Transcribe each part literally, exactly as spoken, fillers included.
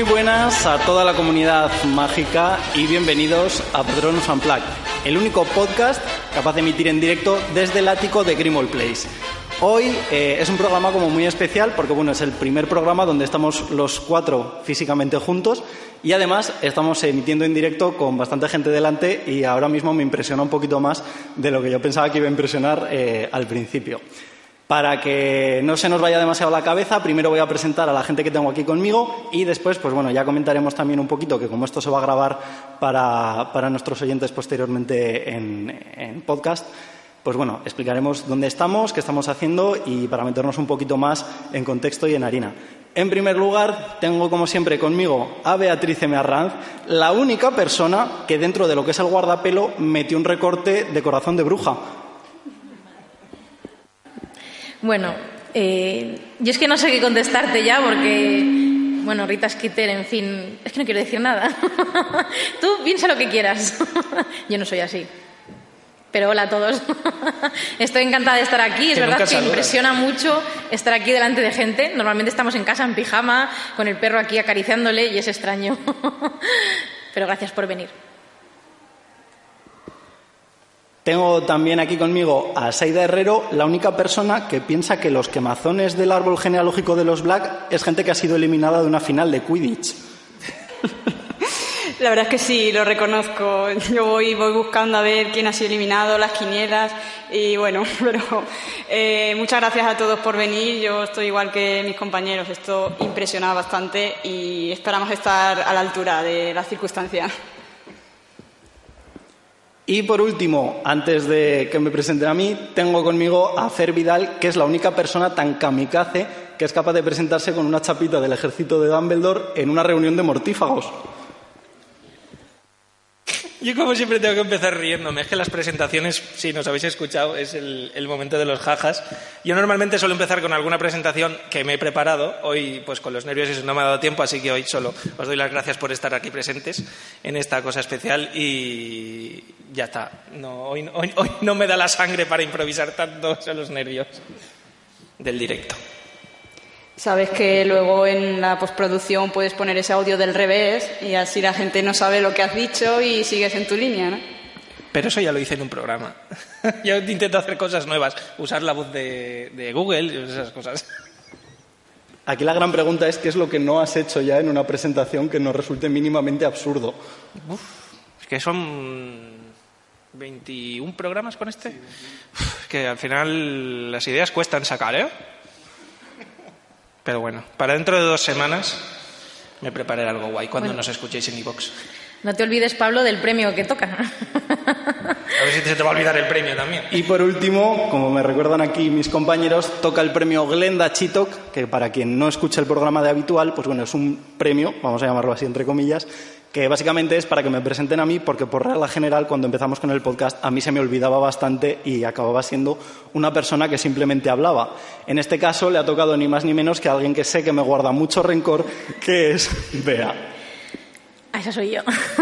Muy buenas a toda la comunidad mágica y bienvenidos a Patronus Unplugged, el único podcast capaz de emitir en directo desde el ático de Grimmauld Place. Hoy eh, es un programa como muy especial porque bueno, es el primer programa donde estamos los cuatro físicamente juntos y además estamos emitiendo en directo con bastante gente delante y ahora mismo me impresiona un poquito más de lo que yo pensaba que iba a impresionar eh, al principio. Para que no se nos vaya demasiado la cabeza, primero voy a presentar a la gente que tengo aquí conmigo y después, pues bueno, ya comentaremos también un poquito que como esto se va a grabar para, para nuestros oyentes posteriormente en, en podcast, pues bueno, explicaremos dónde estamos, qué estamos haciendo y para meternos un poquito más en contexto y en harina. En primer lugar, tengo como siempre conmigo a Beatriz M. Arranz, la única persona que dentro de lo que es el guardapelo metió un recorte de corazón de bruja. Bueno, eh, yo es que no sé qué contestarte ya porque, bueno, Rita Skeeter, en fin, es que no quiero decir nada. Tú piensa lo que quieras. Yo no soy así. Pero hola a todos. Estoy encantada de estar aquí. Es que verdad que saludas. Impresiona mucho estar aquí delante de gente. Normalmente estamos en casa en pijama, con el perro aquí acariciándole y es extraño. Pero gracias por venir. Tengo también aquí conmigo a Saida Herrero, la única persona que piensa que los quemazones del árbol genealógico de los Black es gente que ha sido eliminada de una final de Quidditch. La verdad es que sí, lo reconozco. Yo voy, voy buscando a ver quién ha sido eliminado, las quinielas y bueno, pero eh, muchas gracias a todos por venir. Yo estoy igual que mis compañeros, esto impresiona bastante y esperamos estar a la altura de las circunstancias. Y por último, antes de que me presenten a mí, tengo conmigo a Fer Vidal, que es la única persona tan kamikaze que es capaz de presentarse con una chapita del ejército de Dumbledore en una reunión de mortífagos. Yo como siempre tengo que empezar riéndome. Es que las presentaciones, si nos habéis escuchado, es el, el momento de los jajas. Yo normalmente suelo empezar con alguna presentación que me he preparado. Hoy, pues con los nervios eso no me ha dado tiempo, así que hoy solo os doy las gracias por estar aquí presentes en esta cosa especial y ya está. No, hoy, hoy, hoy no me da la sangre para improvisar tanto, son los nervios del directo. Sabes que luego en la postproducción puedes poner ese audio del revés y así la gente no sabe lo que has dicho y sigues en tu línea, ¿no? Pero eso ya lo hice en un programa. Yo intento hacer cosas nuevas, usar la voz de, de Google y esas cosas. Aquí la gran pregunta es qué es lo que no has hecho ya en una presentación que nos resulte mínimamente absurdo. Uf, es que son veintiún programas con este. Uf, que al final las ideas cuestan sacar, ¿eh? Pero bueno, para dentro de dos semanas me prepararé algo guay cuando bueno. Nos escuchéis en iVoox. No te olvides, Pablo, del premio que toca. A ver si se te va a olvidar el premio también. Y por último, como me recuerdan aquí mis compañeros, toca el premio Glenda Chitok, que para quien no escuche el programa de habitual, pues bueno, es un premio, vamos a llamarlo así entre comillas, que básicamente es para que me presenten a mí, porque por regla general, cuando empezamos con el podcast, a mí se me olvidaba bastante y acababa siendo una persona que simplemente hablaba. En este caso, le ha tocado ni más ni menos que a alguien que sé que me guarda mucho rencor, que es Bea. Ah, esa soy yo.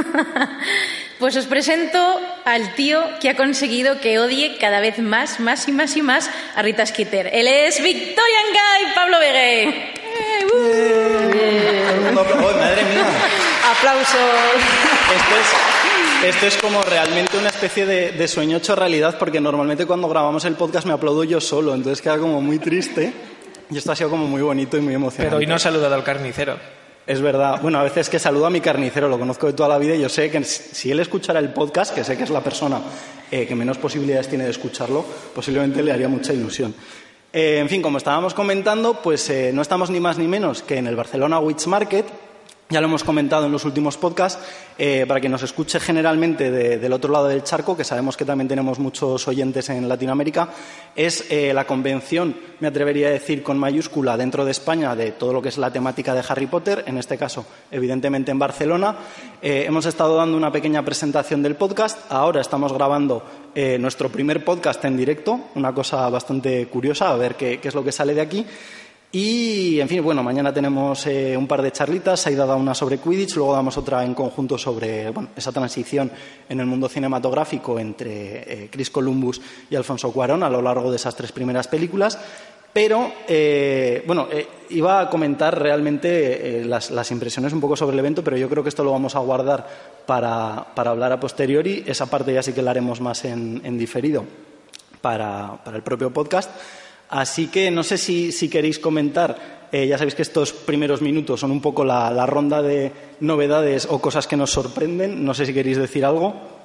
Pues os presento al tío que ha conseguido que odie cada vez más, más y más y más a Rita Skeeter. Él es Victorian Guy Pablo Vegué. Eh, uh. eh. Oh, madre mía. Aplausos. Esto es, esto es como realmente una especie de, de sueño hecho realidad, porque normalmente cuando grabamos el podcast me aplaudo yo solo, entonces queda como muy triste y esto ha sido como muy bonito y muy emocionante. Pero hoy no ha saludado al carnicero. Es verdad. Bueno, a veces que saludo a mi carnicero, lo conozco de toda la vida y yo sé que si él escuchara el podcast, que sé que es la persona eh, que menos posibilidades tiene de escucharlo, posiblemente le haría mucha ilusión. Eh, en fin, como estábamos comentando, pues eh, no estamos ni más ni menos que en el Barcelona Witch Market. Ya lo hemos comentado en los últimos podcasts, eh, para quien nos escuche generalmente de, del otro lado del charco, que sabemos que también tenemos muchos oyentes en Latinoamérica, es eh, la convención, me atrevería a decir con mayúscula, dentro de España de todo lo que es la temática de Harry Potter, en este caso, evidentemente en Barcelona. Eh, hemos estado dando una pequeña presentación del podcast, ahora estamos grabando eh, nuestro primer podcast en directo, una cosa bastante curiosa, a ver qué, qué es lo que sale de aquí. Y, en fin, bueno, mañana tenemos eh, un par de charlitas. Saida da una sobre Quidditch, luego damos otra en conjunto sobre bueno, esa transición en el mundo cinematográfico entre eh, Chris Columbus y Alfonso Cuarón a lo largo de esas tres primeras películas. Pero, eh, bueno, eh, iba a comentar realmente eh, las, las impresiones un poco sobre el evento, pero yo creo que esto lo vamos a guardar para, para hablar a posteriori. Esa parte ya sí que la haremos más en, en diferido para, para el propio podcast. Así que no sé si, si queréis comentar. Eh, ya sabéis que estos primeros minutos son un poco la, la ronda de novedades o cosas que nos sorprenden. No sé si queréis decir algo.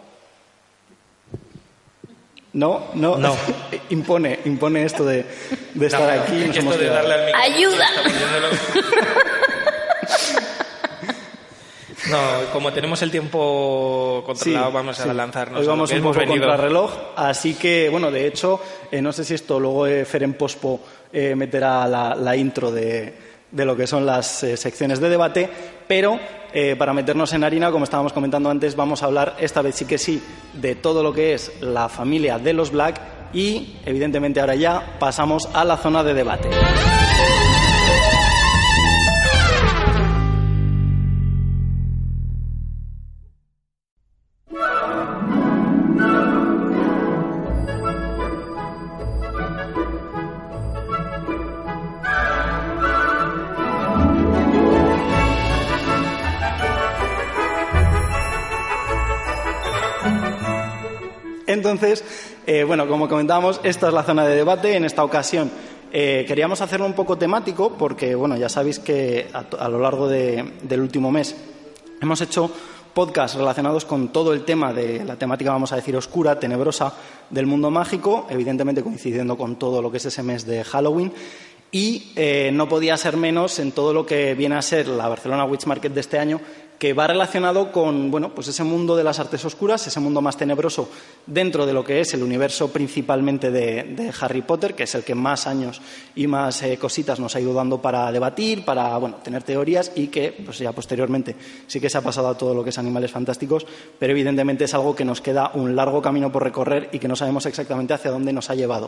No, no, no. impone, impone esto de, de estar no, aquí. Nos esto hemos de darle al micrófono. ¡Ayuda! No, como tenemos el tiempo controlado, Sí, vamos a sí. lanzarnos. Hoy vamos a lo que un poco hemos venido. contra reloj, así que, bueno, de hecho, eh, no sé si esto luego eh, Fer en Pospo eh, meterá la, la intro de, de lo que son las eh, secciones de debate, pero eh, para meternos en harina, como estábamos comentando antes, vamos a hablar esta vez sí que sí de todo lo que es la familia de los Black y, evidentemente, ahora ya pasamos a la zona de debate. Entonces, eh, bueno, como comentábamos, esta es la zona de debate. En esta ocasión eh, queríamos hacerlo un poco temático porque, bueno, ya sabéis que a, a lo largo de, del último mes hemos hecho podcasts relacionados con todo el tema de la temática, vamos a decir, oscura, tenebrosa del mundo mágico, evidentemente coincidiendo con todo lo que es ese mes de Halloween. Y eh, no podía ser menos en todo lo que viene a ser la Barcelona Witch Market de este año, que va relacionado con, bueno, pues ese mundo de las artes oscuras, ese mundo más tenebroso dentro de lo que es el universo principalmente de, de Harry Potter, que es el que más años y más eh, cositas nos ha ido dando para debatir, para, bueno, tener teorías y que, pues ya posteriormente sí que se ha pasado a todo lo que es Animales Fantásticos, pero evidentemente es algo que nos queda un largo camino por recorrer y que no sabemos exactamente hacia dónde nos ha llevado.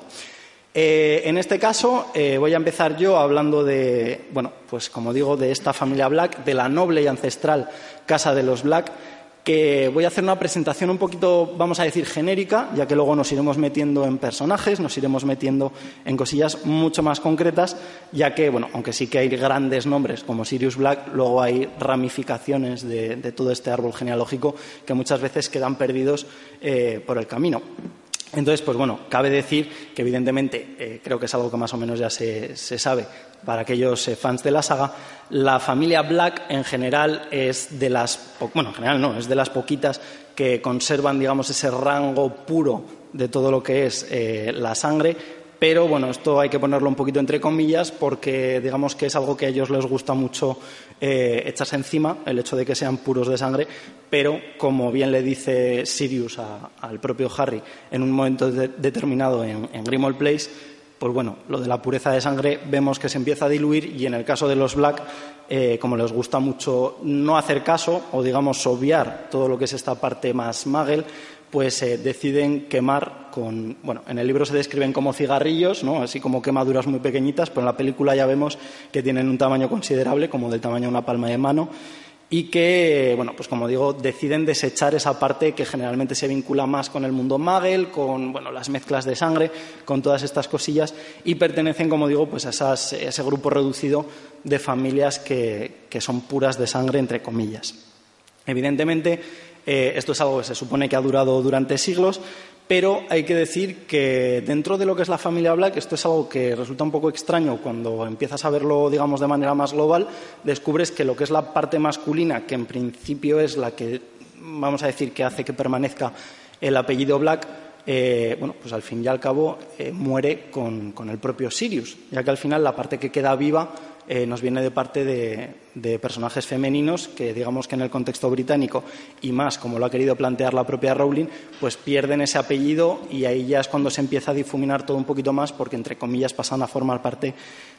Eh, en este caso eh, voy a empezar yo hablando de, bueno, pues como digo, de esta familia Black, de la noble y ancestral Casa de los Black, que voy a hacer una presentación un poquito, vamos a decir, genérica, ya que luego nos iremos metiendo en personajes, nos iremos metiendo en cosillas mucho más concretas, ya que, bueno, aunque sí que hay grandes nombres como Sirius Black, luego hay ramificaciones de, de todo este árbol genealógico que muchas veces quedan perdidos eh, por el camino. Entonces, pues bueno, cabe decir que evidentemente, eh, creo que es algo que más o menos ya se, se sabe para aquellos eh, fans de la saga, la familia Black en general es de las, po- bueno, en general no, es de las poquitas que conservan, digamos, ese rango puro de todo lo que es eh, la sangre. Pero, bueno, esto hay que ponerlo un poquito entre comillas porque, digamos, que es algo que a ellos les gusta mucho eh, echarse encima, el hecho de que sean puros de sangre, pero, como bien le dice Sirius a, al propio Harry en un momento de, determinado en, en Grimmauld Place, pues bueno, lo de la pureza de sangre vemos que se empieza a diluir y en el caso de los Black, eh, como les gusta mucho no hacer caso o, digamos, obviar todo lo que es esta parte más Muggle, pues eh, deciden quemar con, bueno, en el libro se describen como cigarrillos, ¿no? Así como quemaduras muy pequeñitas, pero en la película ya vemos que tienen un tamaño considerable, como del tamaño de una palma de mano, y que, bueno, pues como digo, deciden desechar esa parte que generalmente se vincula más con el mundo Muggle, con, bueno, las mezclas de sangre, con todas estas cosillas, y pertenecen, como digo, pues a esas, ese grupo reducido de familias que, que son puras de sangre, entre comillas. Evidentemente, eh, esto es algo que se supone que ha durado durante siglos, pero hay que decir que dentro de lo que es la familia Black, esto es algo que resulta un poco extraño cuando empiezas a verlo, digamos, de manera más global, descubres que lo que es la parte masculina, que en principio es la que, vamos a decir, que hace que permanezca el apellido Black, eh, bueno, pues al fin y al cabo eh, muere con, con el propio Sirius, ya que al final la parte que queda viva Eh, nos viene de parte de, de personajes femeninos que, digamos que en el contexto británico y más como lo ha querido plantear la propia Rowling, pues pierden ese apellido y ahí ya es cuando se empieza a difuminar todo un poquito más porque, entre comillas, pasan a formar parte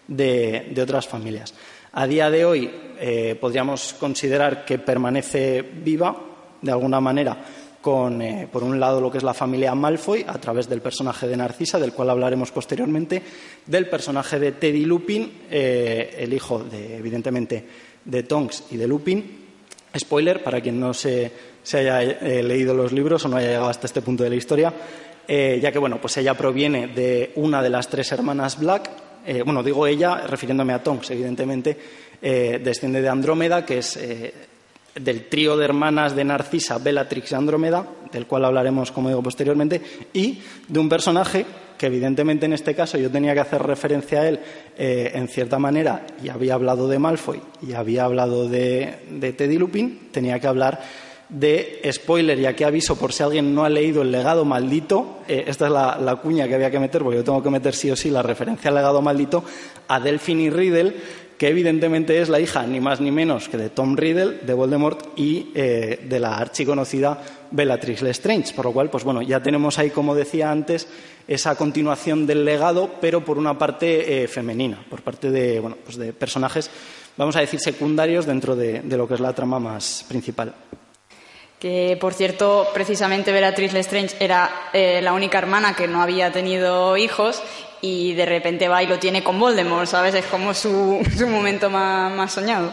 de, de otras familias. A día de hoy eh, podríamos considerar que permanece viva de alguna manera con, eh, por un lado, lo que es la familia Malfoy, a través del personaje de Narcisa, del cual hablaremos posteriormente, del personaje de Teddy Lupin, eh, el hijo, de, evidentemente, de Tonks y de Lupin. Spoiler, para quien no se, se haya eh, leído los libros o no haya llegado hasta este punto de la historia, eh, ya que, bueno, pues ella proviene de una de las tres hermanas Black, eh, bueno, digo ella refiriéndome a Tonks, evidentemente, eh, desciende de Andrómeda, que es eh, del trío de hermanas de Narcisa, Bellatrix y Andrómeda, del cual hablaremos, como digo, posteriormente, y de un personaje que evidentemente en este caso yo tenía que hacer referencia a él eh, en cierta manera, y había hablado de Malfoy y había hablado de, de Teddy Lupin, tenía que hablar de spoiler, y aquí aviso por si alguien no ha leído El legado maldito, eh, esta es la, la cuña que había que meter, porque yo tengo que meter sí o sí la referencia al legado maldito, a Delphine Riddle, que evidentemente es la hija ni más ni menos que de Tom Riddle, de Voldemort, y eh, de la archiconocida Bellatrix Lestrange, por lo cual, pues bueno, ya tenemos ahí, como decía antes, esa continuación del legado, pero por una parte eh, femenina, por parte de, bueno, pues de personajes, vamos a decir, secundarios dentro de, de lo que es la trama más principal. Que, por cierto, precisamente Bellatrix Lestrange era eh, la única hermana que no había tenido hijos, y de repente va y lo tiene con Voldemort, ¿sabes? Es como su, su momento más, más soñado.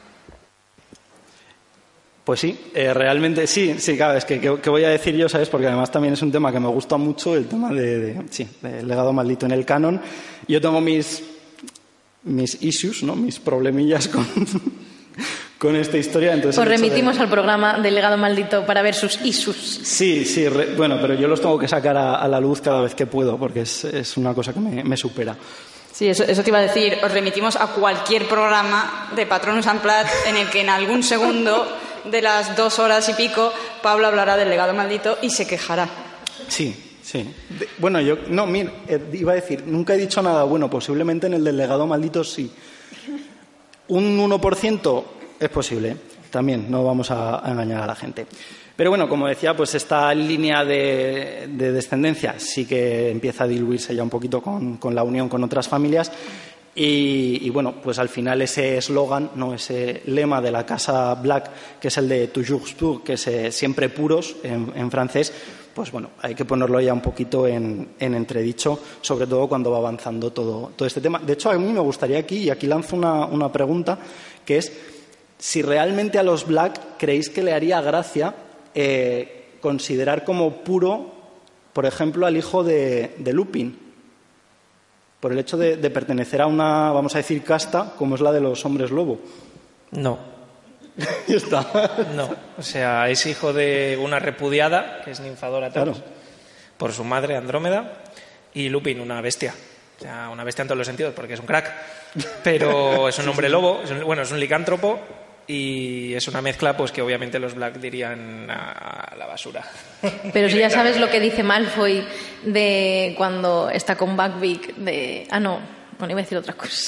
Pues sí, eh, realmente sí, sí, claro, es que, que, que voy a decir yo, ¿sabes? Porque además también es un tema que me gusta mucho, el tema de, de sí, del legado maldito en el canon. Yo tengo mis, mis issues, ¿no? Mis problemillas con, con esta historia. Entonces, Os remitimos de... al programa del legado maldito para ver sus issues. Sí, sí, re... bueno, pero yo los tengo que sacar a, a la luz cada vez que puedo, porque es, es una cosa que me, me supera. Sí, eso, eso te iba a decir. Os remitimos a cualquier programa de Patronus Unplugged en el que en algún segundo de las dos horas y pico Pablo hablará del legado maldito y se quejará. Sí, sí. De, bueno, yo, no, mira, iba a decir, nunca he dicho nada bueno, posiblemente en el del legado maldito sí. Un uno por ciento es posible, también, no vamos a, a engañar a la gente. Pero bueno, como decía, pues esta línea de, de descendencia sí que empieza a diluirse ya un poquito con, con la unión con otras familias. Y, y bueno, pues al final ese eslogan, no, ese lema de la casa Black, que es el de toujours pur, que es eh, siempre puros en, en francés, pues bueno, hay que ponerlo ya un poquito en, en entredicho, sobre todo cuando va avanzando todo, todo este tema. De hecho, a mí me gustaría aquí, y aquí lanzo una, una pregunta, que es si realmente a los Black creéis que le haría gracia eh, considerar como puro, por ejemplo, al hijo de, de Lupin, por el hecho de, de pertenecer a una, vamos a decir, casta, como es la de los hombres lobo. No. Ya está. No, o sea, es hijo de una repudiada, que es Ninfadora Tonks, claro, por su madre Andrómeda, y Lupin, una bestia. O sea, una bestia en todos los sentidos, porque es un crack. Pero es un hombre lobo, es un, bueno, es un licántropo, y es una mezcla pues que obviamente los Black dirían a la basura. Pero si ya sabes lo que dice Malfoy de cuando está con Buckbeak de... Ah, no, bueno, iba a decir otra cosa.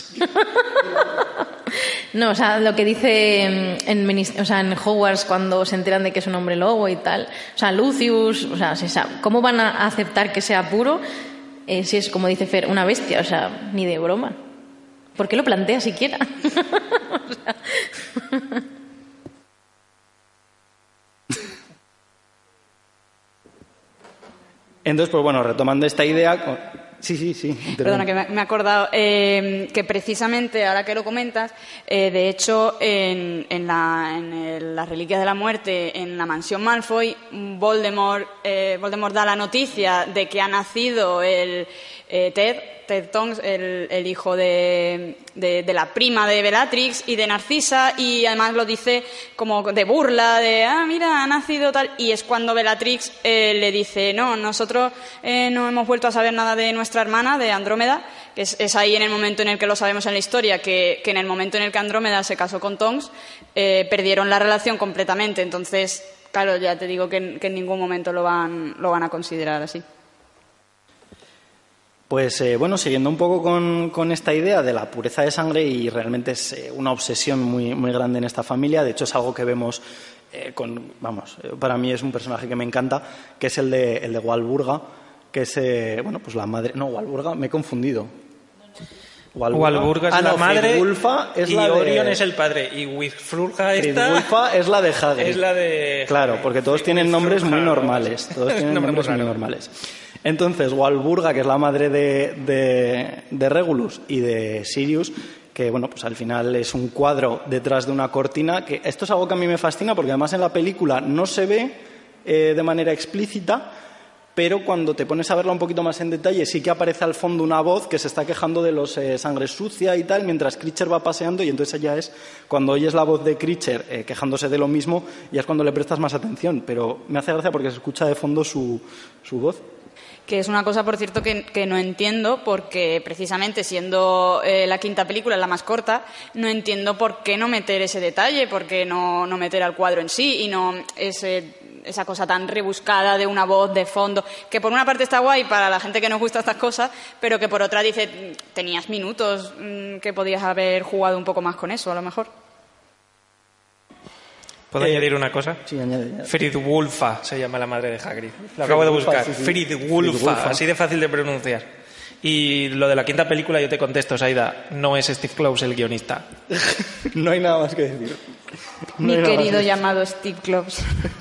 No, o sea, lo que dice en, o sea, en Hogwarts cuando se enteran de que es un hombre lobo y tal. O sea, Lucius, o sea, ¿cómo van a aceptar que sea puro eh, si es, como dice Fer, una bestia? O sea, ni de broma. ¿Por qué lo plantea siquiera? O sea... Entonces, pues bueno, retomando esta idea... Sí, sí, sí. Perdona, que me he acordado eh, que precisamente, ahora que lo comentas, eh, de hecho, en, en, la, en el, las Reliquias de la Muerte, en la mansión Malfoy, Voldemort, eh, Voldemort da la noticia de que ha nacido el eh, Ted, Ted Tonks, el, el hijo de, de, de la prima de Bellatrix y de Narcisa, y además lo dice como de burla, de, ah, mira, ha nacido tal, y es cuando Bellatrix eh, le dice, no, nosotros eh, no hemos vuelto a saber nada de nuestra hermana, de Andrómeda, que es, es ahí en el momento en el que lo sabemos en la historia, que, que en el momento en el que Andrómeda se casó con Tonks, eh, perdieron la relación completamente, entonces, claro, ya te digo que, que en ningún momento lo van, lo van a considerar así. Pues eh, bueno, siguiendo un poco con, con esta idea de la pureza de sangre, y realmente es eh, una obsesión muy, muy grande en esta familia, de hecho es algo que vemos eh, con, vamos, eh, para mí es un personaje que me encanta, que es el de, el de Walburga, que es, eh, bueno, pues la madre, no, Walburga, me he confundido. Walburga, Walburga es ah, la no, madre Frigwulfa es y la de... Orion es el padre, y Frigwulfa esta... Frigwulfa es la de Hagrid. Es la de... Claro, porque todos tienen nombres muy normales, todos tienen nombres muy normales. Entonces, Walburga, que es la madre de, de, de Regulus y de Sirius, que bueno, pues al final es un cuadro detrás de una cortina, que esto es algo que a mí me fascina, porque además en la película no se ve eh, de manera explícita, pero cuando te pones a verla un poquito más en detalle sí que aparece al fondo una voz que se está quejando de los eh, sangre sucia y tal, mientras Kreacher va paseando, y entonces ya es cuando oyes la voz de Kreacher eh, quejándose de lo mismo, ya es cuando le prestas más atención, pero me hace gracia porque se escucha de fondo su, su voz. Que es una cosa, por cierto, que, que no entiendo, porque precisamente siendo eh, la quinta película la más corta, no entiendo por qué no meter ese detalle, por qué no, no meter al cuadro en sí y no ese, esa cosa tan rebuscada de una voz de fondo, que por una parte está guay para la gente que nos gusta estas cosas, pero que por otra dice, tenías minutos mmm, que podías haber jugado un poco más con eso, a lo mejor. ¿Puedo Eh, añadir una cosa? Sí, añade. Fridwulfa se llama la madre de Hagrid. Lo acabo de buscar. Sí, sí. Fridwulfa, Fridwulfa. así de fácil de pronunciar. Y lo de la quinta película, yo te contesto, Saida, no es Steve Kloves el guionista. No hay nada más que decir. No Mi hay nada más querido que- llamado Steve Kloves.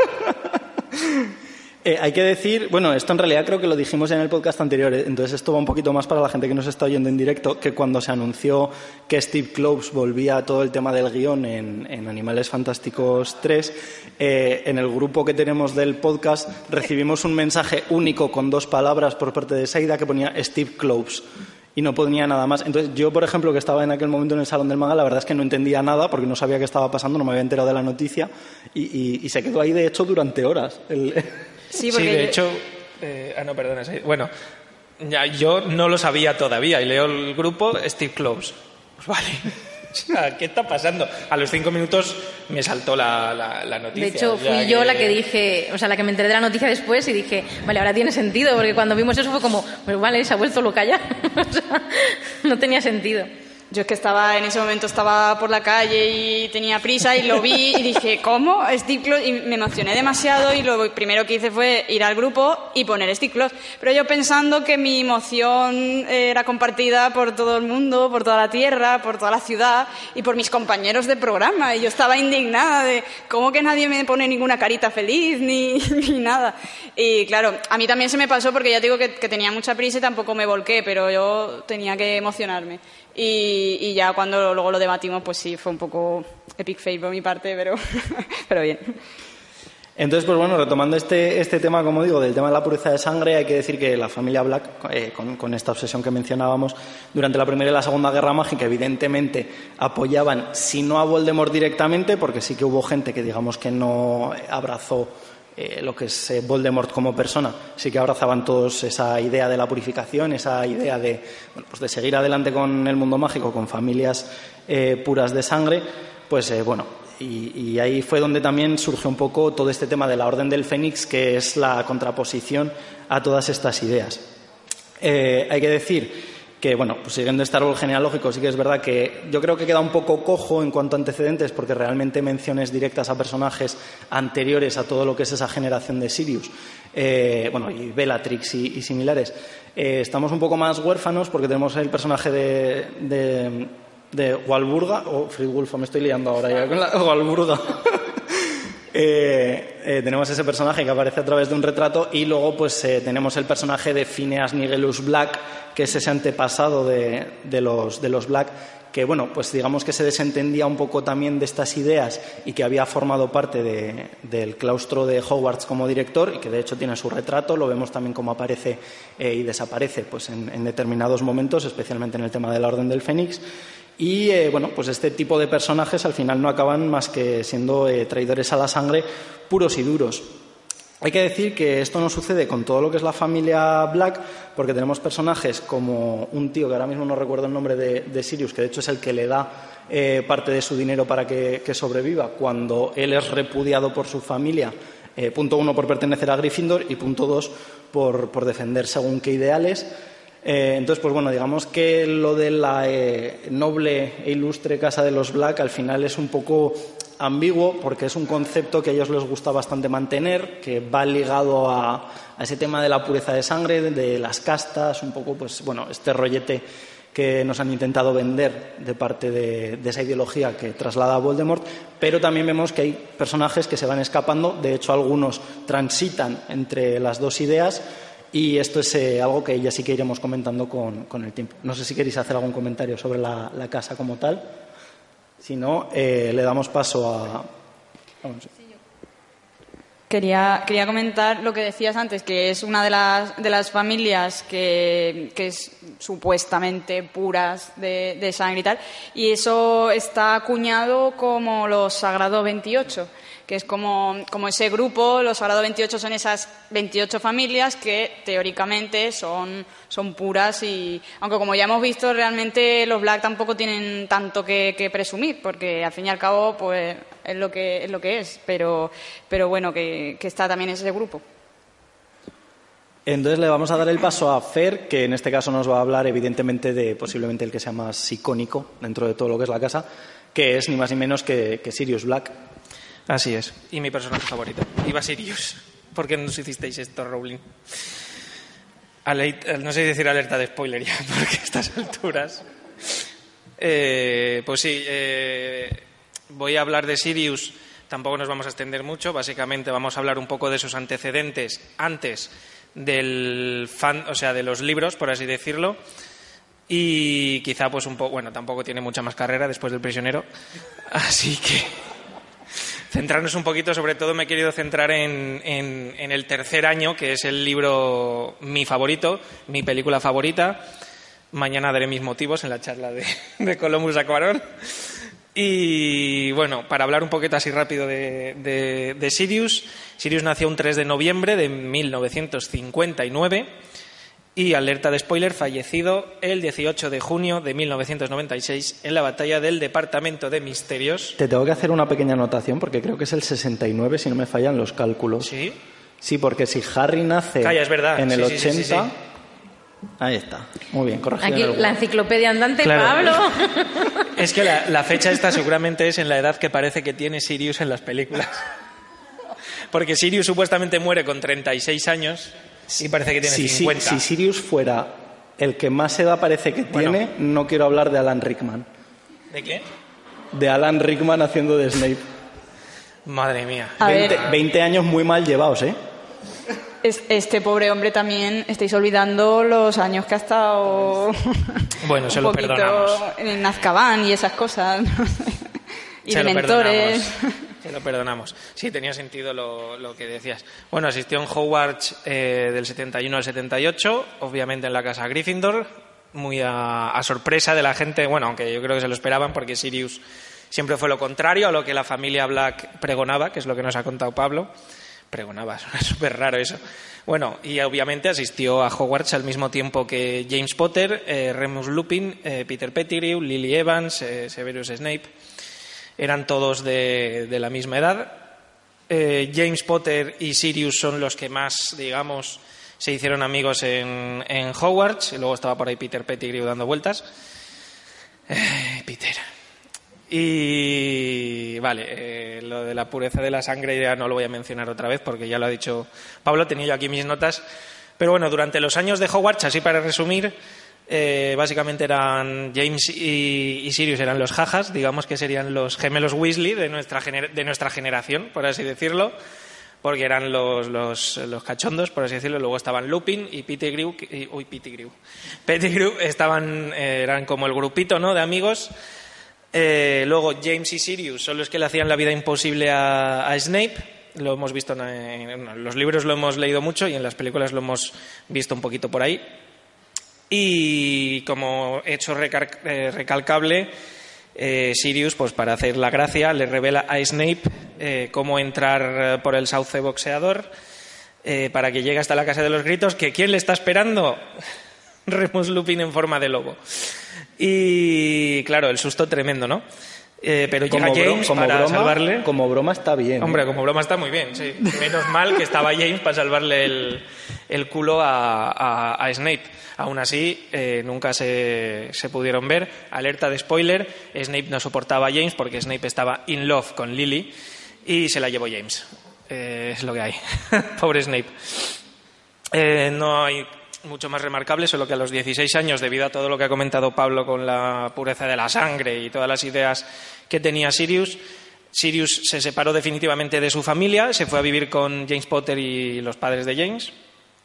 Eh, hay que decir, bueno, esto en realidad creo que lo dijimos ya en el podcast anterior, eh, entonces esto va un poquito más para la gente que nos está oyendo en directo, que cuando se anunció que Steve Kloves volvía a todo el tema del guión en, en Animales Fantásticos tres, eh, en el grupo que tenemos del podcast recibimos un mensaje único con dos palabras por parte de Saida que ponía Steve Kloves. Y no ponía nada más. Entonces, yo, por ejemplo, que estaba en aquel momento en el Salón del Manga, la verdad es que no entendía nada porque no sabía qué estaba pasando, no me había enterado de la noticia y, y, y se quedó ahí, de hecho, durante horas. El... Sí, Sí, porque de yo- hecho... eh, ah, no, perdona. Saida. Bueno, ya, yo no lo sabía todavía y leo el grupo Steve Kloves. Pues vale. O sea, ¿qué está pasando? A los cinco minutos me saltó la, la, la noticia. De hecho, o sea, fui yo la que dije, o sea, la que me enteré de la noticia después y dije, vale, ahora tiene sentido, porque cuando vimos eso fue como, pues vale, se ha vuelto loca ya. O sea, no tenía sentido. Yo es que estaba, en ese momento estaba por la calle y tenía prisa y lo vi y dije, ¿cómo? Steve Kloves, y me emocioné demasiado y lo primero que hice fue ir al grupo y poner Steve Kloves. Pero yo pensando que mi emoción era compartida por todo el mundo, por toda la tierra, por toda la ciudad y por mis compañeros de programa. Y yo estaba indignada de cómo que nadie me pone ninguna carita feliz ni, ni nada. Y claro, a mí también se me pasó porque ya digo que, que tenía mucha prisa y tampoco me volqué, pero yo tenía que emocionarme. Y, y ya cuando luego lo debatimos, pues sí, fue un poco epic fail por mi parte, pero, pero bien. Entonces, pues bueno, retomando este, este tema, como digo, del tema de la pureza de sangre, hay que decir que la familia Black, eh, con, con esta obsesión que mencionábamos, durante la Primera y la Segunda Guerra Mágica, evidentemente apoyaban, si no a Voldemort directamente, porque sí que hubo gente que digamos que no abrazó eh, lo que es eh, Voldemort como persona, sí que abrazaban todos esa idea de la purificación, esa idea de, bueno, pues de seguir adelante con el mundo mágico, con familias eh, puras de sangre, pues eh, bueno... Y, y ahí fue donde también surgió un poco todo este tema de la Orden del Fénix, que es la contraposición a todas estas ideas. Eh, hay que decir que, bueno, pues siguiendo este árbol genealógico, sí que es verdad que yo creo que queda un poco cojo en cuanto a antecedentes, porque realmente menciones directas a personajes anteriores a todo lo que es esa generación de Sirius, eh, bueno, y Bellatrix y, y similares. Eh, estamos un poco más huérfanos porque tenemos el personaje de... de de Walburga o Fridwulfa, me estoy liando ahora ya con la Walburga. eh, eh, tenemos ese personaje que aparece a través de un retrato y luego pues eh, tenemos el personaje de Phineas Nigellus Black, que es ese antepasado de, de, los, de los Black, que bueno, pues digamos que se desentendía un poco también de estas ideas y que había formado parte de, del claustro de Hogwarts como director y que de hecho tiene su retrato, lo vemos también cómo aparece eh, y desaparece pues en, en determinados momentos, especialmente en el tema de la Orden del Fénix. Y eh, bueno, pues este tipo de personajes al final no acaban más que siendo eh, traidores a la sangre puros y duros. Hay que decir que esto no sucede con todo lo que es la familia Black, porque tenemos personajes como un tío que ahora mismo no recuerdo el nombre de, de Sirius, que de hecho es el que le da eh, parte de su dinero para que, que sobreviva cuando él es repudiado por su familia. Eh, punto uno, por pertenecer a Gryffindor y punto dos, por, por defender según qué ideales. Eh, entonces, pues bueno, digamos que lo de la eh, noble e ilustre casa de los Black al final es un poco ambiguo porque es un concepto que a ellos les gusta bastante mantener, que va ligado a, a ese tema de la pureza de sangre, de, de las castas, un poco, pues bueno, este rollete que nos han intentado vender de parte de, de esa ideología que traslada a Voldemort, pero también vemos que hay personajes que se van escapando, de hecho algunos transitan entre las dos ideas. Y esto es eh, algo que ya sí que iremos comentando con, con el tiempo. No sé si queréis hacer algún comentario sobre la, la casa como tal. Si no, eh, le damos paso a... Vamos. Quería, quería comentar lo que decías antes, que es una de las, de las familias que, que es supuestamente puras de, de sangre y tal, y eso está acuñado como los Sagrado veintiocho, que es como, como ese grupo. Los Sagrado veintiocho son esas veintiocho familias que teóricamente son, son puras, y aunque como ya hemos visto, realmente los Black tampoco tienen tanto que, que presumir, porque al fin y al cabo pues es lo que es, lo que es pero, pero bueno, que, que está también ese grupo. Entonces le vamos a dar el paso a Fer, que en este caso nos va a hablar evidentemente de posiblemente el que sea más icónico dentro de todo lo que es la casa, que es ni más ni menos que, que Sirius Black. Así es. Y mi personaje favorito. Iba Sirius. ¿Por qué nos hicisteis esto, Rowling? Aleit, no sé decir alerta de spoiler ya, porque a estas alturas. Eh, pues sí, eh, voy a hablar de Sirius. Tampoco nos vamos a extender mucho. Básicamente vamos a hablar un poco de sus antecedentes antes del fan, o sea, de los libros, por así decirlo. Y quizá pues un poco, bueno, tampoco tiene mucha más carrera después del Prisionero. Así que centrarnos un poquito, sobre todo me he querido centrar en, en, en el tercer año, que es el libro mi favorito, mi película favorita. Mañana daré mis motivos en la charla de, de Columbus a Cuarón. Y bueno, para hablar un poquito así rápido de, de, de Sirius. Sirius nació un tres de noviembre de mil novecientos cincuenta y nueve. Y, alerta de spoiler, fallecido el dieciocho de junio de mil novecientos noventa y seis en la batalla del Departamento de Misterios. Te tengo que hacer una pequeña anotación porque creo que es el sesenta y nueve, si no me fallan los cálculos. ¿Sí? Sí, porque si Harry nace Calla, es verdad. en el sí, sí, ochenta... sí, sí, sí. Ahí está. Muy bien, corregido. Aquí la enciclopedia andante, Claro. Pablo. Es que la, la fecha esta seguramente es en la edad que parece que tiene Sirius en las películas. Porque Sirius supuestamente muere con treinta y seis años... y parece que tiene si, cincuenta. Si, si Sirius fuera el que más edad parece que Bueno. tiene, no quiero hablar de Alan Rickman. ¿De qué? De Alan Rickman haciendo de Snape. Madre mía. A veinte, ver, veinte años muy mal llevados, ¿eh? es- este pobre hombre también, estáis olvidando los años que ha estado Bueno, se un lo poquito perdonamos. en Azkaban y esas cosas. Y Se de lo mentores. perdonamos. Se lo perdonamos. Sí, tenía sentido lo, lo que decías. Bueno, asistió en Hogwarts eh, del setenta y uno al setenta y ocho, obviamente en la casa Gryffindor, muy a, a sorpresa de la gente, bueno, aunque yo creo que se lo esperaban, porque Sirius siempre fue lo contrario a lo que la familia Black pregonaba, que es lo que nos ha contado Pablo. Pregonaba, suena súper raro eso. Bueno, y obviamente asistió a Hogwarts al mismo tiempo que James Potter, eh, Remus Lupin, eh, Peter Pettigrew, Lily Evans, eh, Severus Snape. Eran todos de, de la misma edad. Eh, James Potter y Sirius son los que más, digamos, se hicieron amigos en, en Hogwarts. Y luego estaba por ahí Peter Pettigrew dando vueltas. Eh, Peter. Y vale, eh, lo de la pureza de la sangre ya no lo voy a mencionar otra vez porque ya lo ha dicho Pablo, tenía yo aquí mis notas. Pero bueno, durante los años de Hogwarts, así para resumir, eh, básicamente eran James y, y Sirius eran los jajas, digamos que serían los gemelos Weasley de nuestra, gener- de nuestra generación, por así decirlo, porque eran los, los, los cachondos, por así decirlo. Luego estaban Lupin y Pettigrew, y, uy, Pettigrew. Pettigrew estaban, eh, eran como el grupito, ¿no?, de amigos. Eh, luego James y Sirius son los que le hacían la vida imposible a, a Snape. Lo hemos visto en, en los libros, lo hemos leído mucho y en las películas lo hemos visto un poquito por ahí. Y como hecho recar- eh, recalcable, eh, Sirius, pues para hacer la gracia, le revela a Snape eh, cómo entrar por el sauce boxeador eh, para que llegue hasta la Casa de los Gritos, que ¿quién le está esperando? Remus Lupin en forma de lobo. Y claro, el susto tremendo, ¿no? Eh, pero llega Como, bro- James como para broma, salvarle. como broma está bien. ¿eh? Hombre, como broma está muy bien, sí. Menos mal que estaba James para salvarle el, el culo a, a, a Snape. Aún así, eh, nunca se, se pudieron ver. Alerta de spoiler, Snape no soportaba a James porque Snape estaba in love con Lily y se la llevó James. Eh, es lo que hay. Pobre Snape. Eh, no hay mucho más remarcable, solo que a los dieciséis años, debido a todo lo que ha comentado Pablo con la pureza de la sangre y todas las ideas que tenía Sirius, Sirius se separó definitivamente de su familia, se fue a vivir con James Potter y los padres de James,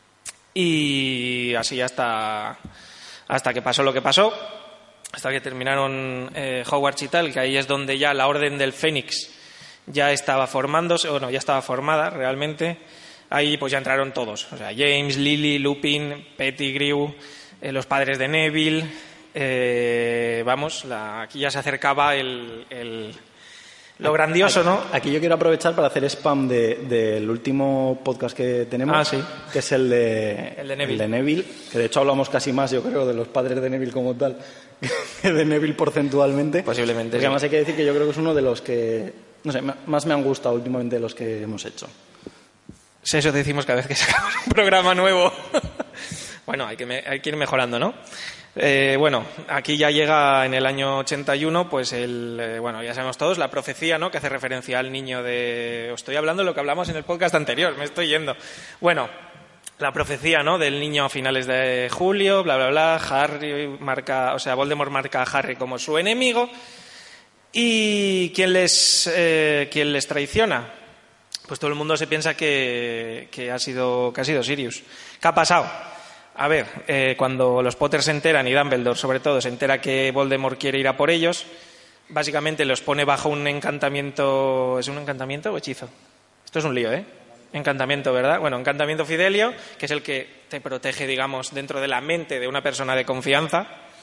y así hasta, hasta que pasó lo que pasó, hasta que terminaron eh, Hogwarts y tal, que ahí es donde ya la Orden del Fénix ya estaba formándose, o no, ya estaba formada realmente. Ahí pues ya entraron todos, o sea, James, Lily, Lupin, Pettigrew, eh, los padres de Neville, eh, vamos, la, aquí ya se acercaba el, el, lo grandioso, ¿no? Aquí yo quiero aprovechar para hacer spam del de, de último podcast que tenemos, ah, sí. que es el de, el de Neville. el de Neville, que de hecho hablamos casi más, yo creo, de los padres de Neville como tal, que de Neville porcentualmente. Posiblemente, Porque sí. además hay que decir que yo creo que es uno de los que, no sé, más me han gustado últimamente de los que hemos hecho. Sí, eso decimos cada vez que sacamos un programa nuevo. Bueno, hay que, me, hay que ir mejorando, ¿no? Eh, bueno, aquí ya llega en el año ochenta y uno, pues el, eh, bueno, ya sabemos todos, la profecía, ¿no? Que hace referencia al niño de... Os estoy hablando de lo que hablamos en el podcast anterior, me estoy yendo. Bueno, la profecía, ¿no? Del niño a finales de julio, bla, bla, bla. Harry marca, o sea, Voldemort marca a Harry como su enemigo. ¿Y quién les, eh, quién les traiciona? Pues todo el mundo se piensa que, que, ha, sido, que ha sido Sirius. ¿Qué ha pasado? A ver, eh, cuando los Potter se enteran, y Dumbledore sobre todo, se entera que Voldemort quiere ir a por ellos, básicamente los pone bajo un encantamiento... ¿Es un encantamiento o hechizo? Esto es un lío, ¿eh? Encantamiento, ¿verdad? Bueno, encantamiento Fidelio, que es el que te protege, digamos, dentro de la mente de una persona de confianza.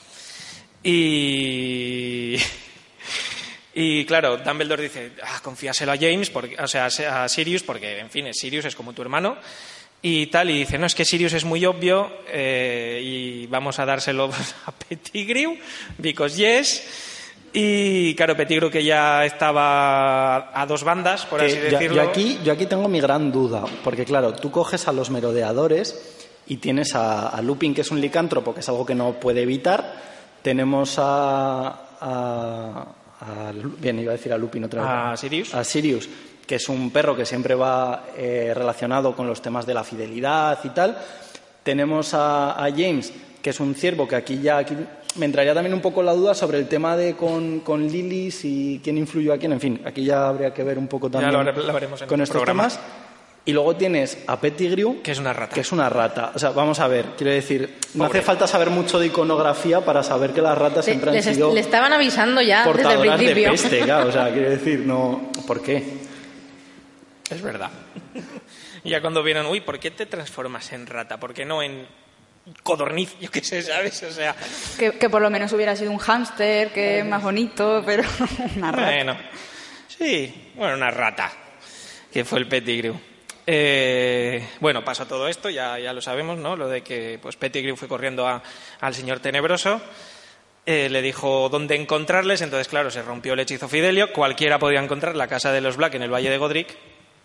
Y... Y claro, Dumbledore dice, ah, confíaselo a James, porque, o sea, a Sirius, porque, en fin, Sirius es como tu hermano, y tal, y dice, no, es que Sirius es muy obvio, eh, y vamos a dárselo a Pettigrew, because yes, y claro, Pettigrew que ya estaba a dos bandas, por que así yo, decirlo. Yo aquí, yo aquí tengo mi gran duda, porque claro, tú coges a los merodeadores y tienes a, a Lupin, que es un licántropo, que es algo que no puede evitar, tenemos a... a A, bien, iba a decir a Lupin otra vez. A Sirius. A Sirius, que es un perro que siempre va eh, relacionado con los temas de la fidelidad y tal. Tenemos a, a James, que es un ciervo, que aquí ya aquí me entraría también un poco la duda sobre el tema de con, con Lilith y quién influyó a quién. En fin, aquí ya habría que ver un poco también ya lo, lo veremos en con el estos programa. temas. Y luego tienes a Pettigrew, que es una rata. Que es una rata. O sea, vamos a ver, quiero decir, no Pobre. hace falta saber mucho de iconografía para saber que las ratas siempre le, han sido... Le estaban avisando ya portadoras desde el principio. de peste, claro. O sea, quiero decir, no... ¿Por qué? Es verdad. Y ya cuando vieron, uy, ¿por qué te transformas en rata? ¿Por qué no en codorniz? Yo qué sé, ¿sabes? O sea... Que, que por lo menos hubiera sido un hámster, que es más bonito, pero una rata. Bueno, sí, bueno, una rata, que fue el Pettigrew. Eh, bueno, pasó todo esto, ya, ya lo sabemos, ¿no? Lo de que pues Pettigrew fue corriendo a, al señor Tenebroso, eh, le dijo dónde encontrarles, entonces claro, se rompió el hechizo Fidelio, cualquiera podía encontrar la casa de los Black en el Valle de Godric,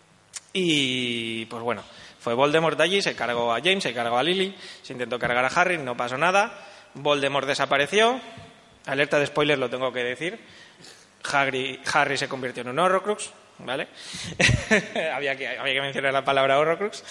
y pues bueno, fue Voldemort de allí, se cargó a James, se cargó a Lily, se intentó cargar a Harry, no pasó nada, Voldemort desapareció, alerta de spoiler, lo tengo que decir, Harry, Harry se convirtió en un Horrocrux, ¿vale? había, que, había que mencionar la palabra Horrocrux.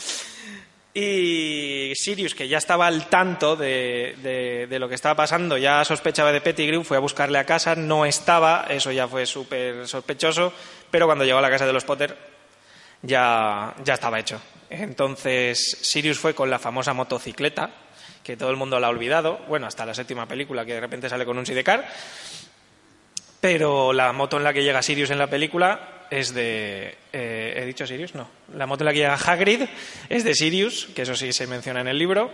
Y Sirius, que ya estaba al tanto de, de, de lo que estaba pasando, ya sospechaba de Pettigrew, fue a buscarle a casa, no estaba, eso ya fue súper sospechoso, pero cuando llegó a la casa de los Potter ya, ya estaba hecho. Entonces Sirius fue con la famosa motocicleta, que todo el mundo la ha olvidado, bueno, hasta la séptima película, que de repente sale con un sidecar, pero la moto en la que llega Sirius en la película es de... Eh, ¿He dicho Sirius? No. La moto en la que llega Hagrid es de Sirius, que eso sí se menciona en el libro.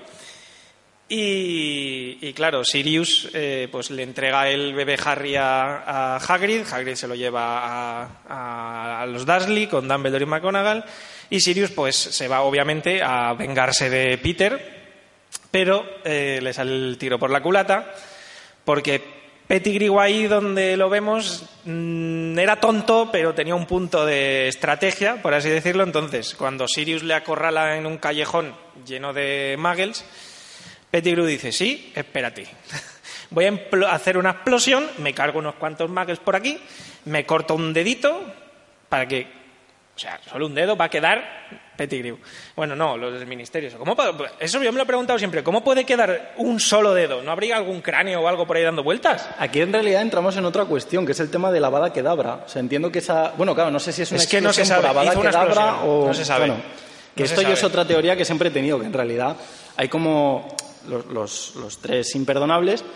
Y, y claro, Sirius eh, pues le entrega el bebé Harry a, a Hagrid. Hagrid se lo lleva a, a, a los Dursley con Dumbledore y McGonagall. Y Sirius pues se va obviamente a vengarse de Peter, pero eh, le sale el tiro por la culata porque Pettigrew ahí donde lo vemos mmm, era tonto, pero tenía un punto de estrategia, por así decirlo. Entonces, cuando Sirius le acorrala en un callejón lleno de muggles, Pettigrew dice, sí, espérate, voy a hacer una explosión, me cargo unos cuantos muggles por aquí, me corto un dedito para que, o sea, solo un dedo va a quedar Pettigrew. Bueno, no, los del ministerio. ¿Cómo puede, eso yo me lo he preguntado siempre. ¿Cómo puede quedar un solo dedo? ¿No habría algún cráneo o algo por ahí dando vueltas? Aquí en realidad entramos en otra cuestión, que es el tema de la Avada Kedavra. O sea, entiendo que esa... Bueno, claro, no sé si es una es que no se sabe. por Avada Kedavra o... No se sabe. Bueno, que no esto yo es otra teoría que siempre he tenido, que en realidad hay como los, los, los tres imperdonables,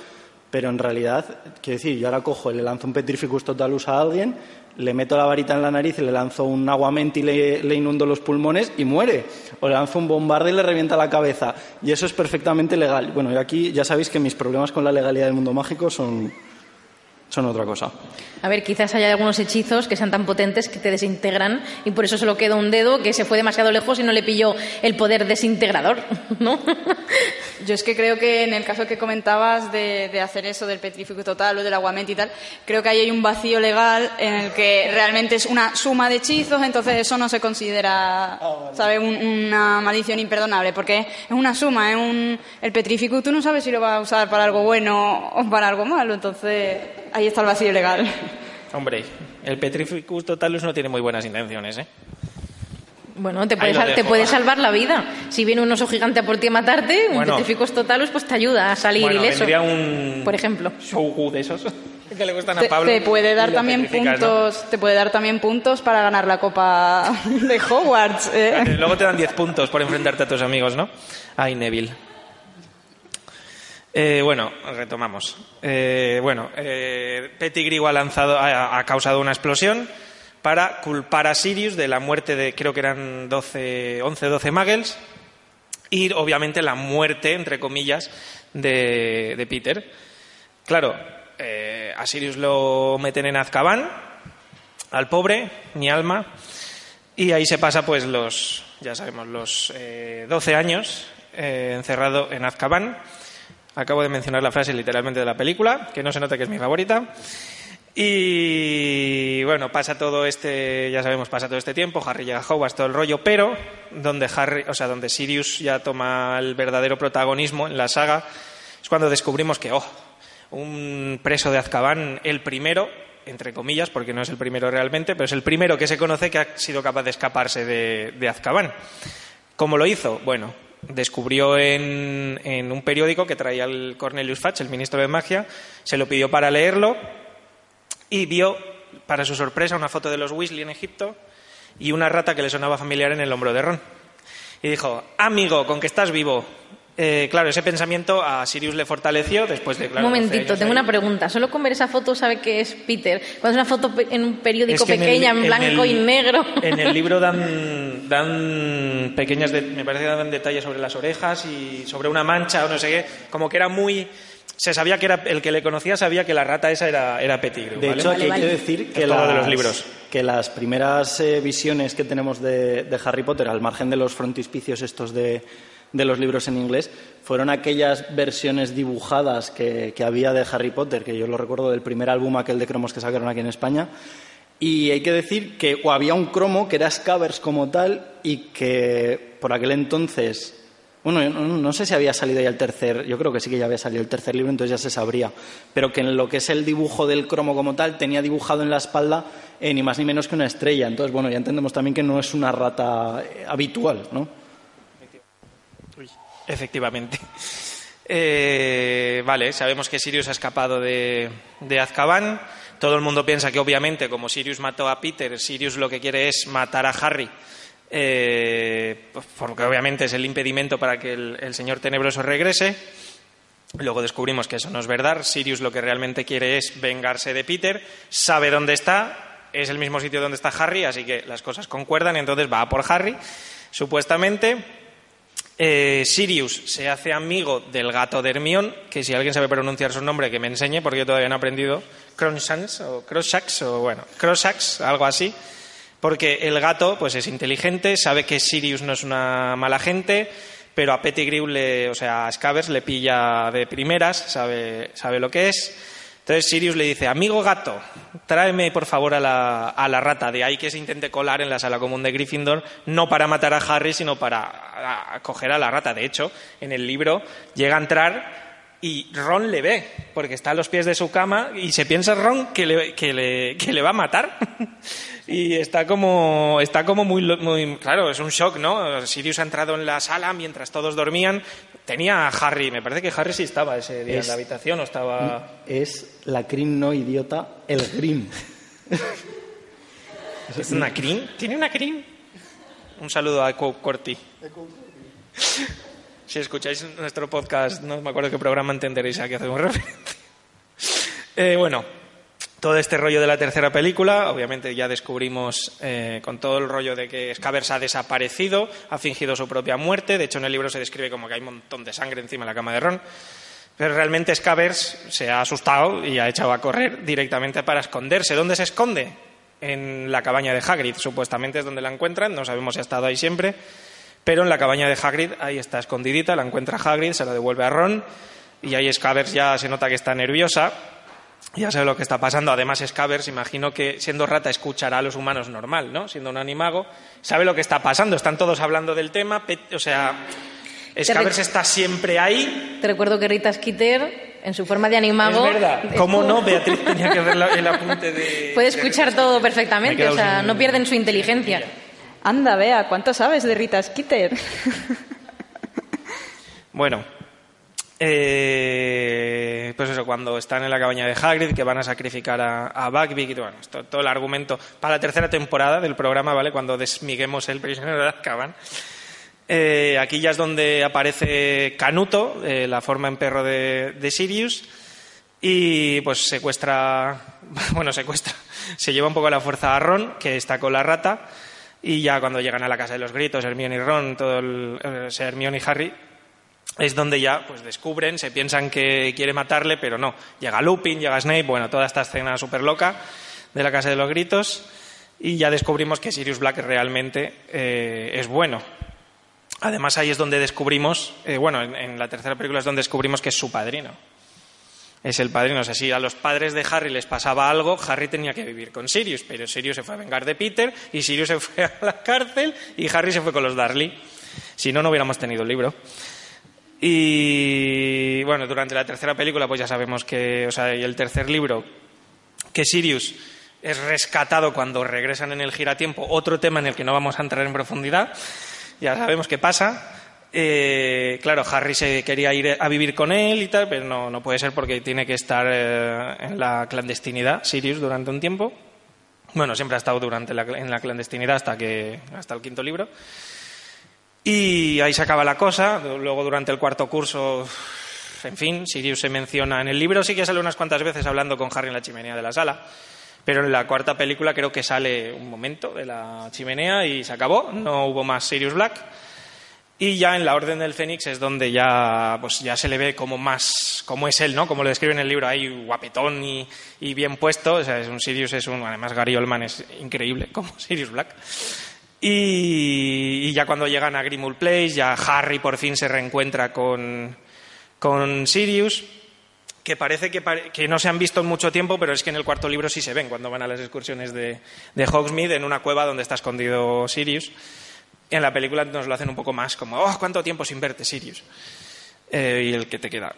Pero en realidad, quiero decir, yo ahora cojo y le lanzo un Petrificus Totalus a alguien, le meto la varita en la nariz y le lanzo un aguamenti y le, le inundo los pulmones y muere. O le lanzo un bombarde y le revienta la cabeza. Y eso es perfectamente legal. Bueno, y aquí ya sabéis que mis problemas con la legalidad del mundo mágico son, son otra cosa. A ver, quizás haya algunos hechizos que sean tan potentes que te desintegran y por eso solo queda un dedo que se fue demasiado lejos y no le pilló el poder desintegrador, ¿no? Yo es que creo que en el caso que comentabas de, de hacer eso del Petrificus Total o del aguamenti y tal, creo que ahí hay un vacío legal en el que realmente es una suma de hechizos, entonces eso no se considera, oh, vale. ¿sabes? Un, una maldición imperdonable, porque es una suma, es un, el Petrificus tú no sabes si lo vas a usar para algo bueno o para algo malo, entonces ahí está el vacío legal. Hombre, el Petrificus Totalus no tiene muy buenas intenciones, ¿eh? Bueno, te puede, sal- te puede salvar la vida. Si viene un oso gigante a por ti a matarte, un bueno, Petrificus Totalus pues te ayuda a salir bueno, ileso. Vendría un por ejemplo. Shogu de esos que le gustan a te, Pablo. Te puede dar también puntos, ¿no? Te puede dar también puntos para ganar la Copa de Hogwarts. ¿eh? Luego te dan diez puntos por enfrentarte a tus amigos, ¿no? Ay, Neville. Eh, bueno, retomamos. Eh, bueno, eh, Pettigrew ha lanzado, ha, ha causado una explosión para culpar a Sirius de la muerte de, creo que eran doce, once, doce muggles y obviamente la muerte, entre comillas, de, de Peter. Claro, eh, a Sirius lo meten en Azkaban, al pobre, mi alma, y ahí se pasa pues los, ya sabemos, los eh, doce años eh, encerrado en Azkaban. Acabo de mencionar la frase literalmente de la película, que no se nota que es mi favorita. Y bueno, pasa todo este, ya sabemos, pasa todo este tiempo, Harry llega a Hogwarts, todo el rollo, pero donde Harry, o sea, donde Sirius ya toma el verdadero protagonismo en la saga, es cuando descubrimos que, oh, un preso de Azkaban, el primero, entre comillas, porque no es el primero realmente, pero es el primero que se conoce que ha sido capaz de escaparse de, de Azkaban. ¿Cómo lo hizo? Bueno, descubrió en, en un periódico que traía el Cornelius Fudge, el ministro de magia, se lo pidió para leerlo y vio, para su sorpresa, una foto de los Weasley en Egipto y una rata que le sonaba familiar en el hombro de Ron. Y dijo, amigo, con que estás vivo. Eh, claro, ese pensamiento a Sirius le fortaleció después de... Claro, un momentito, tengo ahí una pregunta. ¿Solo con ver esa foto sabe que es Peter? Cuando es una foto en un periódico es que pequeña, en, el, en blanco en el, y negro... En el libro dan, dan pequeñas... De, me parece que dan detalles sobre las orejas y sobre una mancha o no sé qué. Como que era muy... Se sabía que era el que le conocía sabía que la rata esa era, era Pettigrew. De ¿vale? hecho, vale, aquí vale. hay que decir que, es las, de los libros. que las primeras eh, visiones que tenemos de, de Harry Potter, al margen de los frontispicios estos de... de los libros en inglés, fueron aquellas versiones dibujadas que, que había de Harry Potter, que yo lo recuerdo del primer álbum, aquel de cromos que sacaron aquí en España, y hay que decir que o había un cromo que era Scabbers como tal, y que por aquel entonces, bueno, no, no sé si había salido ya el tercer, yo creo que sí que ya había salido el tercer libro, entonces ya se sabría, pero que en lo que es el dibujo del cromo como tal, tenía dibujado en la espalda eh, ni más ni menos que una estrella, entonces bueno, ya entendemos también que no es una rata eh, habitual, ¿no? Efectivamente. Eh, vale, sabemos que Sirius ha escapado de, de Azkaban. Todo el mundo piensa que obviamente como Sirius mató a Peter, Sirius lo que quiere es matar a Harry, eh, porque obviamente es el impedimento para que el, el señor tenebroso regrese. Luego descubrimos que eso no es verdad. Sirius lo que realmente quiere es vengarse de Peter, sabe dónde está, es el mismo sitio donde está Harry, así que las cosas concuerdan, entonces va a por Harry, supuestamente. Eh, Sirius se hace amigo del gato de Hermione, que si alguien sabe pronunciar su nombre que me enseñe, porque yo todavía no he aprendido, Cronshax o Croshax o bueno, Croshax, algo así, porque el gato pues es inteligente, sabe que Sirius no es una mala gente, pero a Pettigrew, le, o sea, a Scabbers le pilla de primeras, sabe, sabe lo que es. Entonces Sirius le dice, amigo gato, tráeme por favor a la, a la rata. De ahí que se intente colar en la sala común de Gryffindor, no para matar a Harry, sino para a, a coger a la rata. De hecho, en el libro llega a entrar y Ron le ve, porque está a los pies de su cama y se piensa Ron que le, que le, que le va a matar. Y está como, está como muy, muy... Claro, es un shock, ¿no? Sirius ha entrado en la sala mientras todos dormían. Tenía a Harry, me parece que Harry sí estaba ese día es, en la habitación o estaba... Es la crin no idiota, el Grim. ¿Es una crin? ¿Tiene una crin? Un saludo a Eco Corti. Si escucháis nuestro podcast, no me acuerdo qué programa entenderéis a qué hacemos referencia. Eh, bueno, todo este rollo de la tercera película, obviamente ya descubrimos eh, con todo el rollo de que Scavers ha desaparecido, ha fingido su propia muerte. De hecho, en el libro se describe como que hay un montón de sangre encima de la cama de Ron. Pero realmente Scavers se ha asustado y ha echado a correr directamente para esconderse. ¿Dónde se esconde? En la cabaña de Hagrid. Supuestamente es donde la encuentran, no sabemos si ha estado ahí siempre, pero en la cabaña de Hagrid ahí está escondidita, la encuentra Hagrid, se la devuelve a Ron y ahí Scavers ya se nota que está nerviosa. Ya sabe lo que está pasando. Además, Scavers, imagino que siendo rata escuchará a los humanos normal, ¿no? Siendo un animago, sabe lo que está pasando. Están todos hablando del tema, o sea, Scavers está siempre ahí. Te recuerdo que Rita Skeeter, en su forma de animago... Es verdad. ¿Cómo no? Beatriz tenía que ver la, el apunte de... Puede escuchar todo perfectamente, o sea, sin... no pierden su inteligencia. Anda, Bea, ¿cuánto sabes de Rita Skeeter? Bueno... Eh, pues eso, cuando están en la cabaña de Hagrid, que van a sacrificar a, a Buckbeak, bueno, esto, todo el argumento para la tercera temporada del programa, ¿vale? Cuando desmiguemos el prisionero de Azkaban. Eh, aquí ya es donde aparece Canuto, eh, la forma en perro de, de Sirius, y pues secuestra, bueno, secuestra, se lleva un poco a la fuerza a Ron, que está con la rata, y ya cuando llegan a la casa de los gritos, Hermione y Ron, todo el, o sea, Hermione y Harry, es donde ya pues descubren, se piensan que quiere matarle, pero no. Llega Lupin, llega Snape, bueno, toda esta escena súper loca de la Casa de los Gritos, y ya descubrimos que Sirius Black realmente eh, es bueno. Además, ahí es donde descubrimos, eh, bueno, en, en la tercera película es donde descubrimos que es su padrino. Es el padrino. O sea, si a los padres de Harry les pasaba algo, Harry tenía que vivir con Sirius, pero Sirius se fue a vengar de Peter, y Sirius se fue a la cárcel, y Harry se fue con los Dursley. Si no, no hubiéramos tenido el libro. Y bueno, durante la tercera película pues ya sabemos que, o sea, y el tercer libro, que Sirius es rescatado cuando regresan en el giratiempo, otro tema en el que no vamos a entrar en profundidad, ya sabemos qué pasa. Eh, claro, Harry se quería ir a vivir con él y tal, pero no, no puede ser porque tiene que estar eh, en la clandestinidad, Sirius, durante un tiempo. Bueno, siempre ha estado durante la, en la clandestinidad hasta, que, hasta el quinto libro. Y ahí se acaba la cosa. Luego, durante el cuarto curso, en fin, Sirius se menciona en el libro, sí que sale unas cuantas veces hablando con Harry en la chimenea de la sala, pero en la cuarta película creo que sale un momento de la chimenea y se acabó, no hubo más Sirius Black. Y ya en la Orden del Fénix es donde ya, pues ya se le ve como más, como es él, ¿no? Como lo describe en el libro, ahí guapetón y, y bien puesto. O sea, es un Sirius, es un, además Gary Oldman es increíble como Sirius Black. Y, y ya cuando llegan a Grimmauld Place, ya Harry por fin se reencuentra con, con Sirius, que parece que, pare, que no se han visto en mucho tiempo, pero es que en el cuarto libro sí se ven cuando van a las excursiones de, de Hogsmeade, en una cueva donde está escondido Sirius. En la película nos lo hacen un poco más como, oh, ¿cuánto tiempo sin verte, Sirius? Eh, y el que te queda.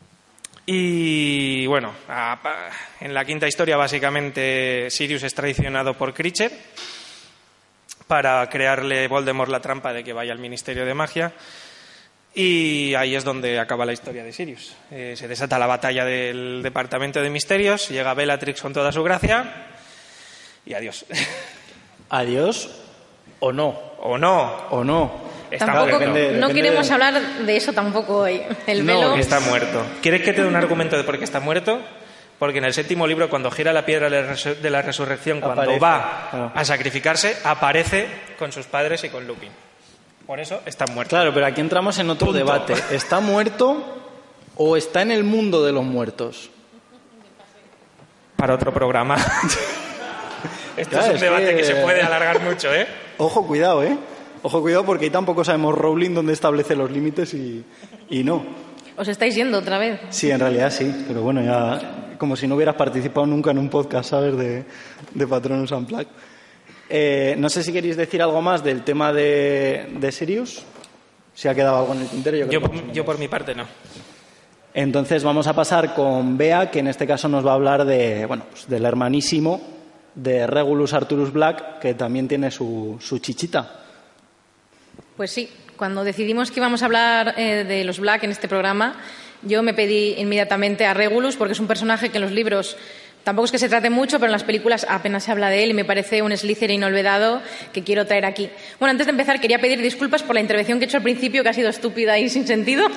Y bueno, a, a, en la quinta historia básicamente Sirius es traicionado por Critcher para crearle Voldemort la trampa de que vaya al Ministerio de Magia, y ahí es donde acaba la historia de Sirius. Eh, se desata la batalla del Departamento de Misterios, llega Bellatrix con toda su gracia y adiós. ¿Adiós o no? O no. O no. Está tampoco, depende, depende no queremos de... hablar de eso tampoco hoy. El no, velo... está muerto. ¿Quieres que te dé un argumento de por qué está muerto? Porque en el séptimo libro, cuando gira la piedra de la resurrección, cuando aparece, va claro. a sacrificarse, aparece con sus padres y con Lupin. Por eso está muerto. Claro, pero aquí entramos en otro Punto. debate. ¿Está muerto o está en el mundo de los muertos? Para otro programa. Esto claro, es un es debate que... que se puede alargar mucho, ¿eh? Ojo, cuidado, ¿eh? Ojo, cuidado, porque ahí tampoco sabemos Rowling dónde establece los límites y, y no. ¿Os estáis yendo otra vez? Sí, en realidad sí, pero bueno, ya como si no hubieras participado nunca en un podcast, ¿sabes?, de, de Patronus Unplugged. Eh, no sé si queréis decir algo más del tema de, de Sirius. Si ha quedado algo en el tintero. Yo, yo, por, yo por mi parte no. Entonces vamos a pasar con Bea, que en este caso nos va a hablar de, bueno, pues del hermanísimo de Regulus Arturus Black, que también tiene su, su chichita. Pues sí. Cuando decidimos que íbamos a hablar eh, de los Black en este programa, yo me pedí inmediatamente a Regulus, porque es un personaje que en los libros Tampoco es que se trate mucho, pero en las películas apenas se habla de él y me parece un Slytherin olvidado que quiero traer aquí. Bueno, antes de empezar quería pedir disculpas por la intervención que he hecho al principio, que ha sido estúpida y sin sentido.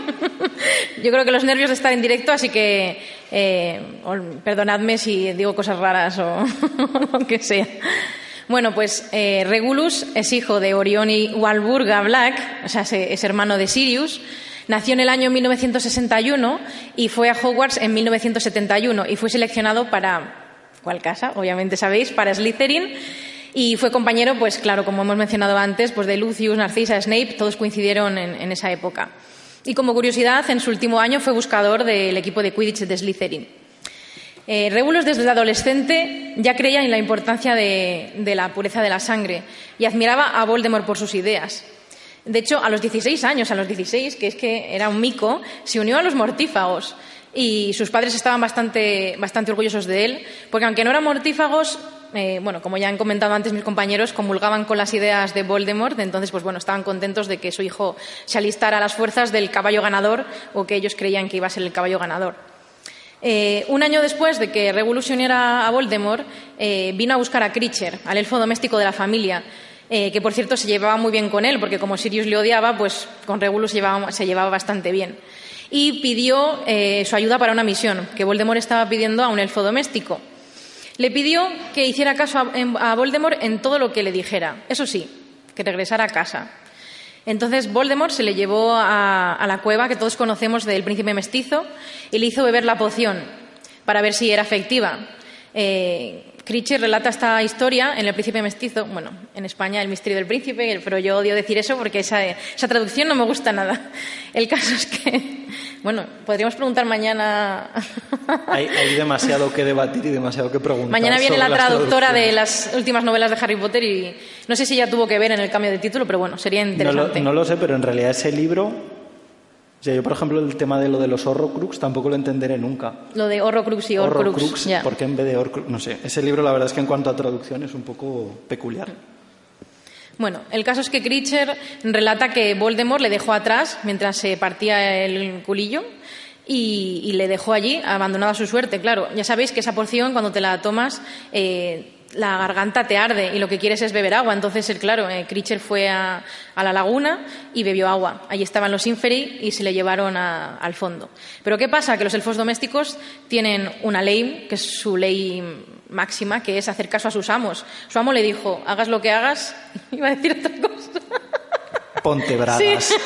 Yo creo que los nervios de estar en directo, así que eh, perdonadme si digo cosas raras o lo que sea. Bueno, pues eh, Regulus es hijo de Orion y Walburga Black, o sea, es hermano de Sirius. Nació en el año mil novecientos sesenta y uno y fue a Hogwarts en mil novecientos setenta y uno y fue seleccionado para, ¿cuál casa? Obviamente sabéis, para Slytherin. Y fue compañero, pues claro, como hemos mencionado antes, pues de Lucius, Narcisa, Snape, todos coincidieron en, en esa época. Y como curiosidad, en su último año fue buscador del equipo de Quidditch de Slytherin. Eh, Regulus desde adolescente ya creía en la importancia de, de la pureza de la sangre y admiraba a Voldemort por sus ideas. De hecho, a los dieciséis años, a los dieciséis, que es que era un mico, se unió a los mortífagos y sus padres estaban bastante, bastante orgullosos de él, porque aunque no eran mortífagos, eh, bueno, como ya han comentado antes mis compañeros, comulgaban con las ideas de Voldemort, entonces, pues bueno, estaban contentos de que su hijo se alistara a las fuerzas del caballo ganador, o que ellos creían que iba a ser el caballo ganador. Eh, un año después de que Regulus se uniera a Voldemort, eh, vino a buscar a Kreacher, al elfo doméstico de la familia, Eh, que por cierto se llevaba muy bien con él, porque como Sirius le odiaba, pues con Regulus se llevaba, se llevaba bastante bien. Y pidió eh, su ayuda para una misión que Voldemort estaba pidiendo a un elfo doméstico. Le pidió que hiciera caso a, a Voldemort en todo lo que le dijera. Eso sí, que regresara a casa. Entonces Voldemort se le llevó a, a la cueva que todos conocemos del príncipe mestizo y le hizo beber la poción para ver si era efectiva. Eh, Kreacher relata esta historia en El príncipe mestizo, bueno, en España El misterio del príncipe, pero yo odio decir eso porque esa, esa traducción no me gusta nada. El caso es que, bueno, podríamos preguntar mañana... Hay, hay demasiado que debatir y demasiado que preguntar. Mañana viene sobre la traductora de las las últimas novelas de Harry Potter y no sé si ya tuvo que ver en el cambio de título, pero bueno, sería interesante. No lo, no lo sé, pero en realidad ese libro... O sea, yo, por ejemplo, el tema de lo de los Horrocrux tampoco lo entenderé nunca. Lo de Horrocrux y Horcrux. Horrocrux, ya. ¿Por qué en vez de Horcrux? No sé. Ese libro, la verdad es que en cuanto a traducción es un poco peculiar. Bueno, el caso es que Kreacher relata que Voldemort le dejó atrás mientras se partía el culillo y, y le dejó allí, abandonado a su suerte. Claro, ya sabéis que esa porción, cuando te la tomas... Eh, la garganta te arde y lo que quieres es beber agua. Entonces, claro, eh, Kreacher fue a, a la laguna y bebió agua. Allí estaban los Inferi y se le llevaron a, al fondo. Pero ¿qué pasa? Que los elfos domésticos tienen una ley, que es su ley máxima, que es hacer caso a sus amos. Su amo le dijo, hagas lo que hagas, iba a decir otra cosa. Ponte bragas. Sí.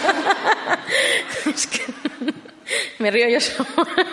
Es que me río yo sola.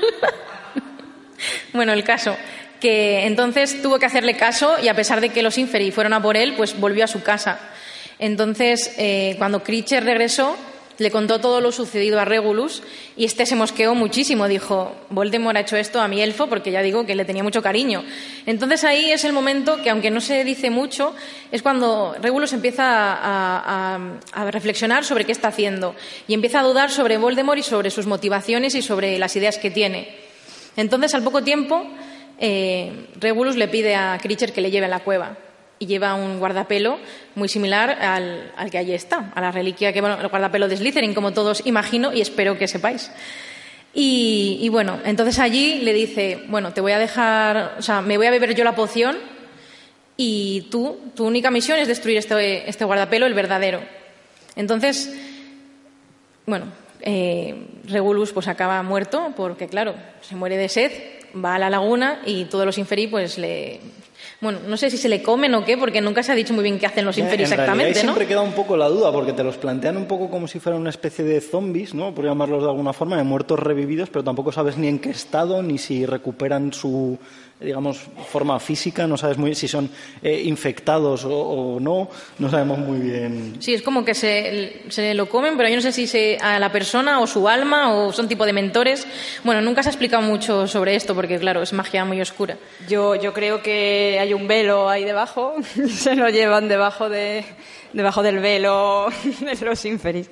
Bueno, el caso... que entonces tuvo que hacerle caso y a pesar de que los Inferi fueron a por él, pues volvió a su casa. Entonces, eh, cuando Kreacher regresó, le contó todo lo sucedido a Regulus y este se mosqueó muchísimo. Dijo, Voldemort ha hecho esto a mi elfo porque ya digo que le tenía mucho cariño. Entonces ahí es el momento que, aunque no se dice mucho, es cuando Regulus empieza a, a, a reflexionar sobre qué está haciendo y empieza a dudar sobre Voldemort y sobre sus motivaciones y sobre las ideas que tiene. Entonces, al poco tiempo... Eh, Regulus le pide a Kreacher que le lleve a la cueva y lleva un guardapelo muy similar al, al que allí está, a la reliquia, que bueno, el guardapelo de Slytherin, como todos imagino y espero que sepáis. Y, y bueno, entonces allí le dice, bueno, te voy a dejar, o sea, me voy a beber yo la poción y tú, tu única misión es destruir este, este guardapelo, el verdadero. Entonces, bueno, eh, Regulus pues acaba muerto porque, claro, se muere de sed. Va a la laguna y todos los Inferi pues le... Bueno, no sé si se le comen o qué, porque nunca se ha dicho muy bien qué hacen los Inferi exactamente, ¿no? Siempre queda un poco la duda, porque te los plantean un poco como si fueran una especie de zombies, ¿no? Por llamarlos de alguna forma, de muertos revividos, pero tampoco sabes ni en qué estado, ni si recuperan su, digamos, forma física, no sabes muy bien si son eh, infectados o, o no, no sabemos muy bien. Sí, es como que se, se lo comen, pero yo no sé si se, a la persona o su alma o son tipo de mentores. Bueno, nunca se ha explicado mucho sobre esto, porque claro, es magia muy oscura. Yo, yo creo que hay un velo ahí debajo, se lo llevan debajo, de, debajo del velo de los Inferis.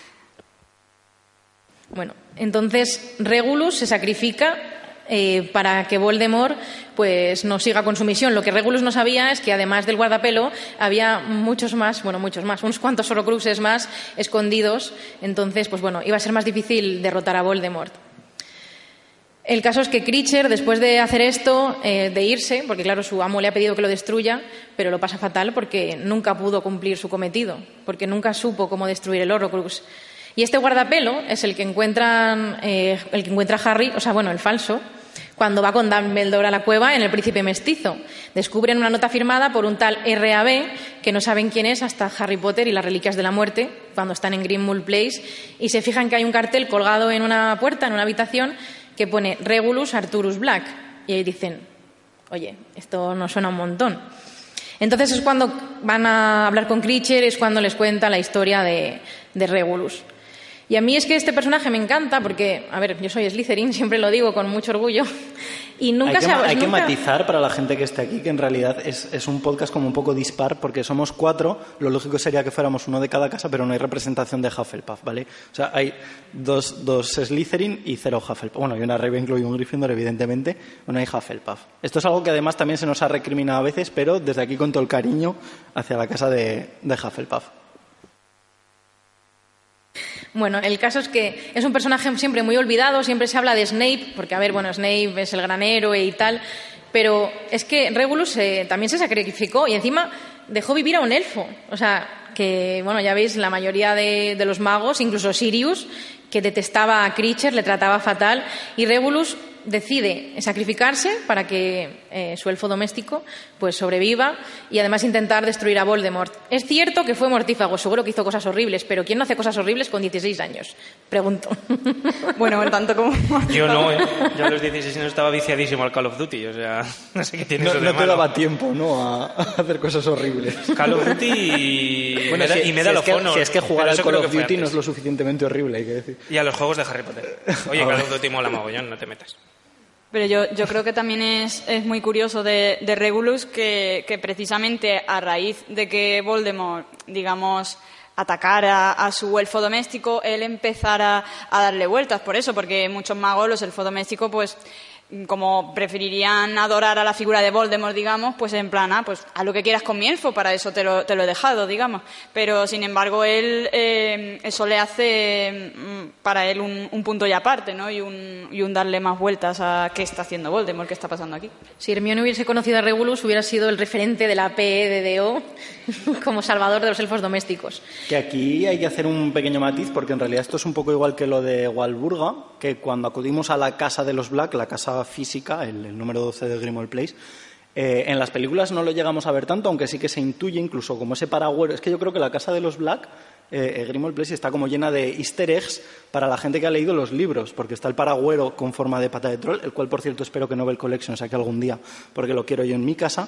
Bueno, entonces Regulus se sacrifica eh, para que Voldemort pues no siga con su misión. Lo que Regulus no sabía es que además del guardapelo había muchos más, bueno, muchos más, unos cuantos Horrocruxes más escondidos. Entonces, pues bueno, iba a ser más difícil derrotar a Voldemort. El caso es que Kreacher, después de hacer esto, eh, de irse, porque claro, su amo le ha pedido que lo destruya, pero lo pasa fatal porque nunca pudo cumplir su cometido, porque nunca supo cómo destruir el Horrocrux. Y este guardapelo es el que encuentran, eh, el que encuentra Harry, o sea, bueno, el falso, cuando va con Dumbledore a la cueva en El Príncipe Mestizo. Descubren una nota firmada por un tal R A B, que no saben quién es hasta Harry Potter y las Reliquias de la Muerte, cuando están en Grimmauld Place, y se fijan que hay un cartel colgado en una puerta, en una habitación, que pone Regulus Arturus Black. Y ahí dicen, oye, esto nos suena un montón. Entonces es cuando van a hablar con Kreacher, es cuando les cuenta la historia de, de Regulus. Y a mí es que este personaje me encanta porque, a ver, yo soy Slytherin, siempre lo digo con mucho orgullo, y nunca hay que, se ha... Hay nunca... que matizar para la gente que esté aquí que en realidad es, es un podcast como un poco dispar porque somos cuatro, lo lógico sería que fuéramos uno de cada casa, pero no hay representación de Hufflepuff, ¿vale? O sea, hay dos, dos Slytherin y cero Hufflepuff. Bueno, hay una Ravenclaw y un Gryffindor, evidentemente, no hay Hufflepuff. Esto es algo que además también se nos ha recriminado a veces, pero desde aquí con todo el cariño hacia la casa de, de Hufflepuff. Bueno, el caso es que es un personaje siempre muy olvidado, siempre se habla de Snape, porque, a ver, bueno, Snape es el gran héroe y tal, pero es que Regulus eh, también se sacrificó y encima dejó vivir a un elfo. O sea, que, bueno, ya veis, la mayoría de, de los magos, incluso Sirius, que detestaba a Kreacher, le trataba fatal, y Regulus decide sacrificarse para que eh, su elfo doméstico pues sobreviva y además intentar destruir a Voldemort. Es cierto que fue mortífago, seguro que hizo cosas horribles, pero ¿quién no hace cosas horribles con dieciséis años? Pregunto. Bueno, tanto como... Yo no, ¿eh? Yo a los dieciséis años estaba viciadísimo al Call of Duty, o sea, no sé qué tiene No, eso de no te malo. daba tiempo, ¿no?, a, a hacer cosas horribles. Call of Duty y, Bueno, Meda- si, y Medal si of es que, Honor. si es que jugar pero al eso Call creo of que fue Duty no antes. es lo suficientemente horrible, hay que decir. Y a los juegos de Harry Potter. Oye, Call of Duty mola mogollón, no te metas. Pero yo, yo creo que también es, es muy curioso de, de Regulus que, que precisamente a raíz de que Voldemort, digamos, atacara a su elfo doméstico, él empezara a darle vueltas por eso, porque muchos magos, los elfos domésticos, pues como preferirían adorar a la figura de Voldemort, digamos, pues en plan, ah, pues haz lo que quieras con mi elfo, para eso te lo, te lo he dejado, digamos. Pero, sin embargo, él, eh, eso le hace mm, para él un, un punto y aparte, ¿no? Y un, y un darle más vueltas a qué está haciendo Voldemort, qué está pasando aquí. Si Hermione hubiese conocido a Regulus, hubiera sido el referente de la P E D D O como salvador de los elfos domésticos. Que aquí hay que hacer un pequeño matiz, porque en realidad esto es un poco igual que lo de Walburga, que cuando acudimos a la casa de los Black, la casa física, el, el número doce de Grimmauld Place, eh, en las películas no lo llegamos a ver tanto, aunque sí que se intuye incluso como ese paragüero. Es que yo creo que la casa de los Black, eh, Grimmauld Place, está como llena de easter eggs para la gente que ha leído los libros, porque está el paragüero con forma de pata de troll, el cual, por cierto, espero que Novel Collection saque algún día, porque lo quiero yo en mi casa.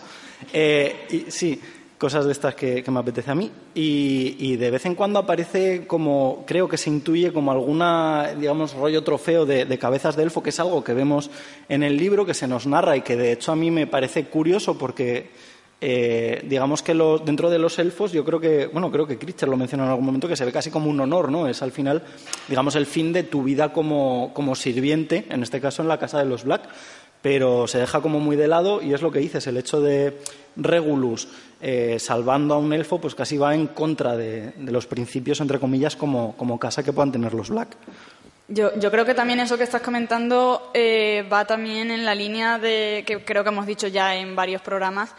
Eh, y sí... cosas de estas que, que me apetece a mí y, y de vez en cuando aparece como, creo que se intuye como alguna, digamos, rollo trofeo de, de cabezas de elfo, que es algo que vemos en el libro, que se nos narra y que de hecho a mí me parece curioso porque eh, digamos que lo, dentro de los elfos yo creo que, bueno, creo que Kreacher lo menciona en algún momento, que se ve casi como un honor, ¿no? Es al final, digamos, el fin de tu vida como, como sirviente, en este caso en la casa de los Black, pero se deja como muy de lado y es lo que dices, el hecho de Regulus eh, salvando a un elfo, pues casi va en contra de, de los principios, entre comillas, como, como casa que puedan tener los Black. Yo, yo creo que también eso que estás comentando eh, va también en la línea de que creo que hemos dicho ya en varios programas,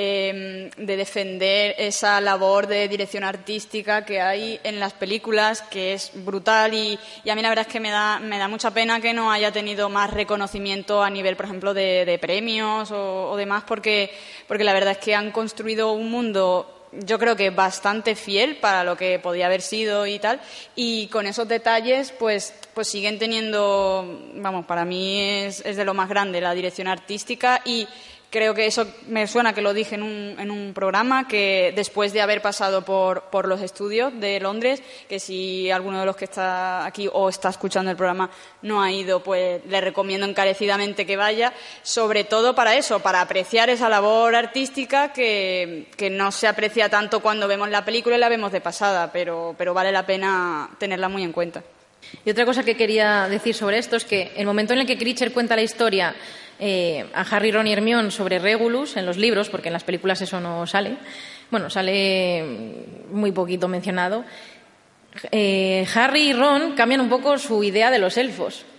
eh, de defender esa labor de dirección artística que hay en las películas, que es brutal y, y a mí la verdad es que me da, me da mucha pena que no haya tenido más reconocimiento a nivel, por ejemplo, de, de premios o, o demás, porque, porque la verdad es que han construido un mundo, yo creo que bastante fiel para lo que podía haber sido y tal, y con esos detalles pues, pues siguen teniendo, vamos, para mí es, es de lo más grande la dirección artística y creo que eso me suena que lo dije en un, en un programa, que después de haber pasado por, por los estudios de Londres, que si alguno de los que está aquí o está escuchando el programa no ha ido, pues le recomiendo encarecidamente que vaya, sobre todo para eso, para apreciar esa labor artística que, que no se aprecia tanto cuando vemos la película y la vemos de pasada, pero, pero vale la pena tenerla muy en cuenta. Y otra cosa que quería decir sobre esto es que el momento en el que Kreacher cuenta la historia eh, a Harry, Ron y Hermione sobre Regulus en los libros, porque en las películas eso no sale, bueno, sale muy poquito mencionado, eh, Harry y Ron cambian un poco su idea de los elfos.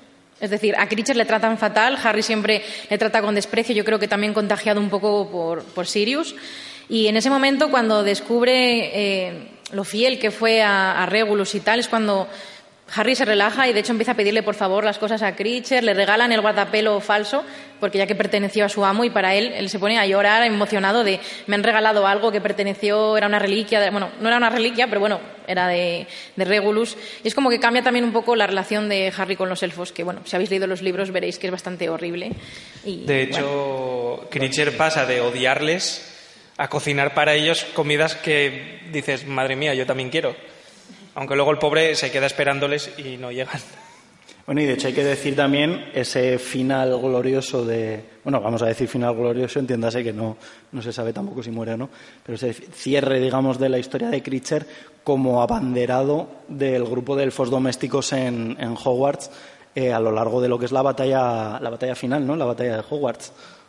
Es decir, a Kreacher le tratan fatal, Harry siempre le trata con desprecio, yo creo que también contagiado un poco por, por Sirius. Y en ese momento, cuando descubre eh, lo fiel que fue a, a Regulus y tal, es cuando Harry se relaja y de hecho empieza a pedirle por favor las cosas a Kreacher, le regalan el guardapelo falso porque ya que perteneció a su amo y para él, él se pone a llorar emocionado de me han regalado algo que perteneció, era una reliquia, de, bueno, no era una reliquia, pero bueno, era de, de Regulus. Y es como que cambia también un poco la relación de Harry con los elfos, que bueno, si habéis leído los libros veréis que es bastante horrible. Y, de hecho, bueno, Kreacher pasa de odiarles a cocinar para ellos comidas que dices, madre mía, yo también quiero. Aunque luego el pobre se queda esperándoles y no llegan. Bueno, y de hecho hay que decir también ese final glorioso de... Bueno, vamos a decir final glorioso, entiéndase que no, no se sabe tampoco si muere o no, pero ese cierre, digamos, de la historia de Kreacher como abanderado del grupo de elfos domésticos en, en Hogwarts eh, a lo largo de lo que es la batalla, la batalla final, ¿no? La batalla de Hogwarts.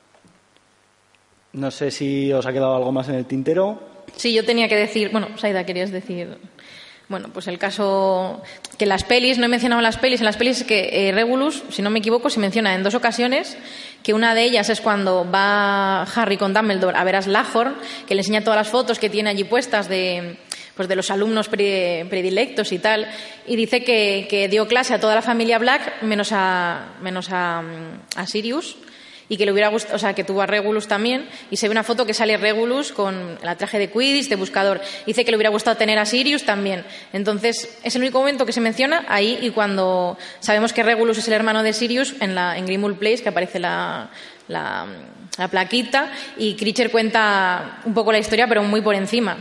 No sé si os ha quedado algo más en el tintero. Sí, yo tenía que decir... Bueno, Saida, querías decir... Bueno, pues el caso que las pelis, no he mencionado las pelis, en las pelis es que eh, Regulus, si no me equivoco, se menciona en dos ocasiones, que una de ellas es cuando va Harry con Dumbledore a ver a Slughorn, que le enseña todas las fotos que tiene allí puestas de, pues de los alumnos predilectos y tal, y dice que, que dio clase a toda la familia Black menos a, menos a, a Sirius, y que le hubiera gustado, o sea, que tuvo a Regulus también, y se ve una foto que sale Regulus con el traje de Quidditch, de buscador. Dice que le hubiera gustado tener a Sirius también. Entonces, es el único momento que se menciona ahí, y cuando sabemos que Regulus es el hermano de Sirius, en, la, en Grimmauld Place, que aparece la, la, la plaquita, y Kreacher cuenta un poco la historia, pero muy por encima.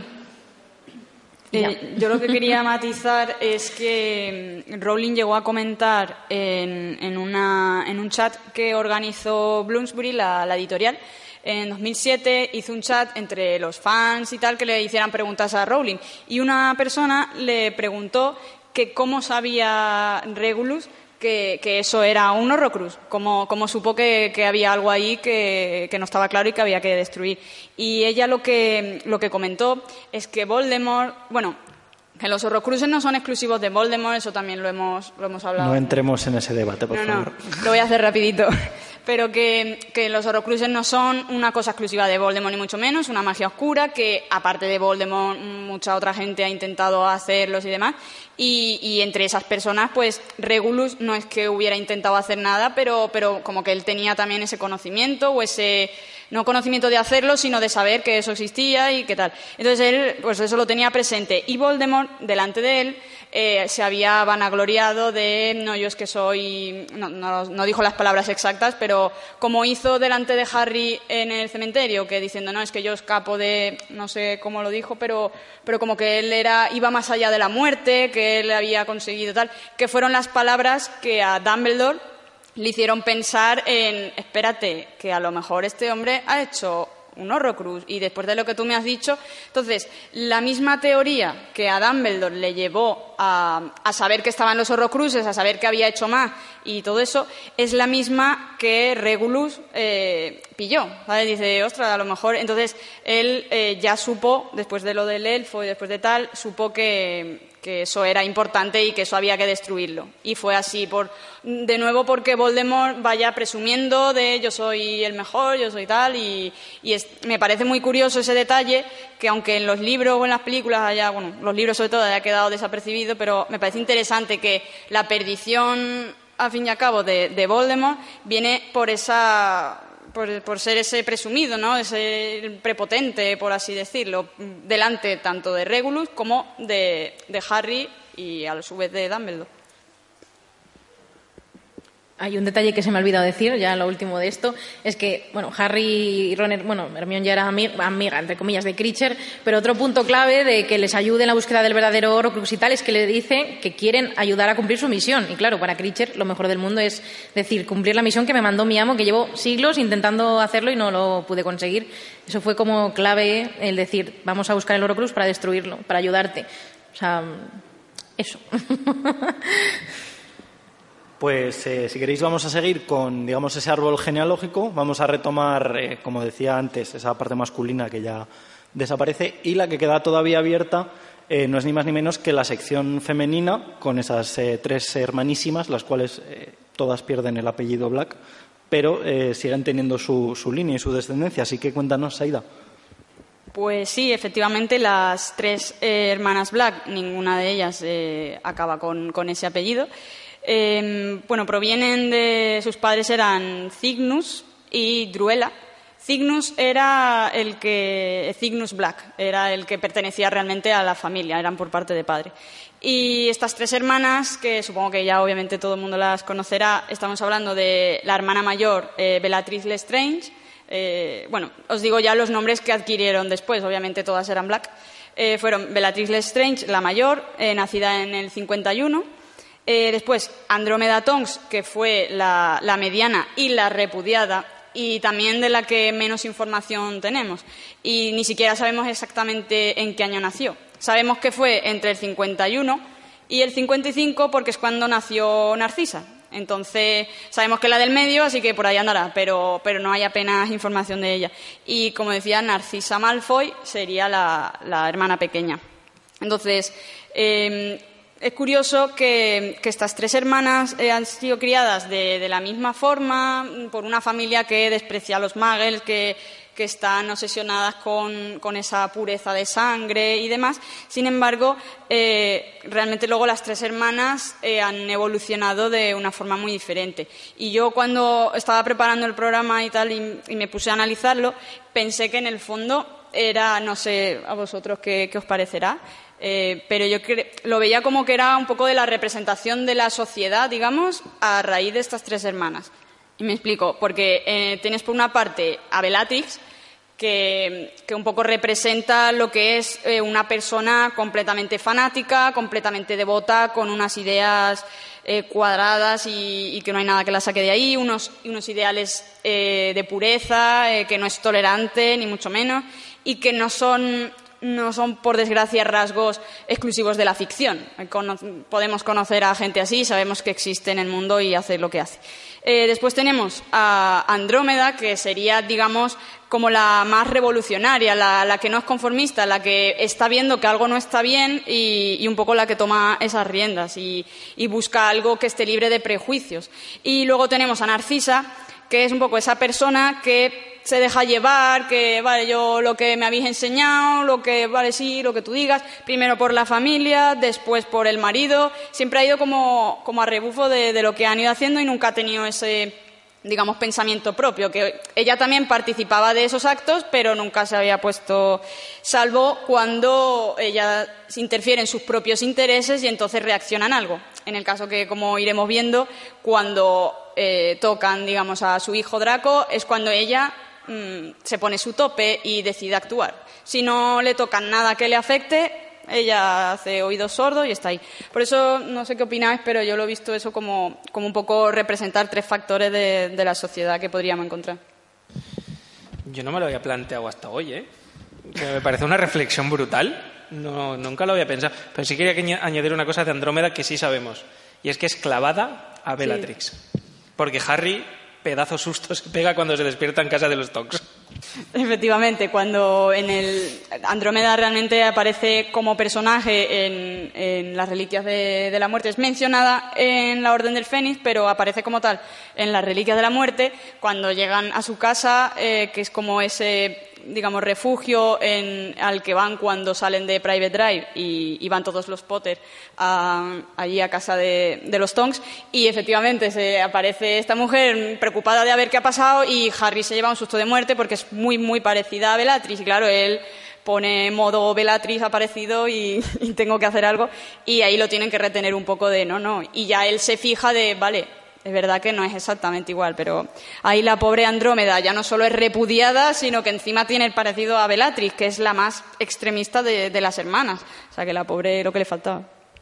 Eh, yo lo que quería matizar es que Rowling llegó a comentar en, en, una, en un chat que organizó Bloomsbury, la, la editorial. En dos mil siete hizo un chat entre los fans y tal que le hicieran preguntas a Rowling. Y una persona le preguntó que cómo sabía Regulus que, que eso era un Horrocrux, cómo, cómo supo que, que había algo ahí que, que no estaba claro y que había que destruir. Y ella lo que, lo que comentó es que Voldemort, bueno, que los Horrocruxes no son exclusivos de Voldemort, eso también lo hemos, lo hemos hablado. No entremos en ese debate, por no, favor. No, lo voy a hacer rapidito. Pero que, que los Horrocruxes no son una cosa exclusiva de Voldemort, ni mucho menos, una magia oscura que, aparte de Voldemort, mucha otra gente ha intentado hacerlos y demás. Y, y entre esas personas, pues, Regulus no es que hubiera intentado hacer nada, pero, pero como que él tenía también ese conocimiento o ese... no conocimiento de hacerlo, sino de saber que eso existía y qué tal. Entonces él, pues eso lo tenía presente. Y Voldemort, delante de él, eh, se había vanagloriado de, no, yo es que soy, no, no, no dijo las palabras exactas, pero como hizo delante de Harry en el cementerio, que diciendo, no, es que yo escapo de, no sé cómo lo dijo, pero, pero como que él era, iba más allá de la muerte, que él había conseguido tal, que fueron las palabras que a Dumbledore le hicieron pensar en, espérate, que a lo mejor este hombre ha hecho un Horrocrux y después de lo que tú me has dicho, entonces la misma teoría que a Dumbledore le llevó a, a saber que estaban los Horrocruxes, a saber que había hecho más y todo eso, es la misma que Regulus eh, pilló, ¿vale? Dice, ostras, a lo mejor, entonces él eh, ya supo, después de lo del elfo y después de tal, supo que... que eso era importante y que eso había que destruirlo. Y fue así, por de nuevo porque Voldemort vaya presumiendo de yo soy el mejor, yo soy tal, y, y es, me parece muy curioso ese detalle, que aunque en los libros o en las películas haya, bueno, los libros sobre todo haya quedado desapercibido, pero me parece interesante que la perdición, al fin y al cabo, de, de Voldemort viene por esa... Por, por ser ese presumido, ¿no? Ese prepotente, por así decirlo, delante tanto de Regulus como de, de Harry y a su vez de Dumbledore. Hay un detalle que se me ha olvidado decir, ya lo último de esto, es que, bueno, Harry y Ron, bueno, Hermione ya era amiga, amiga, entre comillas, de Kreacher, pero otro punto clave de que les ayude en la búsqueda del verdadero Horrocrux y tal es que le dicen que quieren ayudar a cumplir su misión. Y claro, para Kreacher lo mejor del mundo es decir, cumplir la misión que me mandó mi amo, que llevo siglos intentando hacerlo y no lo pude conseguir. Eso fue como clave el decir, vamos a buscar el Horrocrux para destruirlo, para ayudarte. O sea, eso. Pues eh, si queréis vamos a seguir con, digamos, ese árbol genealógico. Vamos a retomar, eh, como decía antes, esa parte masculina que ya desaparece, y la que queda todavía abierta eh, no es ni más ni menos que la sección femenina, con esas eh, tres hermanísimas, las cuales eh, todas pierden el apellido Black, pero eh, siguen teniendo su, su línea y su descendencia. Así que cuéntanos, Saida. Pues sí, efectivamente, las tres eh, hermanas Black, ninguna de ellas eh, acaba con, con ese apellido. Eh, bueno, provienen de... Sus padres eran Cygnus y Druella. Cygnus era el que... Cygnus Black era el que pertenecía realmente a la familia, eran por parte de padre. Y estas tres hermanas, que supongo que ya obviamente todo el mundo las conocerá, estamos hablando de la hermana mayor, eh, Bellatrix Lestrange. Eh, bueno, os digo ya los nombres que adquirieron después, obviamente todas eran Black. Eh, fueron Bellatrix Lestrange, la mayor, eh, nacida en el cincuenta y uno. Eh, después, Andrómeda Tonks, que fue la, la mediana y la repudiada, y también de la que menos información tenemos. Y ni siquiera sabemos exactamente en qué año nació. Sabemos que fue entre el cincuenta y uno y el cincuenta y cinco, porque es cuando nació Narcisa. Entonces, sabemos que es la del medio, así que por ahí andará, pero, pero no hay apenas información de ella. Y, como decía, Narcisa Malfoy sería la, la hermana pequeña. Entonces, eh, es curioso que, que estas tres hermanas eh, han sido criadas de, de la misma forma, por una familia que desprecia a los muggles, que... que están obsesionadas con, con esa pureza de sangre y demás. Sin embargo, eh, realmente luego las tres hermanas eh, han evolucionado de una forma muy diferente. Y yo, cuando estaba preparando el programa y tal, y, y me puse a analizarlo, pensé que en el fondo era, no sé a vosotros qué, qué os parecerá, eh, pero yo cre- lo veía como que era un poco de la representación de la sociedad, digamos, a raíz de estas tres hermanas. Y me explico, porque eh, tienes por una parte a Bellatrix, que, que un poco representa lo que es eh, una persona completamente fanática, completamente devota, con unas ideas eh, cuadradas y, y que no hay nada que la saque de ahí, unos, unos ideales eh, de pureza, eh, que no es tolerante, ni mucho menos, y que no son... no son, por desgracia, rasgos exclusivos de la ficción. Podemos conocer a gente así, sabemos que existe en el mundo y hace lo que hace. Eh, después tenemos a Andrómeda, que sería, digamos, como la más revolucionaria, la, la que no es conformista, la que está viendo que algo no está bien y, y un poco la que toma esas riendas y, y busca algo que esté libre de prejuicios. Y luego tenemos a Narcisa, que es un poco esa persona que se deja llevar, que vale, yo lo que me habéis enseñado, lo que vale, sí, lo que tú digas, primero por la familia, después por el marido, siempre ha ido como, como a rebufo de, de lo que han ido haciendo y nunca ha tenido ese, digamos, pensamiento propio, que ella también participaba de esos actos, pero nunca se había puesto, salvo cuando ella interfiere en sus propios intereses y entonces reaccionan algo. En el caso que, como iremos viendo, cuando eh, tocan, digamos, a su hijo Draco, es cuando ella se pone su tope y decide actuar. Si no le tocan nada que le afecte, ella hace oídos sordos y está ahí. Por eso, no sé qué opináis, pero yo lo he visto eso como, como un poco representar tres factores de, de la sociedad que podríamos encontrar. Yo no me lo había planteado hasta hoy, ¿eh? Que me parece una reflexión brutal. No, nunca lo había pensado. Pero sí quería que añadir una cosa de Andrómeda que sí sabemos. Y es que es clavada a Bellatrix. Sí. Porque Harry... pedazo susto se pega cuando se despierta en casa de los Tonks. Efectivamente, cuando en el Andrómeda realmente aparece como personaje en, en las Reliquias de, de la Muerte, es mencionada en la Orden del Fénix, pero aparece como tal en las Reliquias de la Muerte cuando llegan a su casa, eh, que es como ese, digamos, refugio en, al que van cuando salen de Private Drive y, y van todos los Potter a, allí a casa de, de los Tonks, y efectivamente se aparece esta mujer preocupada de a ver qué ha pasado y Harry se lleva un susto de muerte porque es muy, muy parecida a Bellatrix y claro, él pone modo Bellatrix aparecido y, y tengo que hacer algo y ahí lo tienen que retener un poco de no, no, y ya él se fija de, vale, es verdad que no es exactamente igual, pero ahí la pobre Andrómeda ya no solo es repudiada, sino que encima tiene el parecido a Bellatrix, que es la más extremista de, de las hermanas. O sea, que la pobre lo que le faltaba.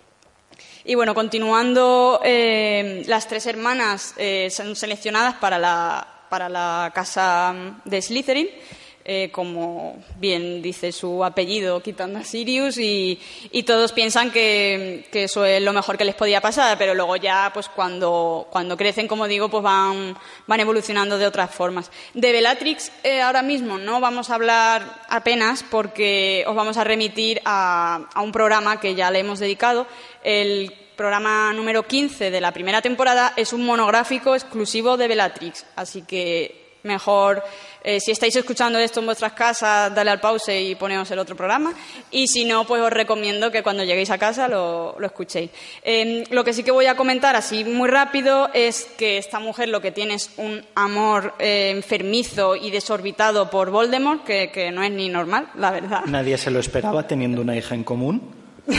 Y bueno, continuando, eh, las tres hermanas eh, son seleccionadas para la, para la casa de Slytherin. Eh, como bien dice su apellido, quitando a Sirius, y, y todos piensan que, que eso es lo mejor que les podía pasar, pero luego ya, pues cuando, cuando crecen, como digo, pues van, van evolucionando de otras formas. De Bellatrix eh, ahora mismo no vamos a hablar apenas porque os vamos a remitir a, a un programa que ya le hemos dedicado, el programa número quince de la primera temporada, es un monográfico exclusivo de Bellatrix. Así que mejor, eh, si estáis escuchando esto en vuestras casas, dale al pause y poneos el otro programa. Y si no, pues os recomiendo que cuando lleguéis a casa lo, lo escuchéis. Eh, lo que sí que voy a comentar así muy rápido es que esta mujer lo que tiene es un amor eh, enfermizo y desorbitado por Voldemort, que, que no es ni normal, la verdad. Nadie se lo esperaba teniendo una hija en común.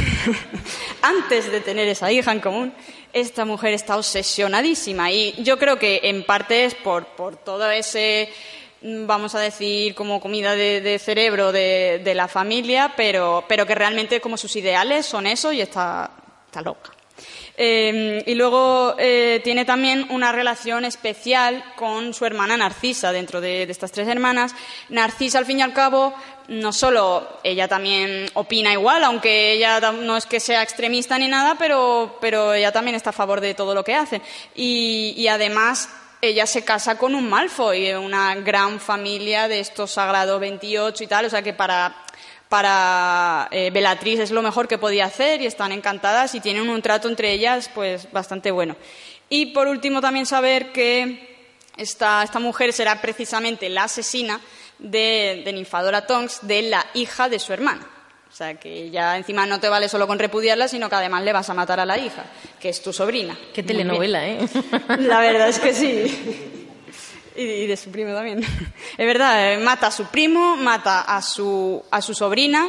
Antes de tener esa hija en común, esta mujer está obsesionadísima y yo creo que en parte es por, por todo ese, vamos a decir, como comida de, de cerebro de, de la familia, pero, pero que realmente como sus ideales son eso y está, está loca. Eh, y luego eh, tiene también una relación especial con su hermana Narcisa, dentro de, de estas tres hermanas. Narcisa, al fin y al cabo, no solo ella también opina igual, aunque ella no es que sea extremista ni nada, pero, pero ella también está a favor de todo lo que hacen. Y, y además ella se casa con un Malfoy, una gran familia de estos Sagrados veintiocho y tal, o sea que para... Para eh, Bellatrix es lo mejor que podía hacer y están encantadas y tienen un trato entre ellas pues bastante bueno. Y por último también saber que esta, esta mujer será precisamente la asesina de, de Nymphadora Tonks, de la hija de su hermana. O sea que ya encima no te vale solo con repudiarla, sino que además le vas a matar a la hija, que es tu sobrina. Qué telenovela, ¿eh? La verdad es que sí. Y de su primo también. Es verdad, mata a su primo, mata a su, a su sobrina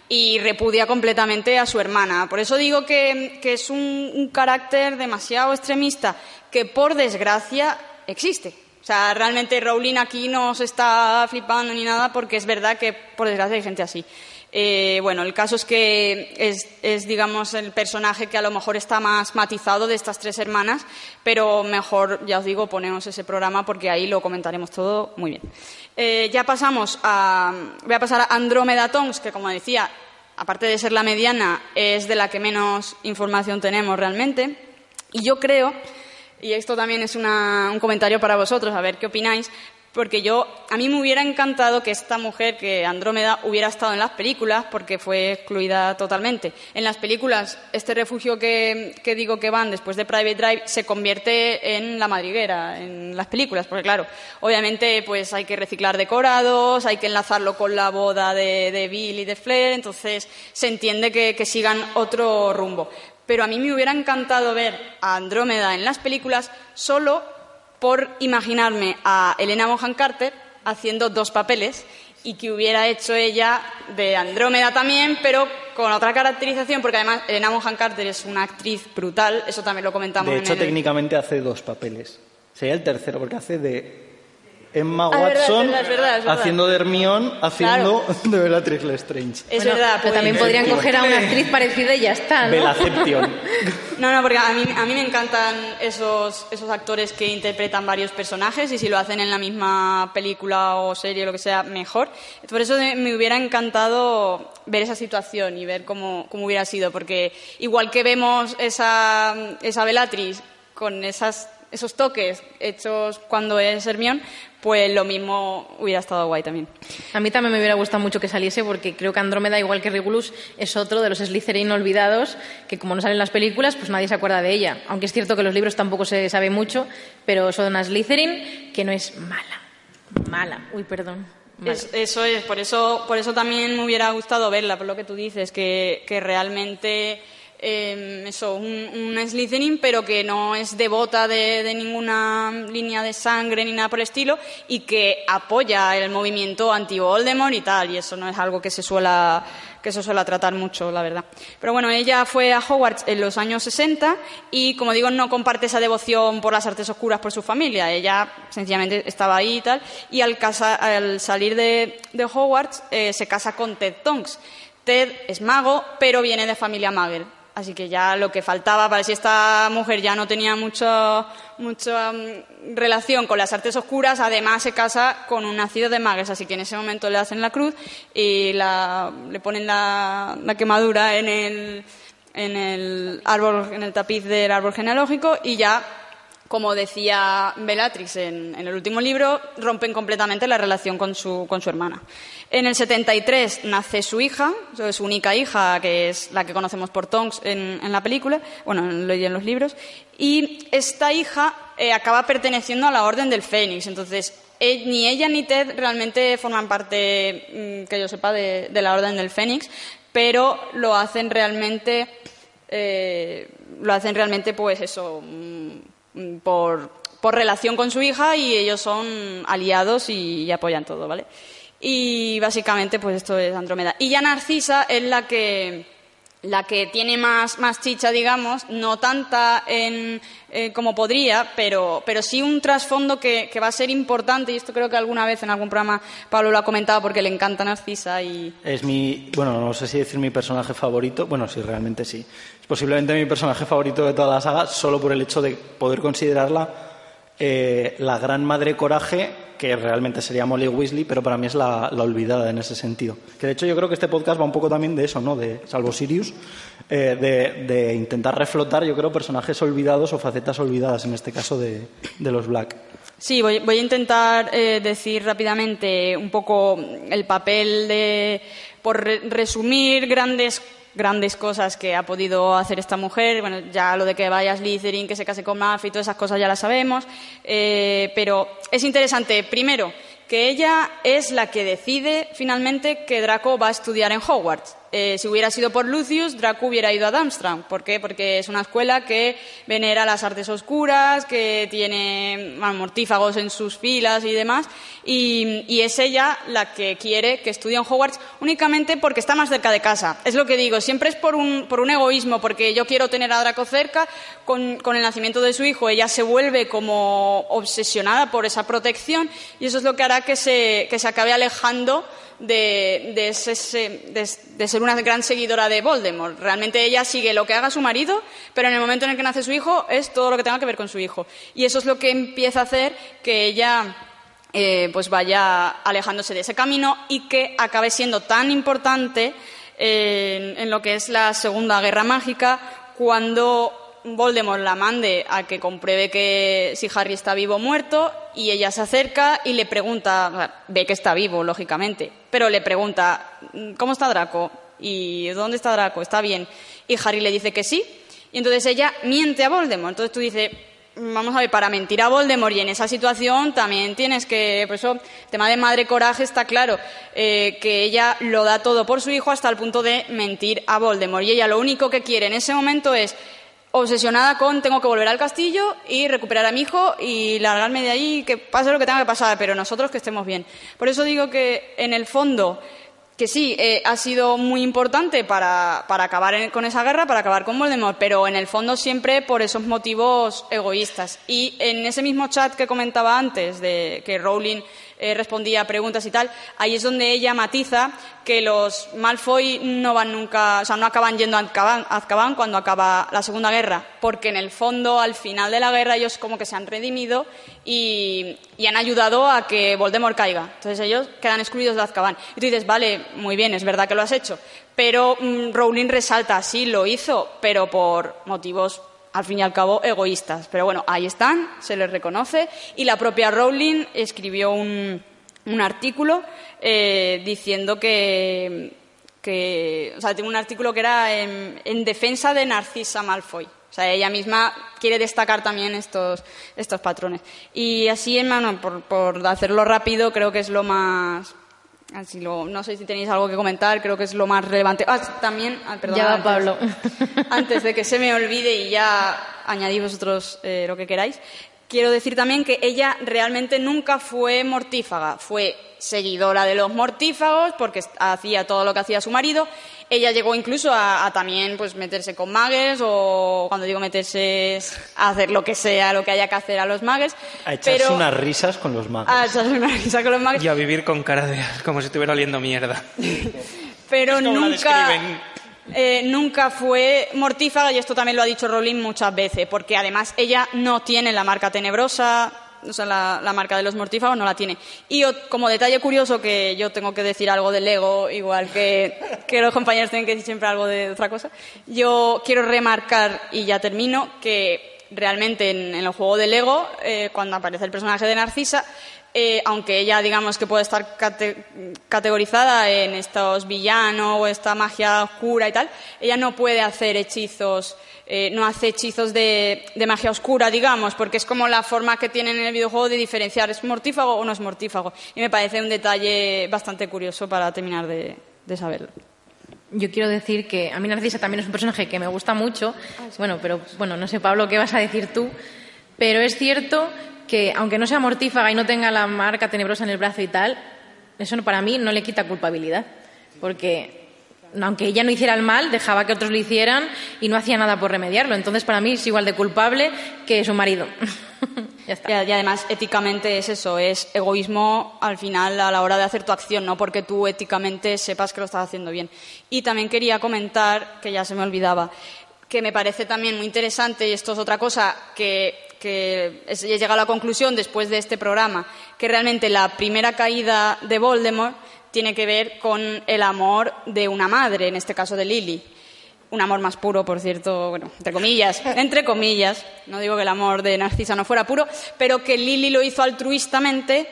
y repudia completamente a su hermana. Por eso digo que, que es un, un carácter demasiado extremista que, por desgracia, existe. O sea, realmente Rowling aquí no se está flipando ni nada porque es verdad que, por desgracia, hay gente así. Eh, bueno, el caso es que es, es, digamos, el personaje que a lo mejor está más matizado de estas tres hermanas, pero mejor, ya os digo, ponemos ese programa porque ahí lo comentaremos todo muy bien. Eh, ya pasamos a... Voy a pasar a Andrómeda Tonks, que, como decía, aparte de ser la mediana, es de la que menos información tenemos realmente. Y yo creo, y esto también es una, un comentario para vosotros, a ver qué opináis, porque yo, a mí me hubiera encantado que esta mujer, que Andrómeda, hubiera estado en las películas, porque fue excluida totalmente. En las películas, este refugio que, que digo que van después de Private Drive se convierte en la madriguera, en las películas, porque claro, obviamente pues hay que reciclar decorados, hay que enlazarlo con la boda de, de Bill y de Fleur, entonces se entiende que, que sigan otro rumbo. Pero a mí me hubiera encantado ver a Andrómeda en las películas solo por imaginarme a Helena Bonham Carter haciendo dos papeles y que hubiera hecho ella de Andrómeda también, pero con otra caracterización, porque además Helena Bonham Carter es una actriz brutal, eso también lo comentamos. De hecho, en el... técnicamente hace dos papeles. Sería el tercero, porque hace de Emma Ah, Watson, es verdad, es verdad, es verdad. haciendo de Hermione, haciendo Claro. de Bellatrix Lestrange. Es Bueno, verdad, pero pues- también podrían coger a una actriz parecida y ya está, ¿no? Bellaception. No, no, porque a mí, a mí me encantan esos, esos actores que interpretan varios personajes y si lo hacen en la misma película o serie o lo que sea, mejor. Por eso me me hubiera encantado ver esa situación y ver cómo, cómo hubiera sido, porque igual que vemos esa, esa Bellatrix con esas, esos toques hechos cuando es Hermione, pues lo mismo hubiera estado guay también. A mí también me hubiera gustado mucho que saliese porque creo que Andrómeda, igual que Regulus, es otro de los Slytherin olvidados que, como no salen en las películas, pues nadie se acuerda de ella. Aunque es cierto que en los libros tampoco se sabe mucho, pero son una Slytherin que no es mala. Mala. Uy, perdón. Mala. Es- eso es, por eso, por eso también me hubiera gustado verla, por lo que tú dices, que, que realmente eh, eso, un, un Slytherin, pero que no es devota de, de ninguna línea de sangre ni nada por el estilo, y que apoya el movimiento anti-Voldemort y tal, y eso no es algo que se suela que se suele tratar mucho, la verdad. Pero bueno, ella fue a Hogwarts en los años sesenta y, como digo, no comparte esa devoción por las artes oscuras por su familia. Ella sencillamente estaba ahí y tal, y al, casa, al salir de, de Hogwarts eh, se casa con Ted Tonks. Ted es mago, pero viene de familia Muggle. Así que ya lo que faltaba, para si esta mujer ya no tenía mucho, mucha um, relación con las artes oscuras, además se casa con un nacido de Muggles, así que en ese momento le hacen la cruz y la, le ponen la, la quemadura en el, en el árbol, en el tapiz del árbol genealógico y ya como decía Bellatrix en, en el último libro, rompen completamente la relación con su, con su hermana. En el setenta y tres nace su hija, su única hija, que es la que conocemos por Tonks en, en la película, bueno, lo leí en los libros, y esta hija eh, acaba perteneciendo a la Orden del Fénix. Entonces, eh, ni ella ni Ted realmente forman parte, mmm, que yo sepa, de, de la Orden del Fénix, pero lo hacen realmente, eh, lo hacen realmente, pues eso, mmm, por, por relación con su hija, y ellos son aliados y, y apoyan todo, ¿vale? Y básicamente pues esto es Andrómeda. Y ya Narcisa es la que la que tiene más, más chicha, digamos, no tanta en, eh, como podría, pero, pero sí un trasfondo que, que va a ser importante, y esto creo que alguna vez en algún programa Pablo lo ha comentado porque le encanta Narcisa. Y es mi, bueno, no sé si decir mi personaje favorito, bueno, sí, realmente sí. Es posiblemente mi personaje favorito de toda la saga, solo por el hecho de poder considerarla eh, la gran madre coraje, que realmente sería Molly Weasley, pero para mí es la, la olvidada en ese sentido. Que de hecho yo creo que este podcast va un poco también de eso, ¿no? De, salvo Sirius, eh, de, de intentar reflotar, yo creo, personajes olvidados o facetas olvidadas, en este caso de, de los Black. Sí, voy, voy a intentar eh, decir rápidamente un poco el papel de, por re- resumir grandes grandes cosas que ha podido hacer esta mujer. Bueno, ya lo de que vaya a Slytherin, que se case con Malfoy, todas esas cosas ya las sabemos, eh, pero es interesante, primero, que ella es la que decide finalmente que Draco va a estudiar en Hogwarts. Eh, si hubiera sido por Lucius, Draco hubiera ido a Durmstrang. ¿Por qué? Porque es una escuela que venera las artes oscuras, que tiene bueno, mortífagos en sus filas y demás, y, y es ella la que quiere que estudie en Hogwarts únicamente porque está más cerca de casa. Es lo que digo, siempre es por un, por un egoísmo, porque yo quiero tener a Draco cerca. Con, con el nacimiento de su hijo, ella se vuelve como obsesionada por esa protección, y eso es lo que hará que se, que se acabe alejando de, de, ese, de, de ser una gran seguidora de Voldemort. Realmente ella sigue lo que haga su marido, pero en el momento en el que nace su hijo es todo lo que tenga que ver con su hijo. Y eso es lo que empieza a hacer que ella eh, pues vaya alejándose de ese camino, y que acabe siendo tan importante eh, en, en lo que es la Segunda Guerra Mágica, cuando Voldemort la mande a que compruebe que si Harry está vivo o muerto, y ella se acerca y le pregunta, ve que está vivo, lógicamente, pero le pregunta, ¿cómo está Draco? ¿Y dónde está Draco? ¿Está bien? Y Harry le dice que sí, y entonces ella miente a Voldemort. Entonces tú dices, vamos a ver, para mentir a Voldemort y en esa situación también tienes que, por eso, el tema de madre coraje está claro, eh, que ella lo da todo por su hijo hasta el punto de mentir a Voldemort, y ella lo único que quiere en ese momento es, obsesionada con tengo que volver al castillo y recuperar a mi hijo y largarme de ahí, que pase lo que tenga que pasar, pero nosotros que estemos bien. Por eso digo que en el fondo, que sí, eh, ha sido muy importante para, para acabar en, con esa guerra, para acabar con Voldemort, pero en el fondo siempre por esos motivos egoístas. Y en ese mismo chat que comentaba antes, de que Rowling eh, respondía a preguntas y tal, ahí es donde ella matiza que los Malfoy no van nunca, o sea, no acaban yendo a Azkaban, a Azkaban cuando acaba la Segunda Guerra, porque en el fondo, al final de la guerra, ellos como que se han redimido y, y han ayudado a que Voldemort caiga. Entonces ellos quedan excluidos de Azkaban. Y tú dices, vale, muy bien, es verdad que lo has hecho, pero mmm, Rowling resalta, sí, lo hizo, pero por motivos, al fin y al cabo, egoístas. Pero bueno, ahí están, se les reconoce, y la propia Rowling escribió un, un artículo eh, diciendo que, que, o sea, tiene un artículo que era en, en defensa de Narcisa Malfoy. O sea, ella misma quiere destacar también estos, estos patrones. Y así, hermano, por, por hacerlo rápido, creo que es lo más... Así lo, no sé si tenéis algo que comentar, creo que es lo más relevante. Ah, también, ah, perdón, ya va antes, Pablo. Antes de que se me olvide y ya añadid vosotros eh, lo que queráis, quiero decir también que ella realmente nunca fue mortífaga, fue seguidora de los mortífagos porque hacía todo lo que hacía su marido. Ella llegó incluso a, a también pues meterse con magues, o cuando digo meterse es a hacer lo que sea, lo que haya que hacer a los magues. A echarse pero, unas risas con los magues. A echarse unas risas con los magues. Y a vivir con cara de como si estuviera oliendo mierda. Pero es como nunca, la eh, nunca fue mortífaga, y esto también lo ha dicho Rowling muchas veces, porque además ella no tiene la marca tenebrosa. O sea, la, la marca de los mortífagos no la tiene. Y yo, como detalle curioso, que yo tengo que decir algo del ego, igual que, que los compañeros tienen que decir siempre algo de otra cosa, yo quiero remarcar, y ya termino, que realmente en, en el juego de Lego, eh, cuando aparece el personaje de Narcisa, eh, aunque ella, digamos, que puede estar cate- categorizada en estos villanos o esta magia oscura y tal, ella no puede hacer hechizos, eh, no hace hechizos de, de magia oscura, digamos, porque es como la forma que tienen en el videojuego de diferenciar, ¿es mortífago o no es mortífago? Y me parece un detalle bastante curioso para terminar de, de saberlo. Yo quiero decir que a mí Narcisa también es un personaje que me gusta mucho. Bueno, pero bueno, no sé, Pablo, qué vas a decir tú. Pero es cierto que, aunque no sea mortífaga y no tenga la marca tenebrosa en el brazo y tal, eso para mí no le quita culpabilidad. Porque aunque ella no hiciera el mal, dejaba que otros lo hicieran y no hacía nada por remediarlo. Entonces, para mí es igual de culpable que su marido. Ya está. Y además, éticamente es eso, es egoísmo al final a la hora de hacer tu acción, no porque tú éticamente sepas que lo estás haciendo bien. Y también quería comentar, que ya se me olvidaba, que me parece también muy interesante, y esto es otra cosa que, que he llegado a la conclusión después de este programa, que realmente la primera caída de Voldemort tiene que ver con el amor de una madre, en este caso de Lily. Un amor más puro, por cierto, bueno, entre comillas, entre comillas, no digo que el amor de Narcisa no fuera puro, pero que Lily lo hizo altruistamente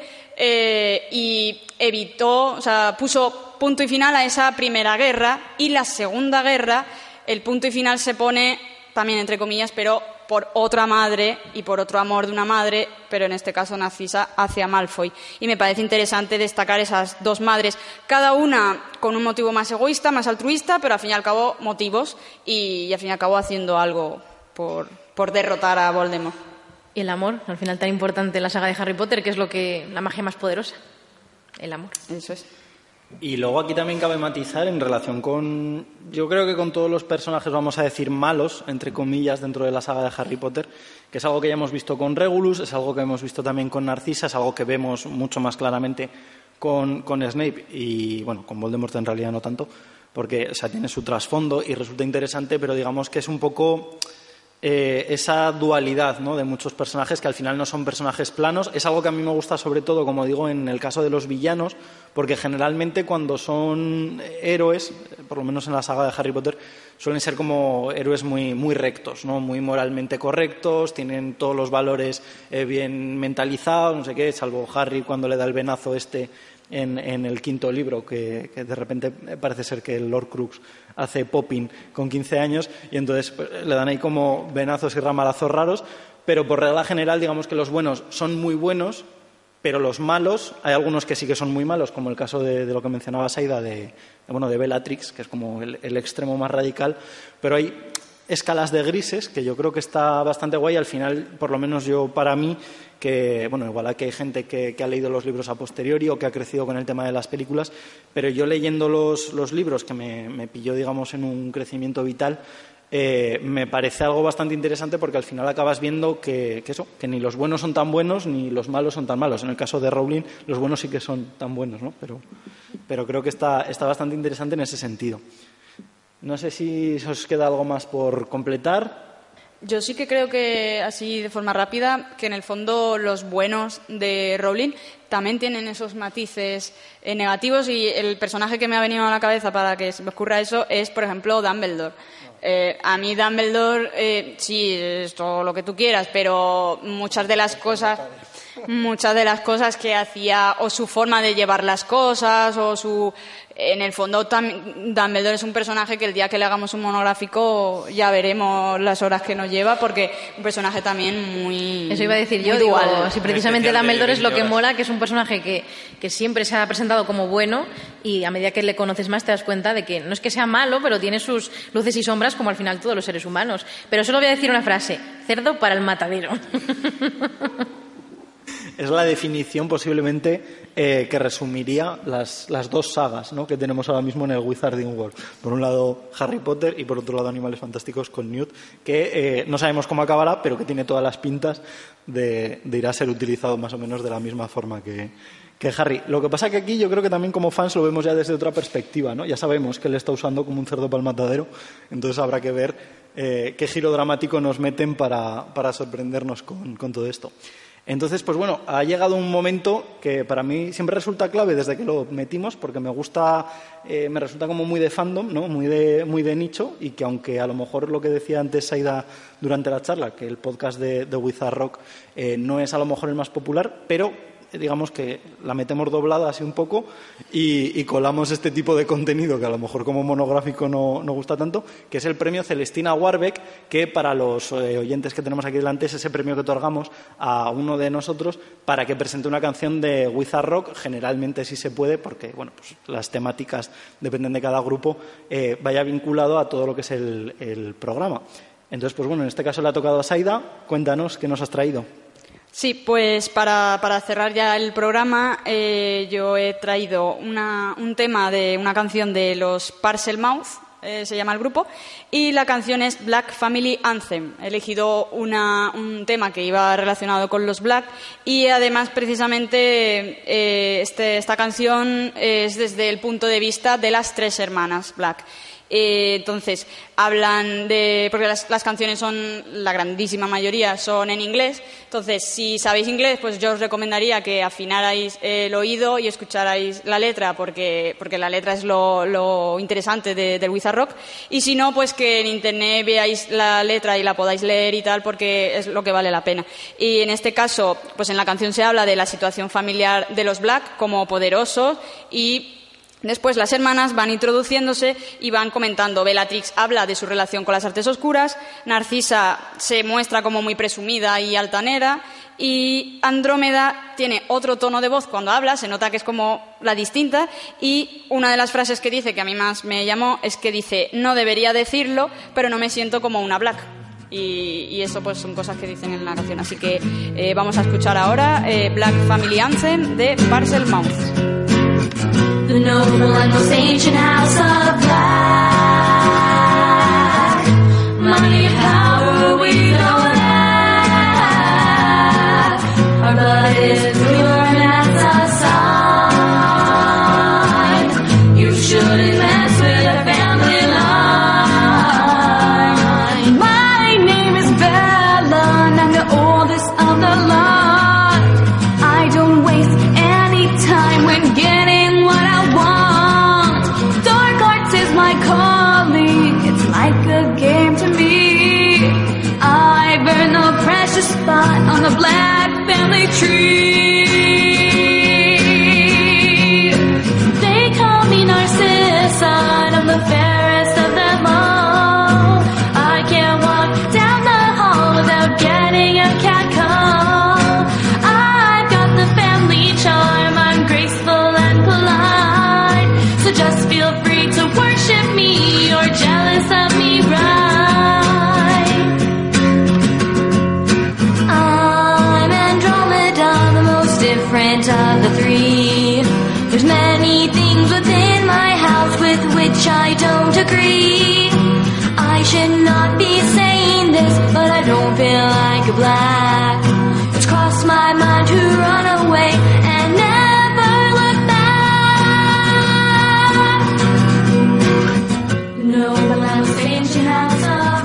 eh, y evitó, o sea, puso punto y final a esa primera guerra, y la segunda guerra, el punto y final se pone también entre comillas, pero por otra madre y por otro amor de una madre, pero en este caso Narcisa hacia Malfoy. Y me parece interesante destacar esas dos madres, cada una con un motivo más egoísta, más altruista, pero al fin y al cabo motivos y, y al fin y al cabo haciendo algo por, por derrotar a Voldemort. Y el amor, al final tan importante en la saga de Harry Potter, que es lo que la magia más poderosa, el amor. Eso es. Y luego aquí también cabe matizar en relación con, yo creo que con todos los personajes, vamos a decir, malos, entre comillas, dentro de la saga de Harry Potter, que es algo que ya hemos visto con Regulus, es algo que hemos visto también con Narcisa, es algo que vemos mucho más claramente con, con Snape y, bueno, con Voldemort en realidad no tanto, porque, o sea, tiene su trasfondo y resulta interesante, pero digamos que es un poco eh, esa dualidad, ¿no?, de muchos personajes que al final no son personajes planos. Es algo que a mí me gusta sobre todo, como digo, en el caso de los villanos, porque generalmente cuando son héroes, por lo menos en la saga de Harry Potter, suelen ser como héroes muy, muy rectos, ¿no?, muy moralmente correctos, tienen todos los valores eh, bien mentalizados, no sé qué, salvo Harry cuando le da el venazo este en, en el quinto libro, que, que de repente parece ser que el Lord Crux hace popping con quince años y entonces pues, le dan ahí como venazos y ramalazos raros, pero por regla general digamos que los buenos son muy buenos, pero los malos, hay algunos que sí que son muy malos, como el caso de, de lo que mencionaba Saida, de, de, bueno, de Bellatrix, que es como el, el extremo más radical, pero hay escalas de grises que yo creo que está bastante guay. Al final, por lo menos yo, para mí, que, bueno, igual aquí hay gente que, que ha leído los libros a posteriori o que ha crecido con el tema de las películas, pero yo leyendo los, los libros, que me, me pilló, digamos, en un crecimiento vital, Eh, me parece algo bastante interesante porque al final acabas viendo que, que eso, que ni los buenos son tan buenos ni los malos son tan malos. En el caso de Rowling, los buenos sí que son tan buenos, ¿no? Pero, pero creo que está, está bastante interesante en ese sentido. No sé si os queda algo más por completar. Yo sí que creo que, así de forma rápida, que en el fondo los buenos de Rowling también tienen esos matices eh, negativos, y el personaje que me ha venido a la cabeza para que se me ocurra eso es, por ejemplo, Dumbledore. Eh, a mí Dumbledore, eh, sí, es todo lo que tú quieras, pero muchas de las cosas... Muchas de las cosas que hacía, o su forma de llevar las cosas, o su... En el fondo, tam, Dumbledore es un personaje que el día que le hagamos un monográfico ya veremos las horas que nos lleva, porque un personaje también muy... Eso iba a decir yo, digo, si precisamente Dumbledore es lo que mola, que es un personaje que, que siempre se ha presentado como bueno, y a medida que le conoces más te das cuenta de que no es que sea malo, pero tiene sus luces y sombras como al final todos los seres humanos. Pero solo voy a decir una frase: cerdo para el matadero. Es la definición posiblemente eh, que resumiría las, las dos sagas, ¿no?, que tenemos ahora mismo en el Wizarding World. Por un lado Harry Potter y por otro lado Animales Fantásticos con Newt, que eh, no sabemos cómo acabará, pero que tiene todas las pintas de, de ir a ser utilizado más o menos de la misma forma que, que Harry. Lo que pasa que aquí yo creo que también como fans lo vemos ya desde otra perspectiva, ¿no? Ya sabemos que él está usando como un cerdo para el matadero, entonces habrá que ver eh, qué giro dramático nos meten para, para sorprendernos con, con todo esto. Entonces, pues bueno, ha llegado un momento que para mí siempre resulta clave desde que lo metimos, porque me gusta, eh, me resulta como muy de fandom, ¿no? Muy de, muy de nicho, y que aunque a lo mejor lo que decía antes Saida durante la charla, que el podcast de, de Wizard Rock eh, no es a lo mejor el más popular, pero digamos que la metemos doblada así un poco y, y colamos este tipo de contenido que a lo mejor como monográfico no, no gusta tanto, que es el premio Celestina Warbeck, que para los eh, oyentes que tenemos aquí delante es ese premio que otorgamos a uno de nosotros para que presente una canción de Wizard Rock, generalmente sí se puede, porque bueno, pues las temáticas dependen de cada grupo, eh, vaya vinculado a todo lo que es el, el programa. Entonces, pues bueno, en este caso le ha tocado a Saida. Cuéntanos qué nos has traído. Sí, pues para, para cerrar ya el programa, eh, yo he traído una, un tema de una canción de los Parselmouth, eh, se llama el grupo, y la canción es Black Family Anthem. He elegido una, un tema que iba relacionado con los Black y además precisamente eh, este, esta canción es desde el punto de vista de las tres hermanas Black. Eh, entonces, hablan de... porque las, las canciones son, la grandísima mayoría son en inglés. Entonces, si sabéis inglés, pues yo os recomendaría que afinarais eh, el oído y escucharais la letra, porque, porque la letra es lo, lo interesante de, del Wizard Rock. Y si no, pues que en internet veáis la letra y la podáis leer y tal, porque es lo que vale la pena. Y en este caso, pues en la canción se habla de la situación familiar de los Black como poderosos, y después las hermanas van introduciéndose y van comentando. Bellatrix habla de su relación con las artes oscuras, Narcisa se muestra como muy presumida y altanera, y Andrómeda tiene otro tono de voz cuando habla, se nota que es como la distinta, y una de las frases que dice, que a mí más me llamó, es que dice: no debería decirlo, pero no me siento como una Black. Y, y eso pues son cosas que dicen en la canción. Así que eh, vamos a escuchar ahora eh, Black Family Anthem de Parselmouth. The noble and most ancient house of Black. Money and power we don't lack. Our blood is pure and that's a sign. You shouldn't mess with our family line. My name is Bella and I'm the oldest of the lot. I don't waste any time when getting what I want. Dark arts is my calling, it's like a game to me. I've earned a precious spot on the Black family tree. They call me Narcissa, I'm the fairest of them all. I can't walk down the hall without getting a cat call. I've got the family charm, I'm graceful and polite. So just feel free to worship me or jealous of me, right? I'm Andromeda, the most different of the three. There's many things within my house with which I don't agree. I should not be saying this, but I don't feel like a Black. It's crossed my mind to run away and never look back. No, but I was ancient house of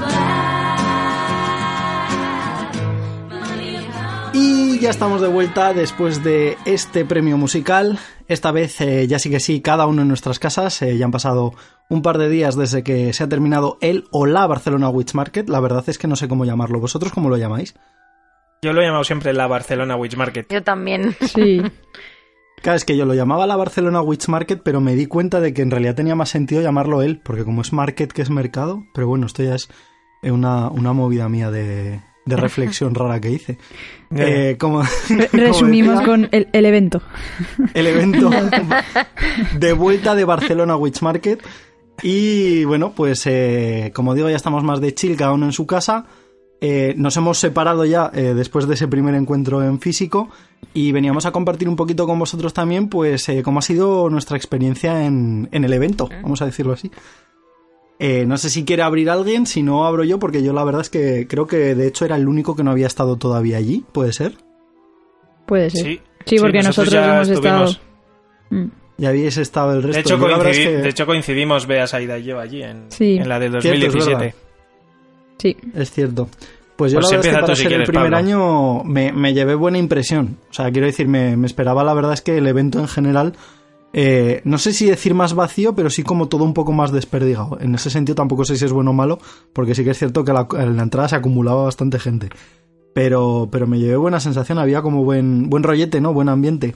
Black. Money and power. Y ya estamos de vuelta después de este premio musical. Esta vez eh, ya sí que sí, cada uno en nuestras casas. Eh, ya han pasado un par de días desde que se ha terminado el o la Barcelona Witch Market. La verdad es que no sé cómo llamarlo. ¿Vosotros cómo lo llamáis? Yo lo he llamado siempre la Barcelona Witch Market. Yo también. Sí. Claro, es que yo lo llamaba la Barcelona Witch Market, pero me di cuenta de que en realidad tenía más sentido llamarlo él, porque como es market que es mercado, pero bueno, esto ya es una, una movida mía de, de reflexión rara que hice. Eh, como, Re- como resumimos decía, con el, el evento. el evento de vuelta de Barcelona Witch Market. Y bueno, pues eh, como digo, ya estamos más de chill, cada uno en su casa. Eh, nos hemos separado ya eh, después de ese primer encuentro en físico y veníamos a compartir un poquito con vosotros también pues eh, cómo ha sido nuestra experiencia en, en el evento, vamos a decirlo así. Eh, no sé si quiere abrir alguien, si no abro yo, porque yo la verdad es que creo que de hecho era el único que no había estado todavía allí, ¿puede ser? Puede ser. Sí, Sí, porque sí, nosotros, nosotros ya hemos estuvimos. estado... Mm. Ya habíais estado el resto. De hecho, Yo la verdad coincidi- es que de hecho coincidimos Bea, Saida y yo allí en, Sí. en la de Cierto, es dos mil diecisiete. verdad. Sí. Es cierto. Pues yo Pues la verdad es empieza que tú para si ser el quieres, primer Pablo. año me, me llevé buena impresión. O sea, quiero decir, me, me esperaba, la verdad es que el evento en general, eh, no sé si decir más vacío, pero sí como todo un poco más desperdigado. En ese sentido tampoco sé si es bueno o malo, porque sí que es cierto que la- en la entrada se acumulaba bastante gente. Pero, pero me llevé buena sensación, había como buen, buen rollete, ¿no? Buen ambiente.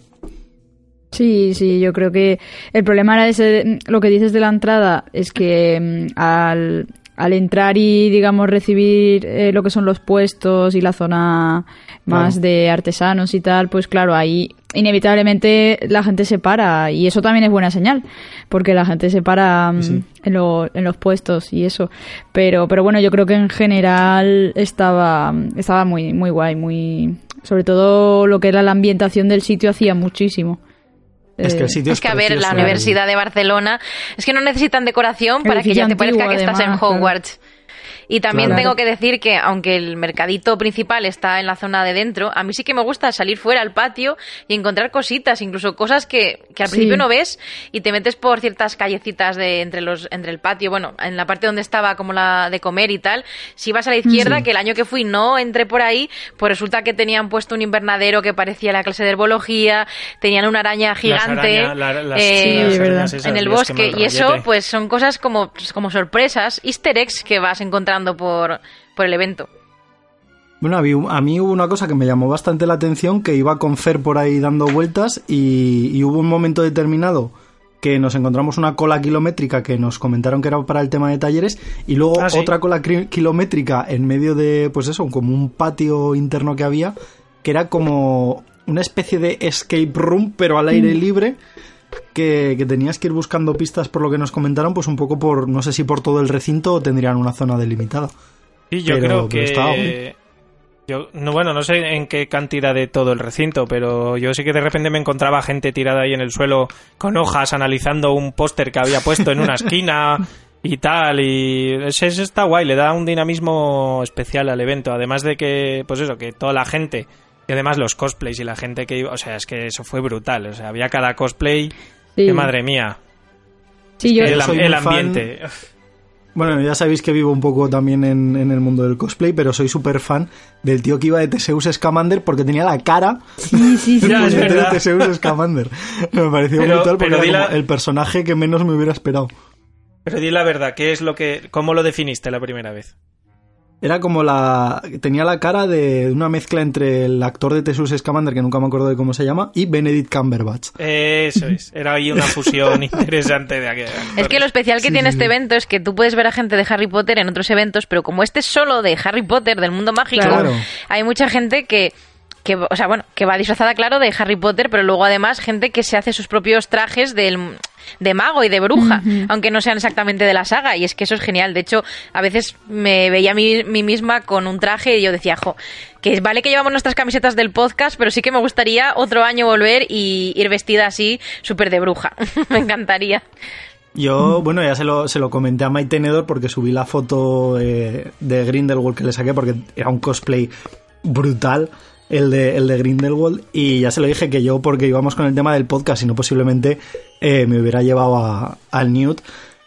Sí, sí, yo creo que el problema era ese, lo que dices de la entrada, es que mm, al, al entrar y, digamos, recibir eh, lo que son los puestos y la zona más Claro. de artesanos y tal, pues claro, ahí inevitablemente la gente se para y eso también es buena señal, porque la gente se para mm, Sí. en, lo- en los puestos y eso. Pero, pero bueno, yo creo que en general estaba, estaba muy, muy guay, muy, sobre todo lo que era la ambientación del sitio hacía muchísimo. Es que el Eh, sitio Es que, a ver, la precioso. Universidad de Barcelona, es que no necesitan decoración para que Edificio ya te parezca antiguo, que estás en además, claro. Hogwarts. Y también Claro. tengo que decir que, aunque el mercadito principal está en la zona de dentro, a mí sí que me gusta salir fuera al patio y encontrar cositas, incluso cosas que, que al Sí. principio no ves y te metes por ciertas callecitas de entre los entre el patio, bueno, en la parte donde estaba como la de comer y tal. Si vas a la izquierda, que el año que fui no entré por ahí, pues resulta que tenían puesto un invernadero que parecía la clase de herbología, tenían una araña gigante Las arañas, la- las- eh, Sí, las verdad. arañas esas, en el Dios, qué bosque mal y eso rollete. pues son cosas como, como sorpresas, easter eggs que vas encontrando por, por el evento. Bueno, a mí, a mí hubo una cosa que me llamó bastante la atención, que iba con Fer por ahí dando vueltas y, y hubo un momento determinado que nos encontramos una cola kilométrica que nos comentaron que era para el tema de talleres y luego Ah, sí. otra cola cri- kilométrica en medio de, pues eso, como un patio interno que había, que era como una especie de escape room, pero al aire libre, que, que tenías que ir buscando pistas por lo que nos comentaron, pues un poco por, no sé si por todo el recinto o tendrían una zona delimitada. Sí, yo Pero- creo pero estaba que... guay. Yo, no, bueno, no sé en qué cantidad de todo el recinto, pero yo sí que de repente me encontraba gente tirada ahí en el suelo con hojas analizando un póster que había puesto en una esquina y tal, y ese, ese está guay, le da un dinamismo especial al evento, además de que, pues eso, que toda la gente, y además los cosplays y la gente que iba, o sea, es que eso fue brutal, o sea, había cada cosplay, sí. que madre mía, Sí, yo, el, soy el muy fan. ambiente. Bueno, ya sabéis que vivo un poco también en, en el mundo del cosplay, pero soy súper fan del tío que iba de Theseus Scamander porque tenía la cara sí, sí, sí. del Ya, es puñetero verdad. Theseus Scamander. Me pareció Pero- brutal porque pero era di la- como el personaje que menos me hubiera esperado. Pero di la verdad, ¿qué es lo que, cómo lo definiste la primera vez? Era como la... tenía la cara de una mezcla entre el actor de Theseus Scamander, que nunca me acuerdo de cómo se llama, y Benedict Cumberbatch. Eso es, era ahí una fusión interesante de aquel. Es que lo especial que Sí, tiene sí, este sí. evento es que tú puedes ver a gente de Harry Potter en otros eventos, pero como este es solo de Harry Potter, del mundo mágico, Claro. hay mucha gente que, que, o sea, bueno, que va disfrazada, claro, de Harry Potter, pero luego además gente que se hace sus propios trajes del, de mago y de bruja, aunque no sean exactamente de la saga, y es que eso es genial. De hecho, a veces me veía a mí, mí misma con un traje y yo decía, jo, que vale que llevamos nuestras camisetas del podcast, pero sí que me gustaría otro año volver y ir vestida así, súper de bruja. Me encantaría. Yo, bueno, ya se lo, se lo comenté a Mike Tenedor porque subí la foto eh, de Grindelwald que le saqué porque era un cosplay brutal el de, el de Grindelwald y ya se lo dije que yo, porque íbamos con el tema del podcast y no posiblemente eh, me hubiera llevado a, al Newt.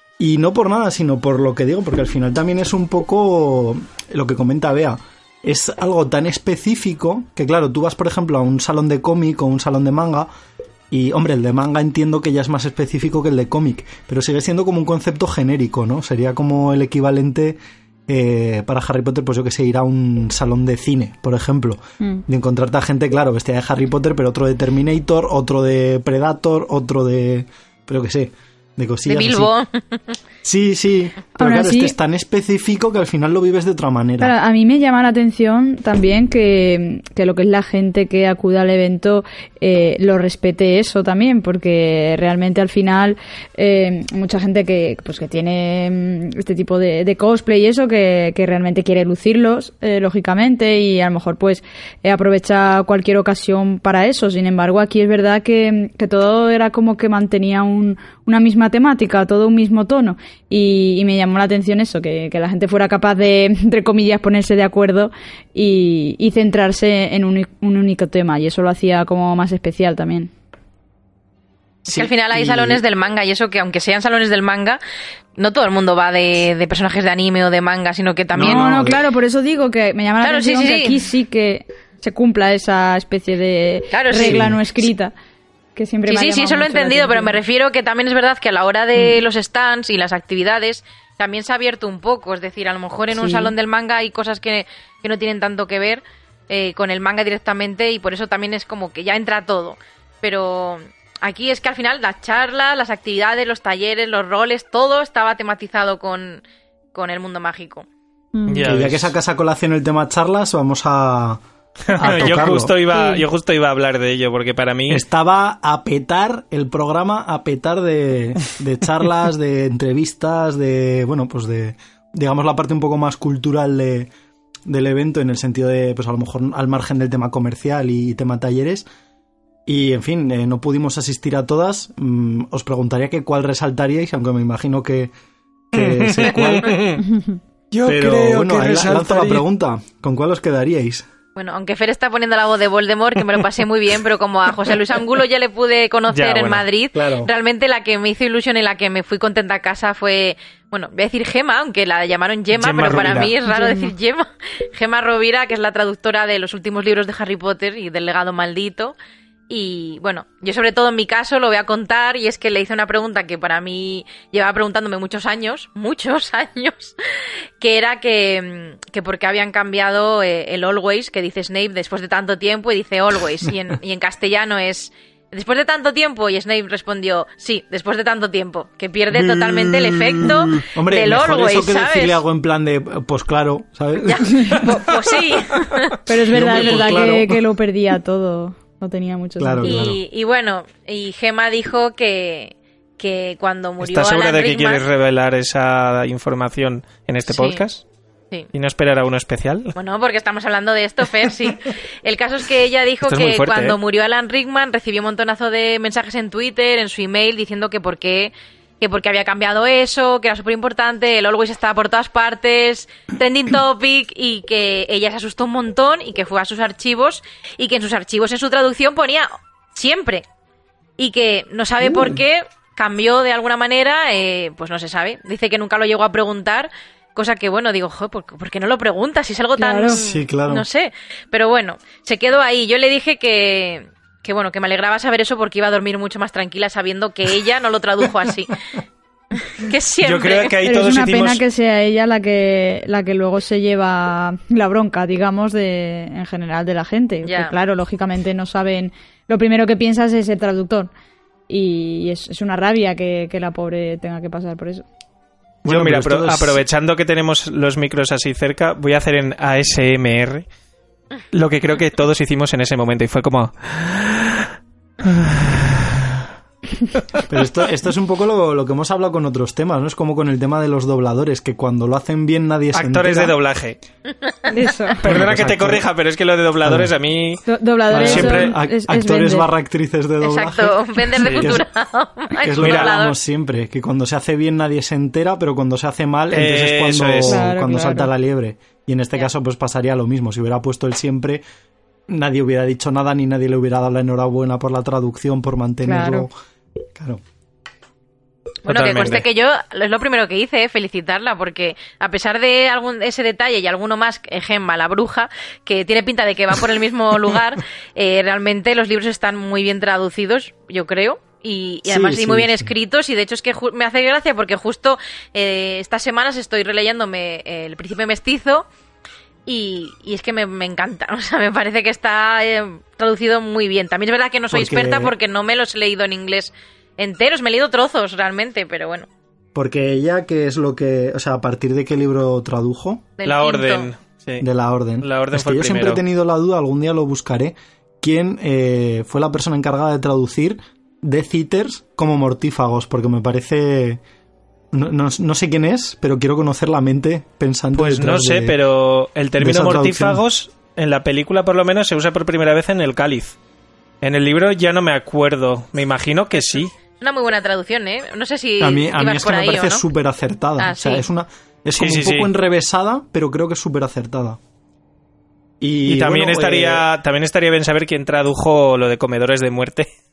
Y no por nada, sino por lo que digo, porque al final también es un poco lo que comenta Bea. Es algo tan específico que, claro, tú vas, por ejemplo, a un salón de cómic o un salón de manga y, hombre, el de manga entiendo que ya es más específico que el de cómic, pero sigue siendo como un concepto genérico, ¿no? Sería como el equivalente eh, para Harry Potter, pues yo que sé, ir a un salón de cine, por ejemplo, Mm. de encontrarte a gente, claro, vestida de Harry Potter, pero otro de Terminator, otro de Predator, otro de... pero que sé, de De cosillas así. Bilbo. Sí, sí, pero Aún claro, así- este es tan específico que al final lo vives de otra manera. Claro, a mí me llama la atención también que, que lo que es la gente que acude al evento eh, lo respete eso también, porque realmente al final eh, mucha gente que pues que tiene mm, este tipo de, de cosplay y eso, que, que realmente quiere lucirlos, eh, lógicamente, y a lo mejor pues eh, aprovecha cualquier ocasión para eso. Sin embargo, aquí es verdad que, que todo era como que mantenía un, una misma temática, todo un mismo tono. Y, y me llamó la atención eso, que, que la gente fuera capaz de, entre comillas, ponerse de acuerdo y, y centrarse en un, un único tema, y eso lo hacía como más especial también. Es que al final hay y... salones del manga y eso que aunque sean salones del manga, no todo el mundo va de, de personajes de anime o de manga, sino que también... No, no, claro, por eso digo que me llama la claro, atención sí, sí, que sí. aquí sí que se cumpla esa especie de claro, regla sí. no escrita. Que siempre sí, me ha sí, sí, eso lo he entendido, pero me refiero que también es verdad que a la hora de mm. los stands y las actividades también se ha abierto un poco. Es decir, a lo mejor en sí. un salón del manga hay cosas que, que no tienen tanto que ver eh, con el manga directamente y por eso también es como que ya entra todo. Pero... aquí es que al final las charlas, las actividades, los talleres, los roles, todo estaba tematizado con, con el mundo mágico. Mm. Ya, ya que sacas a colación el tema charlas, vamos a, a yo justo iba sí. yo justo iba a hablar de ello, porque para mí... Estaba a petar el programa, a petar de, de charlas, de entrevistas, de, bueno, pues de, digamos, la parte un poco más cultural de, del evento, en el sentido de, pues a lo mejor al margen del tema comercial y tema talleres. Y, en fin, eh, no pudimos asistir a todas. Mm, os preguntaría que cuál resaltaríais, aunque me imagino que, que sé cuál. Yo Pero, creo bueno, que ahí resaltaría... lanzo la pregunta. ¿Con cuál os quedaríais? Bueno, aunque Fer está poniendo la voz de Voldemort, que me lo pasé muy bien, pero como a José Luis Angulo ya le pude conocer ya, bueno, en Madrid, claro. realmente la que me hizo ilusión y la que me fui contenta a casa fue... Bueno, voy a decir Gema, aunque la llamaron Gemma, Gemma pero para Rovira. mí es raro Gemma. decir Gemma. Gemma Rovira, que es la traductora de los últimos libros de Harry Potter y del legado maldito. Y bueno, yo sobre todo en mi caso lo voy a contar y es que le hice una pregunta que para mí llevaba preguntándome muchos años, muchos años, que era que, que por qué habían cambiado eh, el always, que dice Snape después de tanto tiempo y dice always, y en, y en castellano es después de tanto tiempo, y Snape respondió sí, después de tanto tiempo, que pierde totalmente el efecto Hombre, del mejor always, eso que ¿sabes? decirle algo en plan de, pues claro, ¿sabes? Ya, pues, pues sí. Pero es verdad, Hombre, es verdad pues claro. que, que lo perdía todo. No tenía mucho Claro, sentido. claro. Y, y bueno, y Gemma dijo que, que cuando murió ¿Estás segura Alan de que Rickman... quieres revelar esa información en este Sí. podcast? Sí. ¿Y no esperar a uno especial? Bueno, porque estamos hablando de esto, Fer, sí. El caso es que ella dijo Esto es muy que fuerte, cuando ¿eh? murió Alan Rickman recibió un montonazo de mensajes en Twitter, en su email, diciendo que por qué, que por qué había cambiado eso, que era súper importante, el always estaba por todas partes, trending topic, y que ella se asustó un montón y que fue a sus archivos y que en sus archivos, en su traducción, ponía siempre. Y que no sabe uh. por qué cambió de alguna manera, eh, pues no se sabe. Dice que nunca lo llegó a preguntar. Cosa que, bueno, digo, joder, ¿por, ¿por qué no lo preguntas? Si es algo tan... Claro. Sí, claro. No sé. Pero bueno, se quedó ahí. Yo le dije que, que, bueno, que me alegraba saber eso porque iba a dormir mucho más tranquila sabiendo que ella no lo tradujo así. Que siempre... Yo creo que ahí Pero todos es una hicimos... pena que sea ella la que la que luego se lleva la bronca, digamos, de en general de la gente. Ya. Que, claro, lógicamente no saben... Lo primero que piensas es el traductor. Y es, es una rabia que, que la pobre tenga que pasar por eso. Bueno, Yo, mira, pero esto apro- es- aprovechando que tenemos los micros así cerca, voy a hacer en A S M R lo que creo que todos hicimos en ese momento y fue como... Pero esto, esto es un poco lo, lo que hemos hablado con otros temas, ¿no? Es como con el tema de los dobladores, que cuando lo hacen bien nadie se Actores de entera. doblaje. Eso. Perdona pues que te actor- corrija, pero es que lo de dobladores a mí... Do- dobladores Siempre son- Ac- es, es actores vender. barra actrices de doblaje. Exacto, vender de Sí. cultura. Que es lo que hablamos siempre, que cuando se hace bien nadie se entera, pero cuando se hace mal, entonces es Eso cuando, es. Claro, cuando claro. salta la liebre. Y en este Ya. caso pues pasaría lo mismo. Si hubiera puesto el siempre, nadie hubiera dicho nada, ni nadie le hubiera dado la enhorabuena por la traducción, por mantenerlo. Claro. Bueno, que Totalmente. conste que yo es lo primero que hice, eh, felicitarla, porque a pesar de algún ese detalle y alguno más, eh, Gemma, la bruja, que tiene pinta de que va por el mismo lugar, eh, realmente los libros están muy bien traducidos, yo creo. Y, y Sí, además y sí, muy bien sí. escritos, y de hecho es que ju- me hace gracia porque justo eh, estas semanas estoy releyéndome eh, El Príncipe Mestizo y, y es que me, me encanta, o sea, me parece que está eh, traducido muy bien. También es verdad que no soy Porque- experta porque no me los he leído en inglés enteros, me he leído trozos realmente, pero bueno. Porque ella, ¿qué es lo que...? O sea, ¿a partir de qué libro tradujo? Del La quinto. orden. Sí. De la orden. La Orden Es fue que el yo siempre he primero. tenido la duda, algún día lo buscaré, quién eh, fue la persona encargada de traducir Death Eaters como mortífagos, porque me parece... No, no, no sé quién es, pero quiero conocer la mente pensante. Pues no detrás sé, de- pero el de término esa mortífagos en la película por lo menos se usa por primera vez en el cáliz. En el libro ya no me acuerdo. Me imagino que sí. Una muy buena traducción, ¿eh? No sé si A mí, a mí ibas es que por me ahí parece o no. súper acertada. Ah, o sea, sí. es una es Sí, como sí, un poco sí. enrevesada, pero creo que es súper acertada. Y, Y, también bueno, estaría eh, también estaría bien saber quién tradujo lo de comedores de muerte.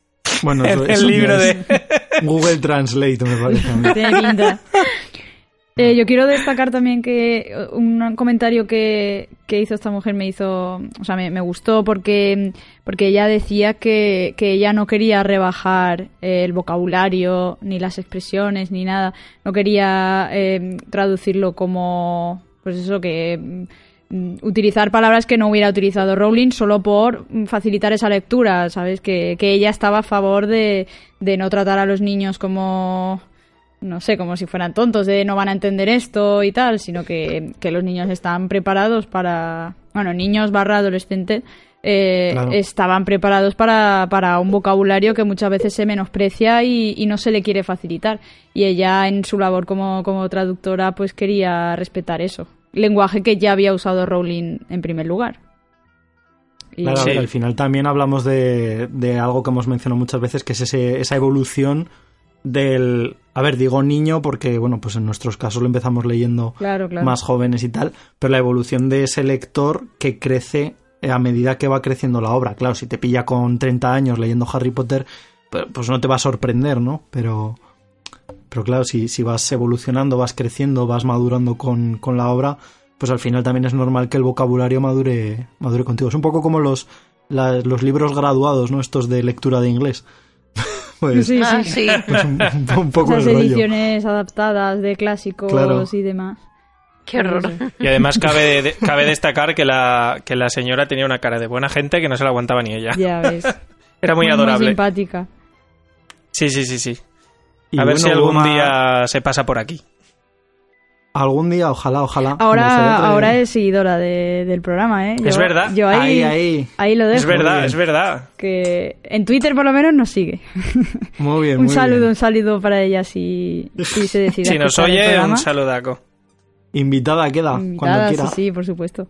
Bueno, eso, el eso libro es de... Google Translate, me parece a mí. Tiene pinta. Eh, yo quiero destacar también que un comentario que, que hizo esta mujer me hizo, o sea, me, me gustó porque, porque ella decía que, que ella no quería rebajar el vocabulario, ni las expresiones, ni nada. No quería eh, traducirlo como, pues eso, que mm, utilizar palabras que no hubiera utilizado Rowling solo por facilitar esa lectura, ¿sabes? Que, que ella estaba a favor de, de no tratar a los niños como... no sé, como si fueran tontos de no van a entender esto y tal, sino que, que los niños están preparados para... Bueno, niños barra adolescentes eh, Claro. estaban preparados para, para un vocabulario que muchas veces se menosprecia y, y no se le quiere facilitar. Y ella, en su labor como, como traductora, pues quería respetar eso. Lenguaje que ya había usado Rowling en primer lugar. Y- Claro, a ver, Sí. al final también hablamos de, de algo que hemos mencionado muchas veces, que es ese, esa evolución del... A ver, digo niño porque, bueno, pues en nuestros casos lo empezamos leyendo Claro, claro. más jóvenes y tal, pero la evolución de ese lector que crece a medida que va creciendo la obra. Claro, si te pilla con treinta años leyendo Harry Potter, pues, pues no te va a sorprender, ¿no? Pero, pero claro, si, si vas evolucionando, vas creciendo, vas madurando con, con la obra, pues al final también es normal que el vocabulario madure, madure contigo. Es un poco como los, la- los libros graduados, ¿no? Estos de lectura de inglés. Pues, Sí, Ah, sí. sí. pues un, un- un poco Esas el rollo. ediciones adaptadas de clásicos Claro. y demás. Qué horror. Y además cabe, de- cabe destacar que la, que la señora tenía una cara de buena gente que no se la aguantaba ni ella. Ya ves. Era muy Muy adorable. simpática. Sí, sí, sí, sí. Y A ver bueno, si algún Goma, día se pasa por aquí. Algún día, ojalá, ojalá. me gustaría Ahora, traer- ahora es seguidora de- del programa, ¿eh? Es verdad. Yo ahí, Ahí, ahí. ahí lo dejo. Es verdad, bien. es verdad. Que en Twitter por lo menos nos sigue. Muy bien, un muy saludo, bien. un saludo para ella si, si se decide Si nos escuchar el oye, programa. un saludaco. Invitada queda, Invitada, cuando quiera. sí, sí, por supuesto.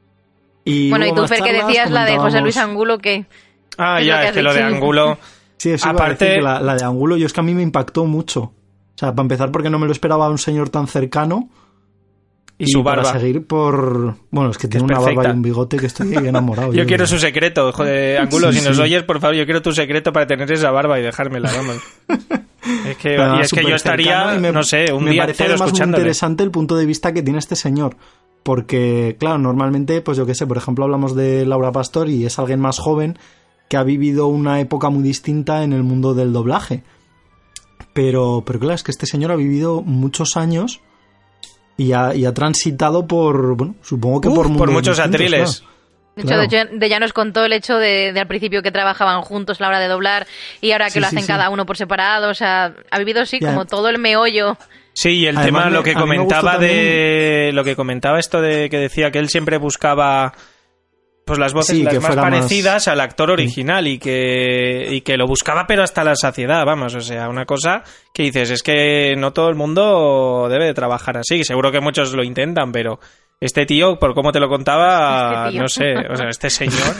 Y Bueno, y hubo tú, pues más Fer, que charlas, decías la de José comentábamos- Luis Angulo, que... Ah, Es lo ya, que es has que lo de dicho. Angulo... Sí, eso iba a Aparte- decir que la, la de Angulo, yo es que a mí me impactó mucho. O sea, para empezar, porque no me lo esperaba a un señor tan cercano. Y su para barba. seguir por... Bueno, es que tiene es una barba perfecta. y un bigote que estoy enamorado. Yo quiero su secreto, joder, Angulo, Sí, si nos sí. oyes, por favor, yo quiero tu secreto para tener esa barba y dejármela, vamos. Es que, Pero y además es que yo súper estaría, cercano y me- no sé, un me día parece entero además muy escuchándole. interesante el punto de vista que tiene este señor. Porque, claro, normalmente, pues yo qué sé, por ejemplo, hablamos de Laura Pastor y es alguien más joven que ha vivido una época muy distinta en el mundo del doblaje. Pero, pero claro, es que este señor ha vivido muchos años y ha, y ha transitado por, bueno, supongo que Uf, por por mundos muchos distintos, atriles. claro. De hecho, Claro. de, hecho, de ya nos contó el hecho de, de al principio que trabajaban juntos a la hora de doblar y ahora que Sí, lo sí, hacen sí. cada uno por separado. O sea, ha vivido, sí, Ya. como todo el meollo. Sí, y el Además, tema, me- lo que a mí me comentaba gustó de... Lo que comentaba esto de que decía que él siempre buscaba pues las voces Sí, las que más fuera más- parecidas al actor original y que y que lo buscaba pero hasta la saciedad, vamos, o sea, una cosa que dices, es que no todo el mundo debe de trabajar así, seguro que muchos lo intentan, pero este tío, por cómo te lo contaba, Este tío. no sé, o sea, este señor,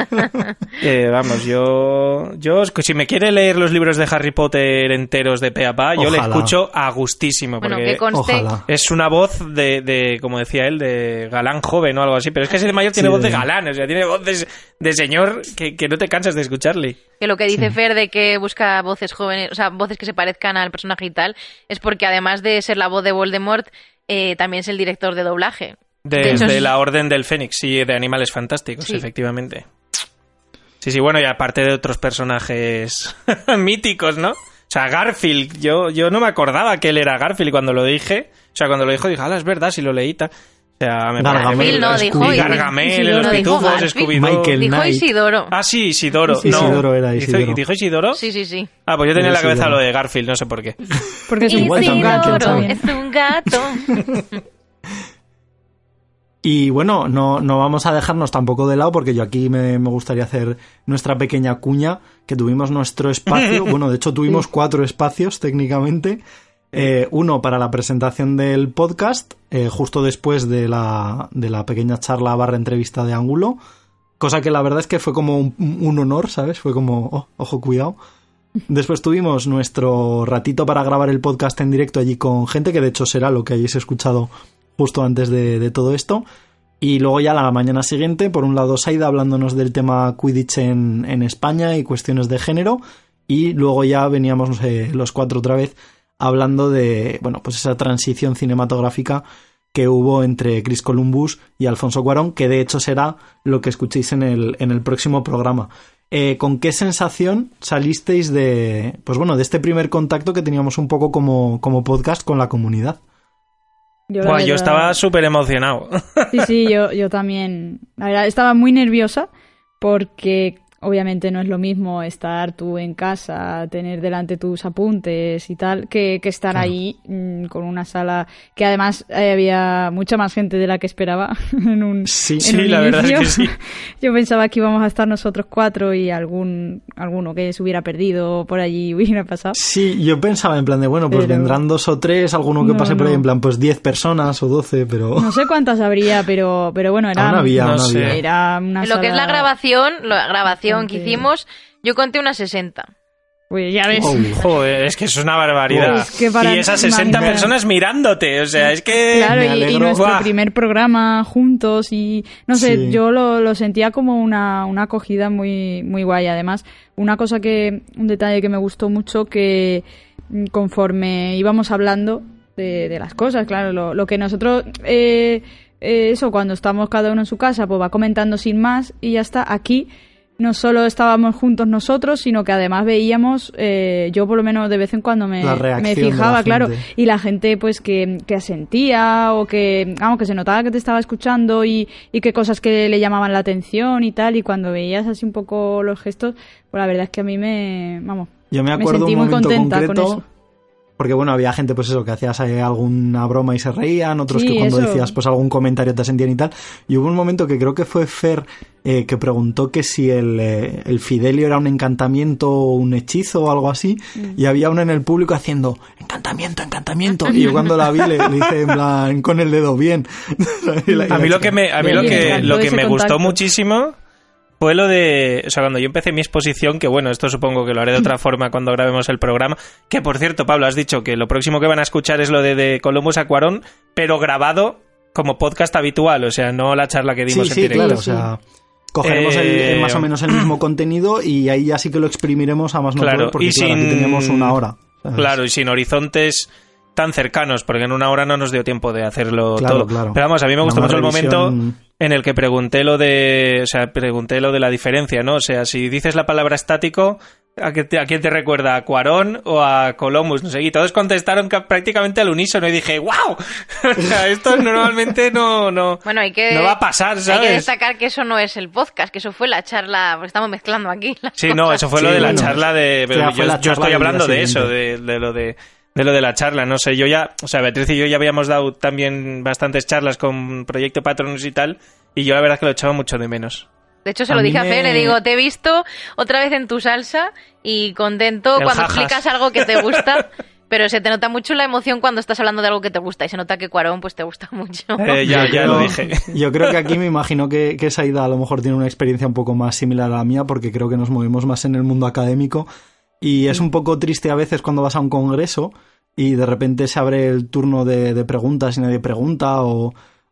eh, vamos, yo, yo, si me quiere leer los libros de Harry Potter enteros de pe a pa, yo le Ojalá. escucho a gustísimo, Bueno, porque que conste... Ojalá. es una voz de, de, como decía él, de galán joven o algo así, pero es que ese de mayor tiene Sí, voz de de- galán, o sea, tiene voz de, de señor que, que no te cansas de escucharle. Que lo que dice Fer de que busca voces jóvenes, o sea, voces que se parezcan al personaje y tal, es porque además de ser la voz de Voldemort, eh, también es el director de doblaje. De Desde hecho, es- la Orden del Fénix, sí, de Animales Fantásticos, Sí. efectivamente. Sí, sí, bueno, y aparte de otros personajes míticos, ¿no? O sea, Garfield, yo, yo no me acordaba que él era Garfield cuando lo dije. O sea, cuando lo dijo, dije, ah, es verdad, si lo leí. ta". O sea, me Gargamel, parece- no, dijo, Scooby- y- Gargamel, Isidoro los dijo pitufos, Garfield. Scooby-Doo. Michael Dijo Knight. Isidoro. Ah, sí, Isidoro. Sí, no. Isidoro era, ¿Hizo- Isidoro. ¿Dijo Isidoro? Sí, sí, sí. Ah, pues yo tenía en la Isidoro. cabeza lo de Garfield, no sé por qué. Porque es un, Igual es un también, gato quién sabe. también. es un gato. Y bueno, no, no vamos a dejarnos tampoco de lado porque yo aquí me, me gustaría hacer nuestra pequeña cuña, que tuvimos nuestro espacio, bueno, de hecho tuvimos cuatro espacios técnicamente, eh, uno para la presentación del podcast, eh, justo después de la, de la pequeña charla barra entrevista de Ángulo, cosa que la verdad es que fue como un, un honor, ¿sabes? Fue como, oh, ojo, cuidado. Después tuvimos nuestro ratito para grabar el podcast en directo allí con gente, que de hecho será lo que hayáis escuchado justo antes de, de todo esto. Y luego ya la mañana siguiente, por un lado Saida hablándonos del tema Quidditch en, en España y cuestiones de género, y luego ya veníamos, no sé, los cuatro otra vez hablando de, bueno, pues esa transición cinematográfica que hubo entre Chris Columbus y Alfonso Cuarón, que de hecho será lo que escuchéis en el, en el próximo programa. Eh, ¿Con qué sensación salisteis de, pues bueno, de este primer contacto que teníamos un poco como, como podcast con la comunidad? Yo, Buah, verdad, yo estaba súper emocionado. Sí, sí, yo, yo también. La verdad, estaba muy nerviosa porque obviamente no es lo mismo estar tú en casa, tener delante tus apuntes y tal, que, que estar Claro. ahí mmm, con una sala que además eh, había mucha más gente de la que esperaba en un, Sí, en sí, un la verdad es inicio. que sí. Yo pensaba que íbamos a estar nosotros cuatro y algún alguno que se hubiera perdido por allí hubiera pasado. Sí, yo pensaba en plan de, bueno, pues Pero- vendrán dos o tres, alguno que No, pase por ahí, no. en plan, pues diez personas o doce, pero... No sé cuántas habría, pero, pero bueno, era, Aún había, No aún sé. había. era una En lo que es la sala- grabación, la grabación que bastante- hicimos, yo conté unas sesenta. Pues ya ves. Oh, Joder, es que es una barbaridad. Es que para- y esas sesenta imagina- personas mirándote, o sea, es que... Claro, me y, y alegro. nuestro Buah. primer programa juntos y no sé, Sí. yo lo, lo sentía como una, una acogida muy, muy guay. Además, una cosa que, un detalle que me gustó mucho que mm, conforme íbamos hablando de, de las cosas, claro, lo, lo que nosotros, eh, eh, eso, cuando estamos cada uno en su casa, pues va comentando sin más y ya está. Aquí no solo estábamos juntos nosotros, sino que además veíamos, eh, yo por lo menos de vez en cuando me, La reacción me de la fijaba, claro, gente. y la gente pues que, que asentía o que, vamos, que se notaba que te estaba escuchando y, y qué cosas que le llamaban la atención y tal, y cuando veías así un poco los gestos, pues la verdad es que a mí me, vamos, Yo me me acuerdo sentí un muy momento contenta concreto, con eso. porque bueno, había gente pues eso, que hacías eh, alguna broma y se reían, otros Sí, que cuando eso. decías pues algún comentario te sentían y tal, y hubo un momento que creo que fue Fer eh, que preguntó que si el, eh, el Fidelio era un encantamiento o un hechizo o algo así, Mm. y había uno en el público haciendo encantamiento, encantamiento, y yo cuando la vi le, le hice en plan con el dedo bien. Y la- y A la mí lo chica, que me, a mí Sí, lo me que, encantó lo que ese me gustó contacto. muchísimo fue lo de, o sea, cuando yo empecé mi exposición, que bueno, esto supongo que lo haré de otra forma cuando grabemos el programa, que por cierto, Pablo, has dicho que lo próximo que van a escuchar es lo de, de Columbus a Cuarón, pero grabado como podcast habitual, o sea, no la charla que dimos Sí, en sí, directo. claro, o sea, cogeremos el- Eh, el más o menos el mismo contenido y ahí ya sí que lo exprimiremos a más no Claro, poder, porque y claro, sin- aquí teníamos una hora. ¿sabes? Claro, y sin horizontes tan cercanos, porque en una hora no nos dio tiempo de hacerlo Claro, todo. claro. Pero vamos, a mí me gustó Una mucho el momento revisión- en el que pregunté lo de, o sea, pregunté lo de la diferencia, ¿no? O sea, si dices la palabra estático, ¿a, qué te- a quién te recuerda? ¿A Cuarón o a Columbus? No sé, y todos contestaron ca- prácticamente al unísono y dije, ¡wow! O sea, esto normalmente no, no, Bueno, hay que, no va a pasar, hay que ¿sabes? destacar que eso no es el podcast, que eso fue la charla, porque estamos mezclando aquí. las Sí, no, cosas. eso fue Sí, lo de la bueno. charla de... O Pero sea, yo, fue la yo charla estoy del hablando día de eso, de, siguiente. de lo de, de lo de la charla, no sé, yo ya... O sea, Beatriz y yo ya habíamos dado también bastantes charlas con Proyecto Patronus y tal, y yo la verdad es que lo echaba mucho de menos. De hecho, se A lo mí dije a me- Fer, le digo, te he visto otra vez en tu salsa y contento El cuando jajas. explicas algo que te gusta, pero se te nota mucho la emoción cuando estás hablando de algo que te gusta y se nota que Cuarón pues te gusta mucho. Eh, ya, Yo ya creo- lo dije. Yo creo que aquí me imagino que, que Saida a lo mejor tiene una experiencia un poco más similar a la mía, porque creo que nos movemos más en el mundo académico y es un poco triste a veces cuando vas a un congreso y de repente se abre el turno de, de preguntas y nadie pregunta o,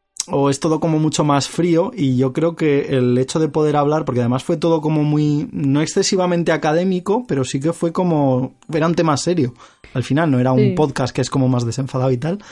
o es todo como mucho más frío, y yo creo que el hecho de poder hablar, porque además fue todo como muy, no excesivamente académico, pero sí que fue como, era un tema serio. Al final no era un Sí. podcast que es como más desenfadado y tal.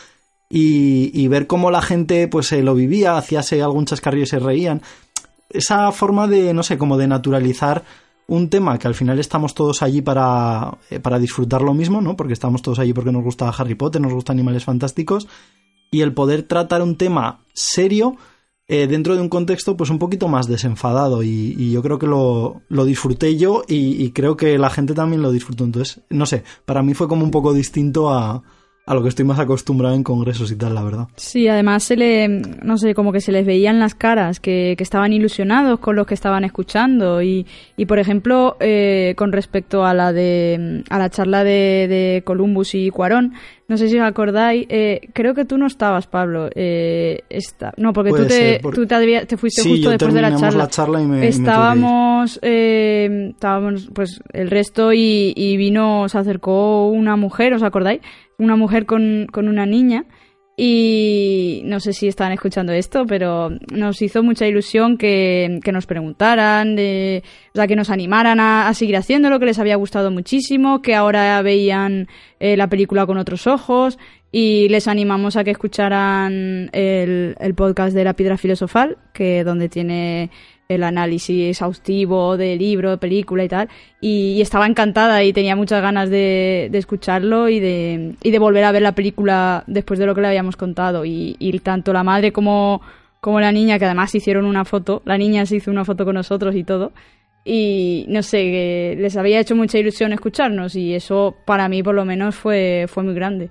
Y, y ver cómo la gente pues se lo vivía, hacíase algún chascarrillo y se reían. Esa forma de, no sé, como de naturalizar un tema que al final estamos todos allí para, eh, para disfrutar lo mismo, ¿no? Porque estamos todos allí porque nos gusta Harry Potter, nos gusta Animales Fantásticos, y el poder tratar un tema serio eh, dentro de un contexto pues un poquito más desenfadado, y, y yo creo que lo, lo disfruté yo y, y creo que la gente también lo disfrutó. Entonces, no sé, para mí fue como un poco distinto a, a lo que estoy más acostumbrado en congresos y tal, la verdad. Sí, además se le, no sé, como que se les veían las caras, que, que estaban ilusionados con los que estaban escuchando y, y por ejemplo, eh, con respecto a la de, a la charla de, de Columbus y Cuarón, no sé si os acordáis, eh, creo que tú no estabas, Pablo, eh, esta, no, porque Puede tú te, ser, porque- tú te, había- te fuiste Sí, justo yo después de la terminamos charla. la charla y me- y me tuve que ir. estábamos, eh, estábamos, pues, el resto y, y vino, se acercó una mujer, ¿os acordáis? Una mujer con, con una niña Y no sé si están escuchando esto, pero nos hizo mucha ilusión que, que nos preguntaran, de, o sea, que nos animaran a, a seguir haciéndolo, que les había gustado muchísimo, que ahora veían eh, la película con otros ojos, y les animamos a que escucharan el, el podcast de La Piedra Filosofal, que donde tiene el análisis exhaustivo de libro, de película y tal, y, y estaba encantada y tenía muchas ganas de, de escucharlo y de, y de volver a ver la película después de lo que le habíamos contado, y, y tanto la madre como, como la niña, que además hicieron una foto, la niña se hizo una foto con nosotros y todo, y no sé, que les había hecho mucha ilusión escucharnos, y eso para mí por lo menos fue, fue muy grande.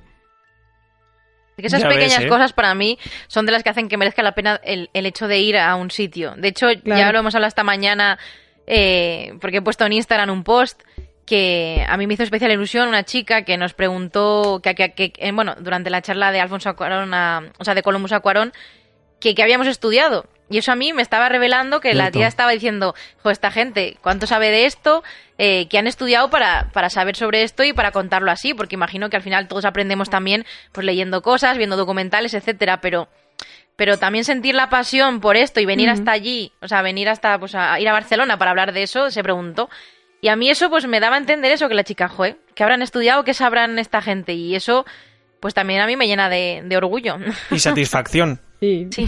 Que esas Ya pequeñas ves, ¿eh? cosas para mí son de las que hacen que merezca la pena el, el hecho de ir a un sitio. De hecho, Claro. ya lo hemos hablado esta mañana, eh, porque he puesto en Instagram un post que a mí me hizo especial ilusión una chica que nos preguntó, que, que, que eh, bueno, durante la charla de Alfonso Cuarón, a, o sea, de Columbus a Cuarón, que, que habíamos estudiado. Y eso a mí me estaba revelando que la Cierto. tía estaba diciendo, jo, esta gente, ¿cuánto sabe de esto? Eh, que han estudiado para, para saber sobre esto y para contarlo así, porque imagino que al final todos aprendemos también pues leyendo cosas, viendo documentales, etcétera, pero pero también sentir la pasión por esto y venir Ujú. hasta allí, o sea, venir hasta pues a ir a Barcelona para hablar de eso, se preguntó. Y a mí eso pues me daba a entender eso, que la chica, joe, que habrán estudiado, que sabrán esta gente, y eso pues también a mí me llena de, de orgullo. Y satisfacción. Sí. Sí.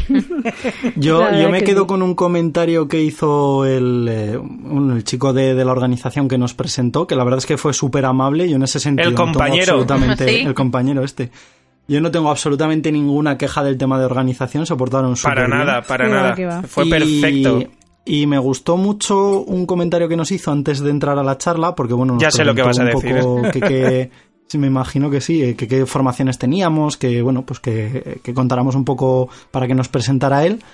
Yo, La verdad yo me que quedo sí. con un comentario que hizo el, eh, un- el chico de, de la organización que nos presentó, que la verdad es que fue súper amable. Yo en ese sentido El no tengo compañero. absolutamente- Sí. el compañero este. Yo no tengo absolutamente ninguna queja del tema de organización, se portaron súper Para bien. nada, para Qué va, nada. qué va. Fue Y- perfecto. Y me gustó mucho un comentario que nos hizo antes de entrar a la charla, porque bueno, nos Ya sé lo que preguntó vas a un poco que, que- sí, me imagino que sí, eh, que qué formaciones teníamos, que bueno, pues que, que contáramos un poco para que nos presentara él.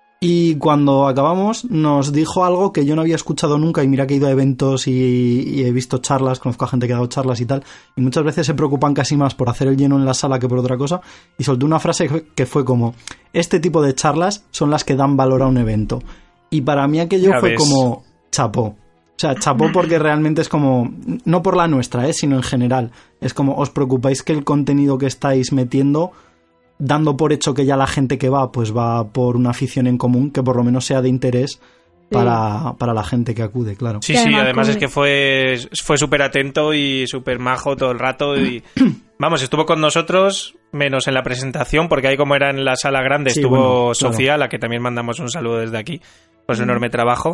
Y cuando acabamos nos dijo algo que yo no había escuchado nunca, y mira que he ido a eventos y, y he visto charlas, conozco a gente que ha dado charlas y tal, y muchas veces se preocupan casi más por hacer el lleno en la sala que por otra cosa, y soltó una frase que- que fue como, este tipo de charlas son las que dan valor a un evento. Y para mí aquello Ya fue ves. como chapó. O sea, chapó porque realmente es como, no por la nuestra, ¿eh? sino en general. Es como, os preocupáis que el contenido que estáis metiendo, dando por hecho que ya la gente que va, pues va por una afición en común, que por lo menos sea de interés para, para la gente que acude, claro. Sí, Y sí, además además con- es que fue fue súper atento y súper majo todo el rato y vamos, estuvo con nosotros menos en la presentación, porque ahí como era en la sala grande Sí, estuvo bueno, claro. Sofía, a la que también mandamos un saludo desde aquí por su enorme trabajo.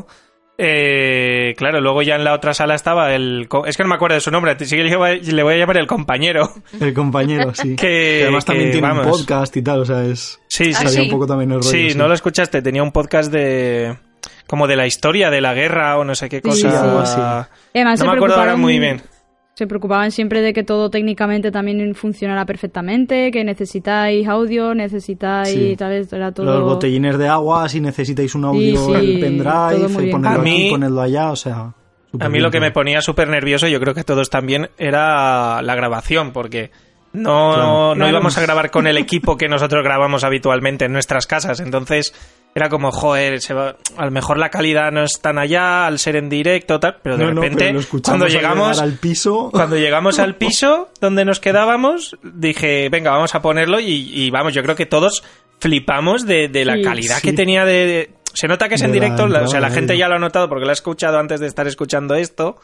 Eh, claro, luego ya en la otra sala estaba el... co- Es que no me acuerdo de su nombre, sí que le voy a- le voy a llamar el compañero. El compañero, sí. Que- además también que, tiene vamos. un podcast y tal, o sea, es... Sí, Ah, sí, sabía sí. un poco también el rollo. sí, no lo escuchaste, tenía un podcast de... como de la historia de la guerra o no sé qué cosa. Sí, algo así. Y además No se me acuerdo ahora preocuparon- muy bien. Se preocupaban siempre de que todo técnicamente también funcionara perfectamente, que necesitáis audio, necesitáis Sí. tal vez era todo... Los botellines de agua, si necesitáis un audio sí, en todo pendrive, muy bien. ponerlo A aquí, mí- ponerlo allá, o sea... súper A mí bien lo que todo. me ponía súper nervioso, yo creo que a todos también, era la grabación, porque no, Claro. no Claro. íbamos a grabar con el equipo que nosotros grabamos habitualmente en nuestras casas. Entonces era como, joder, se va- a lo mejor la calidad no es tan allá al ser en directo, tal, pero de No, no, repente, pero lo escuchamos cuando al llegamos llegar al piso... cuando llegamos al piso donde nos quedábamos, dije, venga, vamos a ponerlo y, y vamos, yo creo que todos flipamos de, de la Sí. calidad Sí. que tenía de... de- se nota que es en De la directo, la- o sea, entrada la de gente audio. ya lo ha notado porque lo ha escuchado antes de estar escuchando esto,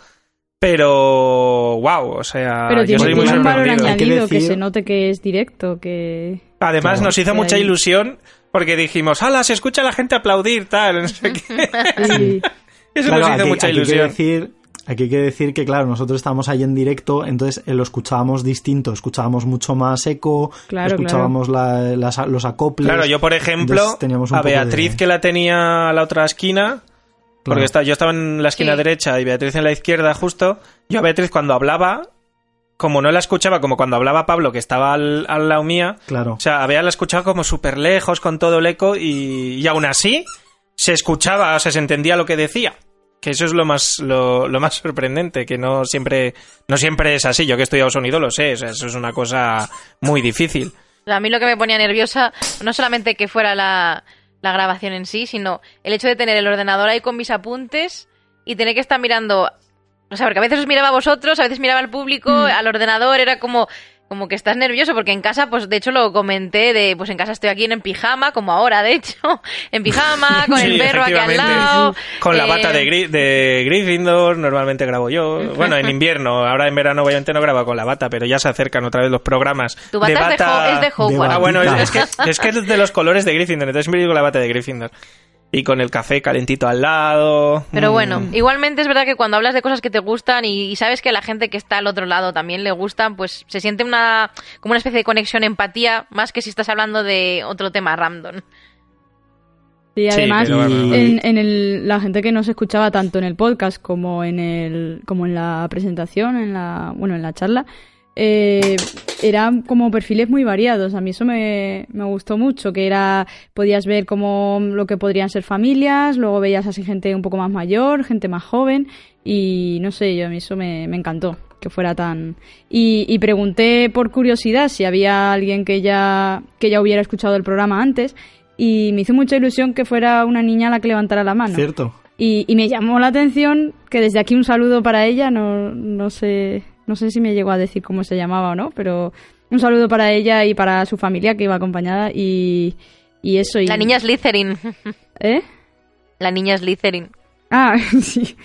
pero wow, o sea, Pero yo tiene, soy muy tiene un valor sorprendido. Hay que añadido que, decir- se note que es directo, que... Además Claro. nos hizo Que mucha ahí- ilusión porque dijimos, ¡hala, se escucha a la gente aplaudir, tal! No sé qué. Sí. Eso Claro, nos hizo aquí- mucha aquí hay que ilusión. decir- Aquí hay que decir que, claro, nosotros estábamos ahí en directo, entonces eh, lo escuchábamos distinto, escuchábamos mucho más eco, Claro, escuchábamos la- las- los acoples. Claro, yo por ejemplo, entonces teníamos un a poco de- Beatriz que la tenía a la otra esquina, porque Claro. está- yo estaba en la esquina Sí. derecha y Beatriz en la izquierda justo, yo a Beatriz cuando hablaba, como no la escuchaba, como cuando hablaba Pablo, que estaba al, al lado mía, Claro. o sea, a Bea la escuchaba como súper lejos, con todo el eco, y, y aún así se escuchaba, o sea, se entendía lo que decía. Que eso es lo más lo, lo más sorprendente, que no siempre no siempre es así. Yo que he estudiado sonido lo sé, o sea, eso es una cosa muy difícil. A mí lo que me ponía nerviosa, no solamente que fuera la, la grabación en sí, sino el hecho de tener el ordenador ahí con mis apuntes y tener que estar mirando... O sea, porque a veces os miraba a vosotros, a veces miraba al público, al ordenador, era como... como que estás nervioso, porque en casa, pues de hecho lo comenté, de pues en casa estoy aquí en, en pijama, como ahora, de hecho, en pijama, con Sí, el perro aquí al efectivamente. lado. Con la eh, bata de, Gry- de Gryffindor, normalmente grabo yo. Bueno, en invierno, ahora en verano obviamente no grabo con la bata, pero ya se acercan otra vez los programas. Tu bata, de es, de bata... Ho- es de Hogwarts. Ah, bueno, es, batita. es que, es que es de los colores de Gryffindor, entonces me digo la bata de Gryffindor. Y con el café calentito al lado. Pero Mm. bueno, igualmente es verdad que cuando hablas de cosas que te gustan y, y sabes que a la gente que está al otro lado también le gustan, pues se siente una como una especie de conexión, empatía, más que si estás hablando de otro tema random. Y Sí, además, pero bueno, en, en el, la gente que nos escuchaba tanto en el podcast como en el como en la presentación, en la bueno en la charla, eh, eran como perfiles muy variados. A mí eso me, me gustó mucho, que era podías ver como lo que podrían ser familias, luego veías así gente un poco más mayor, gente más joven y no sé, yo a mí eso me, me encantó que fuera tan y, y pregunté por curiosidad si había alguien que ya que ya hubiera escuchado el programa antes. Y me hizo mucha ilusión que fuera una niña la que levantara la mano. Cierto. Y, y me llamó la atención que desde aquí un saludo para ella, no, no sé no sé si me llegó a decir cómo se llamaba o no, pero un saludo para ella y para su familia que iba acompañada y, y eso. Y... La niña Slytherin. ¿Eh? La niña Slytherin. Ah, sí.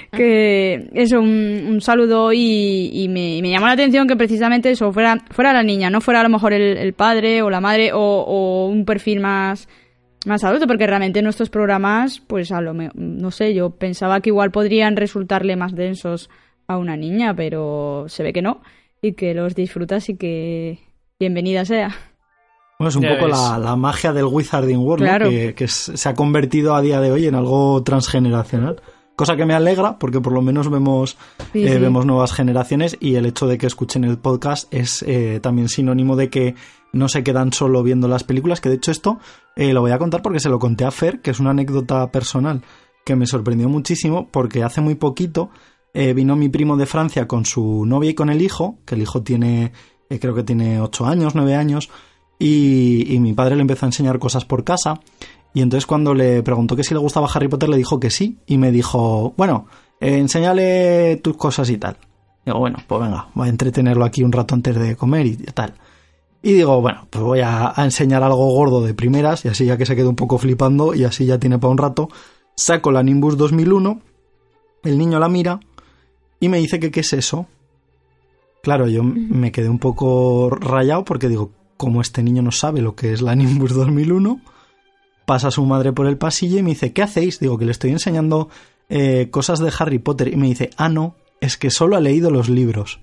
Que eso, un, un saludo y, y me, y me llamó la atención que precisamente eso fuera, fuera la niña, no fuera a lo mejor el, el padre o la madre o, o un perfil más, más adulto, porque realmente nuestros programas, pues a lo mejor, no sé, yo pensaba que igual podrían resultarle más densos a una niña, pero se ve que no, y que los disfrutas y que bienvenida sea. Bueno, es un Ya poco ves. la, la magia del Wizarding World, ¿no? Claro. que, que es- se ha convertido a día de hoy en algo transgeneracional. Cosa que me alegra porque por lo menos vemos, Sí, eh, sí. vemos nuevas generaciones y el hecho de que escuchen el podcast es eh, también sinónimo de que no se quedan solo viendo las películas, que de hecho esto eh, lo voy a contar porque se lo conté a Fer, que es una anécdota personal que me sorprendió muchísimo porque hace muy poquito eh, vino mi primo de Francia con su novia y con el hijo, que el hijo tiene, eh, creo que tiene ocho años, nueve años, y, y mi padre le empezó a enseñar cosas por casa. Y entonces cuando le preguntó que si le gustaba Harry Potter, le dijo que sí. Y me dijo, bueno, eh, enséñale tus cosas y tal. Digo, bueno, pues venga, voy a entretenerlo aquí un rato antes de comer y tal. Y digo, bueno, pues voy a, a enseñar algo gordo de primeras y así ya que se quede un poco flipando y así ya tiene para un rato. Saco la Nimbus dos mil uno, el niño la mira y me dice que qué es eso. Claro, yo me quedé un poco rayado porque digo, ¿cómo este niño no sabe lo que es la Nimbus dos mil uno? Pasa su madre por el pasillo y me dice, ¿qué hacéis? Digo, que le estoy enseñando eh, cosas de Harry Potter. Y me dice, ah, no, es que solo ha leído los libros.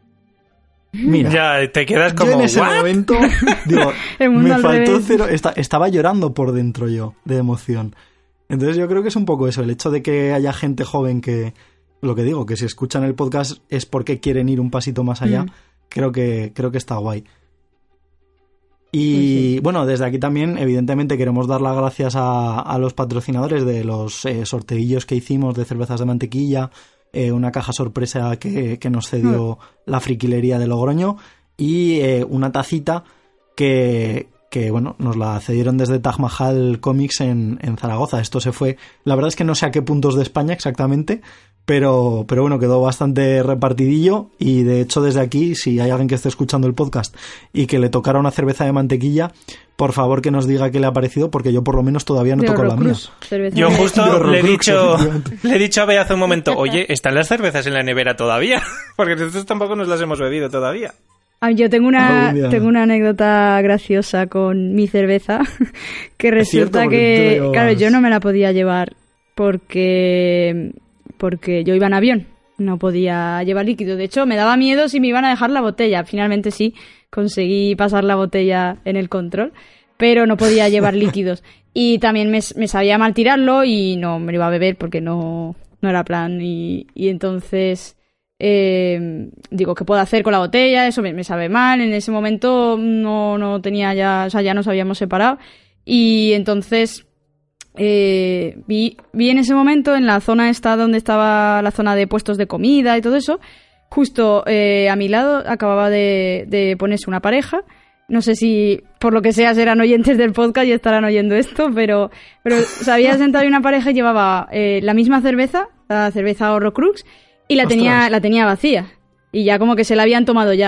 Mira, Ya, te quedas como... yo en ese ¿what? momento, digo, El mundo me al faltó revés. cero, esta- estaba llorando por dentro yo, de emoción. Entonces yo creo que es un poco eso, el hecho de que haya gente joven que, lo que digo, que si escuchan el podcast es porque quieren ir un pasito más allá, Mm. creo que creo que está guay. Y bueno, desde aquí también, evidentemente, queremos dar las gracias a, a los patrocinadores de los eh, sorteillos que hicimos de cervezas de mantequilla, eh, una caja sorpresa que, que nos cedió la friquilería de Logroño y eh, una tacita que, que, bueno, nos la cedieron desde Taj Mahal Comics en, en Zaragoza. Esto se fue, la verdad es que no sé a qué puntos de España exactamente, pero, pero bueno, quedó bastante repartidillo y de hecho desde aquí, si hay alguien que esté escuchando el podcast y que le tocara una cerveza de mantequilla, por favor que nos diga qué le ha parecido porque yo por lo menos todavía no De toco la mía. Horrocrux, cerveza Yo de- justo De le he Horrocrux, dicho, efectivamente. le he dicho a Bea hace un momento, oye, ¿están las cervezas en la nevera todavía? Porque nosotros tampoco nos las hemos bebido todavía. Ah, yo tengo una, Algún día. tengo una anécdota graciosa con mi cerveza, que Es cierto, resulta porque tú te que, la llevabas. claro, yo no me la podía llevar porque, porque yo iba en avión, no podía llevar líquido. De hecho, me daba miedo si me iban a dejar la botella. Finalmente sí, conseguí pasar la botella en el control, pero no podía llevar líquidos. Y también me, me sabía mal tirarlo y no me lo iba a beber porque no, no era plan. Y, y entonces... Eh, digo, ¿qué puedo hacer con la botella? Eso me, me sabe mal. En ese momento no, no tenía ya, o sea, ya nos habíamos separado. Y entonces eh, vi, vi en ese momento en la zona esta donde estaba la zona de puestos de comida y todo eso, justo eh, a mi lado acababa de, de ponerse una pareja. No sé si por lo que sea serán oyentes del podcast y estarán oyendo esto, pero, pero se había sentado ahí una pareja y llevaba eh, la misma cerveza, la cerveza Horrocrux, y la tenía, Ostras. la tenía vacía. Y ya como que se la habían tomado ya.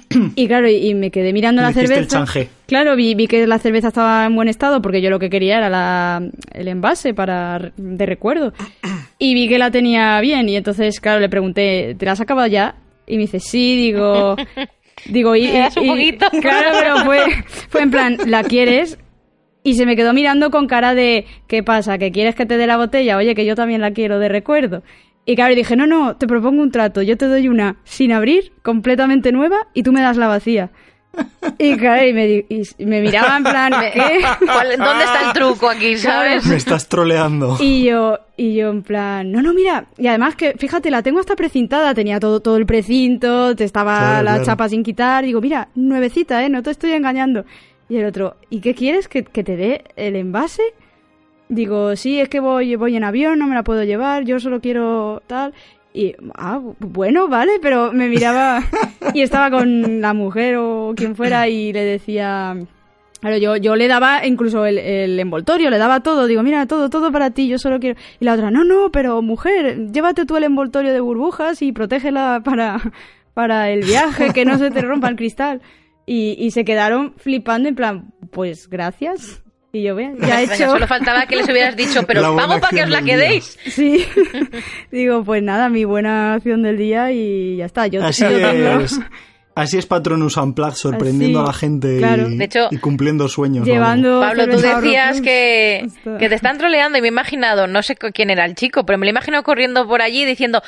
Y claro, y, y me quedé mirando Le la hiciste cerveza. el chanje. Claro, vi, vi que la cerveza estaba en buen estado porque yo lo que quería era la, el envase para de recuerdo. Y vi que la tenía bien y entonces, claro, le pregunté, ¿te la has acabado ya? Y me dice, sí, digo... digo y, ¿Me das un y- poquito? Claro, pero fue, fue en plan, ¿la quieres? Y se me quedó mirando con cara de, ¿qué pasa? ¿Que quieres que te dé la botella? Oye, que yo también la quiero de recuerdo. Y claro, y dije, no, no, te propongo un trato. Yo te doy una sin abrir, completamente nueva, y tú me das la vacía. Y claro, y me, di- y me miraba en plan, ¿qué? ¿Cuál- ¿Dónde está el truco aquí, sabes? Me estás troleando. Y yo, y yo en plan, no, no, mira, y además que, fíjate, la tengo hasta precintada, tenía todo, todo el precinto, te estaba Claro, la claro. chapa sin quitar, digo, mira, nuevecita, ¿eh? No te estoy engañando. Y el otro, ¿y qué quieres? ¿Que, que te dé el envase? Digo, sí, es que voy, voy en avión, no me la puedo llevar, yo solo quiero tal. Y, ah, bueno, vale, pero me miraba y estaba con la mujer o quien fuera y le decía... Claro, yo, yo le daba incluso el, el envoltorio, le daba todo. Digo, mira, todo, todo para ti, yo solo quiero... Y la otra, no, no, pero mujer, llévate tú el envoltorio de burbujas y protégela para, para el viaje, que no se te rompa el cristal. Y, y se quedaron flipando en plan, pues gracias. Y yo, vea, ya he Venga, hecho... solo faltaba que les hubieras dicho, pero La buena pago para que os acción la del día. quedéis. Sí, digo, pues nada, mi buena acción del día y ya está. Yo, Así yo tengo- es. Así es Patronus Unplugged, sorprendiendo Así, a la gente claro. y, De hecho, y cumpliendo sueños. o algo. llevando... Pablo, tú cerveza decías Euroclub. que, Hasta- que te están troleando y me he imaginado, no sé quién era el chico, pero me lo he imaginado corriendo por allí diciendo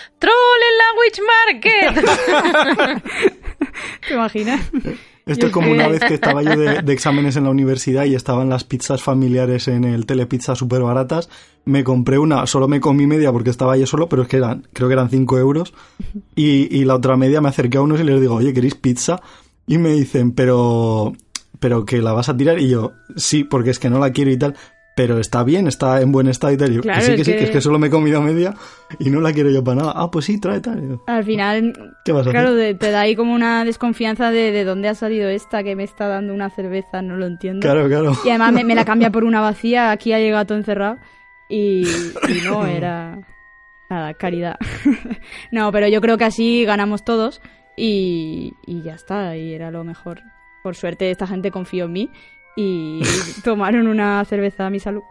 ¡Troll en Language Market! ¿Te imaginas? Esto es como una vez que estaba yo de, de exámenes en la universidad y estaban las pizzas familiares en el Telepizza súper baratas. Me compré una, solo me comí media porque estaba yo solo, pero es que eran, creo que eran cinco euros. Y, y la otra media me acerqué a unos y les digo, oye, ¿queréis pizza? Y me dicen, pero, pero que la vas a tirar. Y yo, sí, porque es que no la quiero y tal. Pero está bien, está en buen estado y tal. Y yo, Claro, que sí, es que sí, que- que es que solo me he comido media y no la quiero yo para nada. Ah, pues sí, trae tal. Y yo, Al final, ¿qué vas a claro, hacer? de- te da ahí como una desconfianza de, de dónde ha salido esta que me está dando una cerveza, no lo entiendo. Claro, claro. Y además me, me la cambia por una vacía, aquí ha llegado todo encerrado y, y no, era nada, caridad. No, pero yo creo que así ganamos todos y, y ya está, y era lo mejor. Por suerte esta gente confió en mí y tomaron una cerveza a mi salud.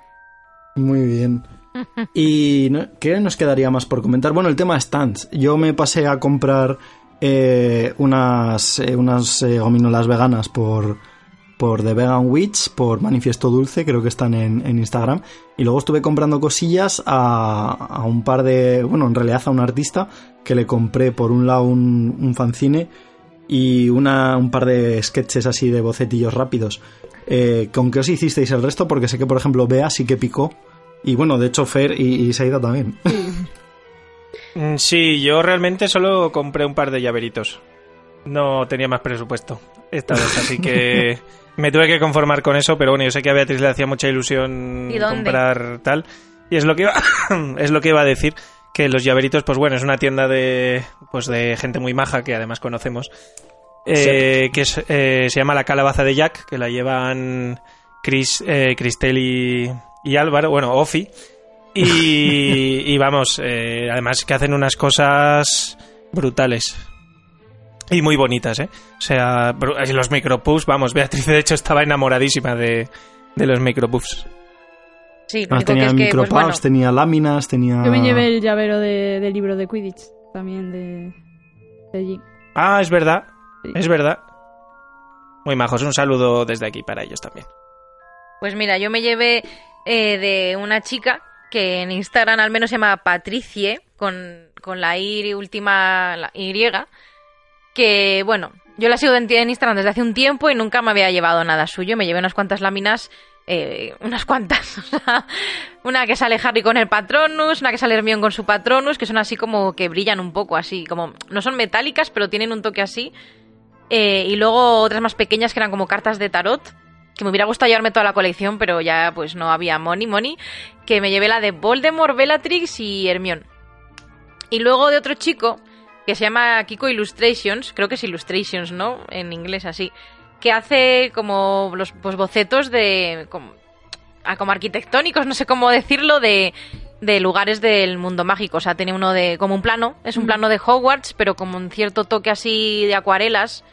Muy bien. ¿Y no- qué nos quedaría más por comentar? Bueno, el tema stands. Yo me pasé a comprar eh, unas, eh, unas eh, gominolas veganas por, por The Vegan Witch, por Manifiesto Dulce, creo que están en, en Instagram. Y luego estuve comprando cosillas a, a un par de... Bueno, en realidad a un artista que le compré por un lado un, un fanzine y una, un par de sketches así de bocetillos rápidos. Eh, ¿Con qué os hicisteis el resto? Porque sé que, por ejemplo, Bea sí que picó. Y bueno, de hecho, Fer y, y Saida también. Mm, Sí, yo realmente solo compré un par de llaveritos. No tenía más presupuesto esta vez, así que me tuve que conformar con eso, pero bueno, yo sé que a Beatriz le hacía mucha ilusión ¿Y dónde? comprar tal. Y es lo que iba, es lo que iba a decir, que los llaveritos, pues bueno, es una tienda de pues de gente muy maja que además conocemos. Eh, que es, eh, se llama La Calabaza de Jack, que la llevan Chris, eh, Cristel y, y Álvaro, bueno, Ofi. Y, y vamos, eh, además que hacen unas cosas brutales. Y muy bonitas, ¿eh? O sea, bru- los micropuffs, vamos, Beatriz de hecho estaba enamoradísima de, de los micropuffs. Sí, lo Además, único que tenía es que, pues micropuffs, bueno, tenía láminas, tenía... Yo me llevé el llavero de- del libro de Quidditch, también de, de allí. Ah, es verdad, Sí. es verdad. Muy majos, un saludo desde aquí para ellos también. pues mira, yo me llevé eh, de una chica que en Instagram al menos se llama Patricie, con, con la I última, la Y, que bueno, yo la sigo en, en Instagram desde hace un tiempo y nunca me había llevado nada suyo. Me llevé unas cuantas láminas, eh, unas cuantas, o sea, una que sale Harry con el Patronus, una que sale Hermione con su Patronus, que son así como que brillan un poco, así como, no son metálicas, pero tienen un toque así. Eh, y luego otras más pequeñas que eran como cartas de tarot, que me hubiera gustado llevarme toda la colección, pero ya pues no había money, money, que me llevé la de Voldemort, Bellatrix y Hermione. Y luego de otro chico, que se llama Kiko Illustrations, creo que es Illustrations, ¿no? En inglés así, que hace como los pues, bocetos de... Como, ah, como arquitectónicos, no sé cómo decirlo, de, de lugares del mundo mágico. O sea, tiene uno de como un plano, es un plano de Hogwarts, pero como un cierto toque así de acuarelas,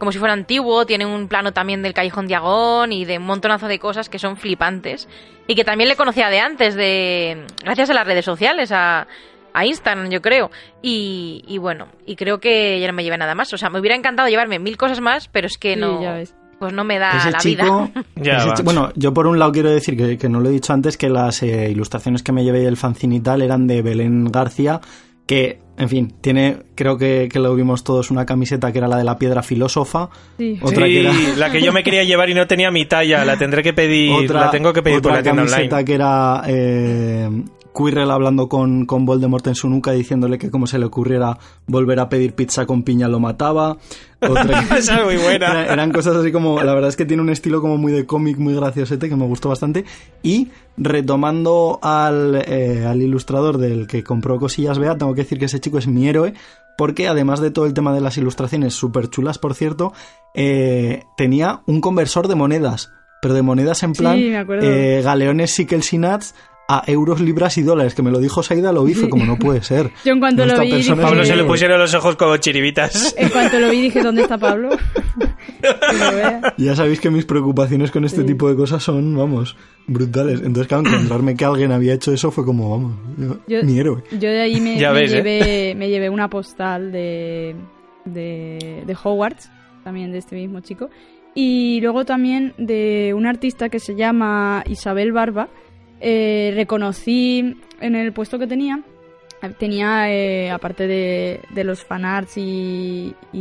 como si fuera antiguo, tiene un plano también del Callejón Diagón y de un montonazo de cosas que son flipantes y que también le conocía de antes, de gracias a las redes sociales, a, a Instagram, yo creo. Y, y bueno, y creo que ya no me lleva nada más. O sea, me hubiera encantado llevarme mil cosas más, pero es que Sí, no... ya ves. Pues no me da Ese la chico, vida. Ya ese va. chi- bueno, yo por un lado quiero decir que, que no lo he dicho antes, que las eh, ilustraciones que me llevé del fanzine y tal eran de Belén García, que, en fin, tiene, creo que, que lo vimos todos, una camiseta que era la de la piedra filósofa, Sí. otra Sí, que era... la que yo me quería llevar y no tenía mi talla, la tendré que pedir, Otra, la tengo que pedir por otra la tienda camiseta online. que era eh, Quirrell hablando con, con Voldemort en su nuca diciéndole que como se le ocurriera volver a pedir pizza con piña lo mataba. Otra que- Esa es muy buena. Era- eran cosas así como, la verdad es que tiene un estilo como muy de cómic, muy graciosete, que me gustó bastante. Y retomando al, eh, al ilustrador del que compró Cosillas Bea, tengo que decir que ese chico es mi héroe, porque además de todo el tema de las ilustraciones súper chulas, por cierto, eh, tenía un conversor de monedas, pero de monedas en plan Sí, me acuerdo. eh, galeones, sickles y nuts a euros, libras y dólares, que me lo dijo Saida, lo vi, fue como no puede ser. Yo en cuanto No, lo esta vi, persona dije- es Pablo mi se le héroe. pusieron los ojos como chiribitas. En cuanto lo vi dije, ¿dónde está Pablo? Que lo vea. Ya sabéis que mis preocupaciones con este Sí. tipo de cosas son, vamos, brutales. Entonces, claro, encontrarme que alguien había hecho eso fue como, vamos, yo- Yo- mi héroe. Yo de ahí me, Ya me ves, ¿eh? llevé, me llevé una postal de, de, de Hogwarts, también de este mismo chico. Y luego también de una artista que se llama Isabel Barba. Eh, reconocí en el puesto que tenía, tenía, eh, aparte de, de los fanarts y, y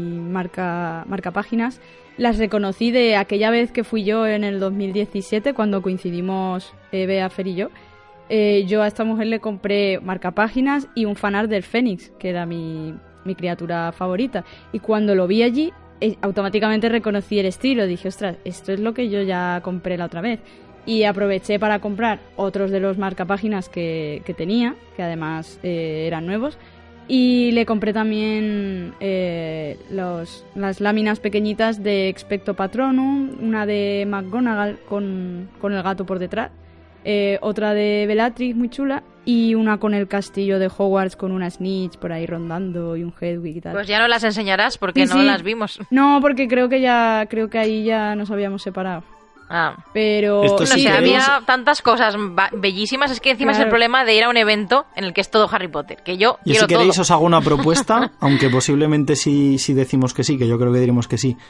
marca, marca páginas, las reconocí de aquella vez que fui yo en el dos mil diecisiete, cuando coincidimos eh, Bea, Fer y yo. Eh, yo a esta mujer le compré marcapáginas y un fanart del Fénix, que era mi, mi criatura favorita. Y cuando lo vi allí, eh, automáticamente reconocí el estilo. Dije, ostras, esto es lo que yo ya compré la otra vez. Y aproveché para comprar otros de los marcapáginas que, que tenía, que además eh, eran nuevos. Y le compré también eh, los, las láminas pequeñitas de Expecto Patronum, una de McGonagall con, con el gato por detrás, eh, otra de Bellatrix muy chula y una con el castillo de Hogwarts con una Snitch por ahí rondando y un Hedwig y tal. Pues ya no las enseñarás porque Sí, no sí. las vimos. No, porque creo que ya creo que ahí ya nos habíamos separado. Ah. Pero Esto No sí sé, que había es- tantas cosas ba- bellísimas. Es que encima es el Claro. problema de ir a un evento en el que es todo Harry Potter. Que yo Y quiero si queréis todo. os hago una propuesta, aunque posiblemente sí, sí decimos que sí, que yo creo que diremos que sí.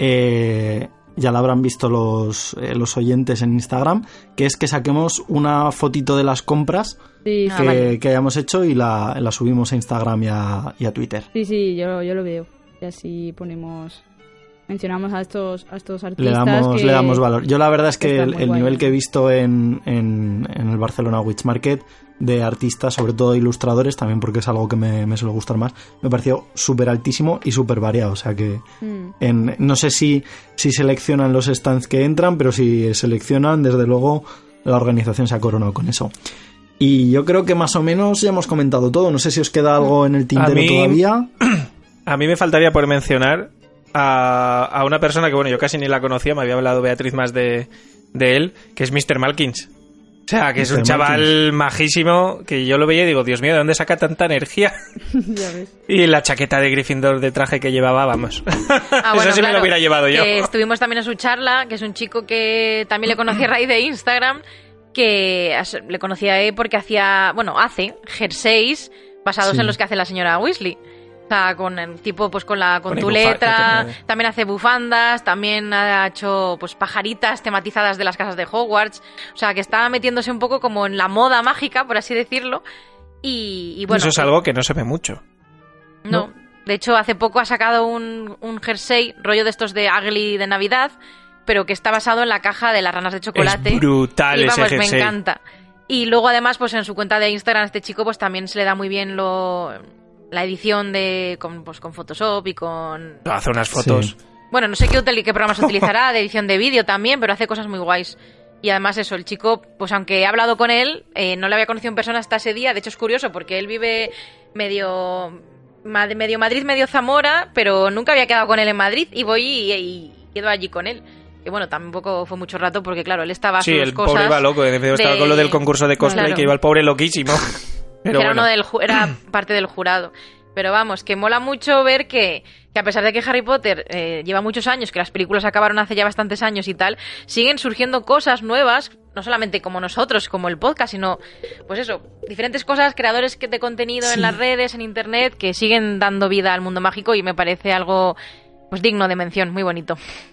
Eh, ya la habrán visto los, eh, los oyentes en Instagram, que es que saquemos una fotito de las compras sí, Ah, que, vale. que hayamos hecho y la, la subimos a Instagram y a, y a Twitter. sí, sí, yo, yo lo veo. Y así ponemos, mencionamos a estos, a estos artistas. Le damos, que- le damos valor. Yo la verdad es que está el, muy el guay. nivel que he visto en, en, en el Barcelona Witch Market de artistas, sobre todo ilustradores, también porque es algo que me, me suele gustar más, me pareció súper altísimo y súper variado. O sea que Mm. en, no sé si, si seleccionan los stands que entran, pero si seleccionan, desde luego la organización se ha coronado con eso. Y yo creo que más o menos ya hemos comentado todo. No sé si os queda algo en el tintero mí- todavía. A mí me faltaría por mencionar a, a una persona que, bueno, yo casi ni la conocía, me había hablado Beatriz más de, de él, que es míster Malkins. O sea, que es un míster chaval Malkins. majísimo, que yo lo veía y digo, Dios mío, ¿de dónde saca tanta energía? Ya ves. Y la chaqueta de Gryffindor de traje que llevaba, vamos. Ah, Eso bueno, sí me lo claro, hubiera llevado yo. que estuvimos también en su charla, que es un chico que también le conocí a raíz de Instagram, que as- le conocía a él porque hacía, bueno, hace jerseys basados Sí. en los que hace la señora Weasley. O sea, con el tipo, pues con la con Pone tu bufa- letra, que pone- también hace bufandas, también ha hecho pues pajaritas tematizadas de las casas de Hogwarts. O sea, que está metiéndose un poco como en la moda mágica, por así decirlo. Y, y bueno, Eso es algo que no se ve mucho. no. De hecho, hace poco ha sacado un, un jersey, rollo de estos de Ugly de Navidad, pero que está basado en la caja de las ranas de chocolate. Es brutal y ese vamos, me jersey. encanta. Y luego además, pues en su cuenta de Instagram, este chico pues también se le da muy bien lo la edición de con, pues, con Photoshop y con... Hace unas fotos. Sí. Bueno, no sé qué, util- qué programas utilizará de edición de vídeo también, pero hace cosas muy guays. Y además eso, el chico, pues aunque he hablado con él, eh, no le había conocido en persona hasta ese día. De hecho es curioso porque él vive medio, ma- medio Madrid, medio Zamora, pero nunca había quedado con él en Madrid y voy y, y quedo allí con él. Que bueno, tampoco fue mucho rato porque claro, él estaba a Sí, sus el cosas. pobre iba loco. de- de- Estaba de- con lo del concurso de cosplay, Claro. que iba el pobre loquísimo. Pero que era, bueno. uno del ju- era parte del jurado. Pero vamos, que mola mucho ver que, que a pesar de que Harry Potter eh, lleva muchos años, que las películas acabaron hace ya bastantes años y tal, siguen surgiendo cosas nuevas, no solamente como nosotros, como el podcast, sino, pues eso, diferentes cosas, creadores de contenido sí. en las redes, en internet, que siguen dando vida al mundo mágico y me parece algo pues digno de mención, muy bonito.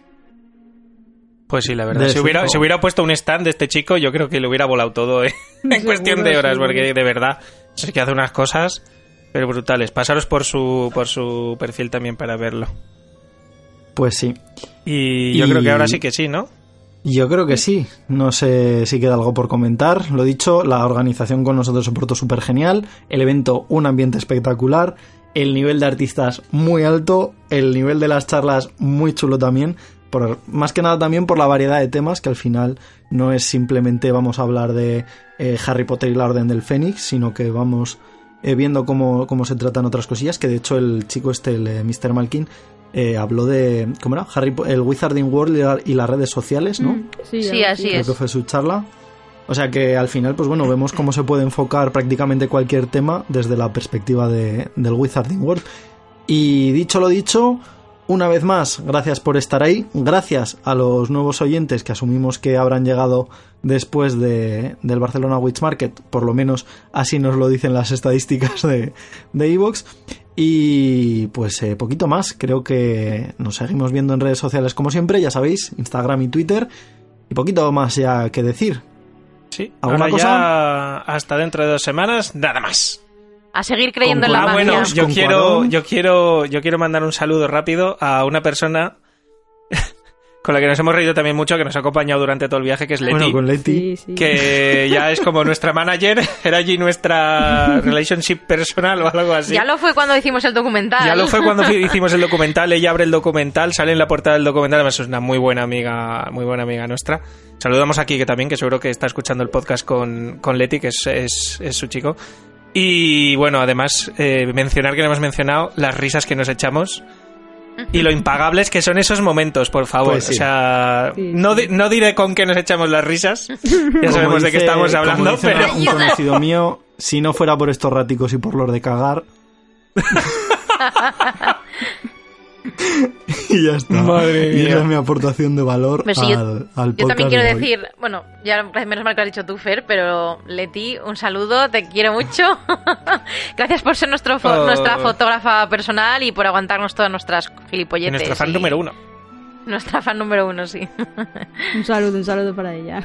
Pues sí, la verdad. Si hubiera, si hubiera puesto un stand de este chico, yo creo que le hubiera volado todo ¿eh? en cuestión de horas, porque de verdad es que hace unas cosas pero brutales. Pasaros por su por su perfil también para verlo. Pues sí. Y yo y... creo que ahora sí que sí, ¿no? Yo creo que sí. No sé si queda algo por comentar. Lo dicho, la organización con nosotros se portó súper genial. El evento, un ambiente espectacular. El nivel de artistas muy alto. El nivel de las charlas muy chulo también. Por, más que nada también por la variedad de temas, que al final no es simplemente vamos a hablar de eh, Harry Potter y la Orden del Fénix, sino que vamos eh, viendo cómo, cómo se tratan otras cosillas, que de hecho el chico este, el eh, mister Malkin, eh, habló de, ¿cómo era? Harry, el Wizarding World y, la, y las redes sociales, ¿no? Mm, sí, sí, así Creo es. que fue su charla. O sea que al final, pues bueno, vemos cómo se puede enfocar prácticamente cualquier tema desde la perspectiva de, del Wizarding World. Y dicho lo dicho, una vez más, gracias por estar ahí, gracias a los nuevos oyentes que asumimos que habrán llegado después de, del Barcelona Witch Market, por lo menos así nos lo dicen las estadísticas de de iVoox, y pues eh, poquito más, creo que nos seguimos viendo en redes sociales como siempre, ya sabéis, Instagram y Twitter, y poquito más ya que decir. Sí, ¿alguna ahora cosa? Ya hasta dentro de dos semanas, nada más. A seguir creyendo Con en la Ah, magia. bueno, yo Con quiero, Cuarón. yo quiero, yo quiero mandar un saludo rápido a una persona con la que nos hemos reído también mucho, que nos ha acompañado durante todo el viaje, que es Leti. Bueno, con Leti. Sí, sí. Que ya es como nuestra manager, era allí nuestra relationship personal o algo así. Ya lo fue cuando hicimos el documental. Ya lo fue cuando hicimos el documental, ella abre el documental, sale en la portada del documental, además es una muy buena amiga, muy buena amiga nuestra. Saludamos aquí que también, que seguro que está escuchando el podcast con, con Leti, que es, es, es su chico. Y bueno, además, eh, mencionar que no hemos mencionado las risas que nos echamos y lo impagables que son esos momentos, por favor. Pues sí. O sea, Sí, sí. no, di- no diré con qué nos echamos las risas, ya Como sabemos de qué dice- estamos hablando, como dice pero... un conocido mío, si no fuera por estos ráticos y por los de cagar... y ya está. Madre y mía. esa es mi aportación de valor Pues sí, al, yo, al podcast. yo también quiero de hoy. decir, bueno, ya menos mal que lo has dicho tú, Fer, pero Leti, un saludo, te quiero mucho. Gracias por ser nuestro fo- Oh. nuestra fotógrafa personal y por aguantarnos todas nuestras gilipolletes. Y nuestro fan y- número uno. Nuestra fan número uno, sí. Un saludo, un saludo para ella.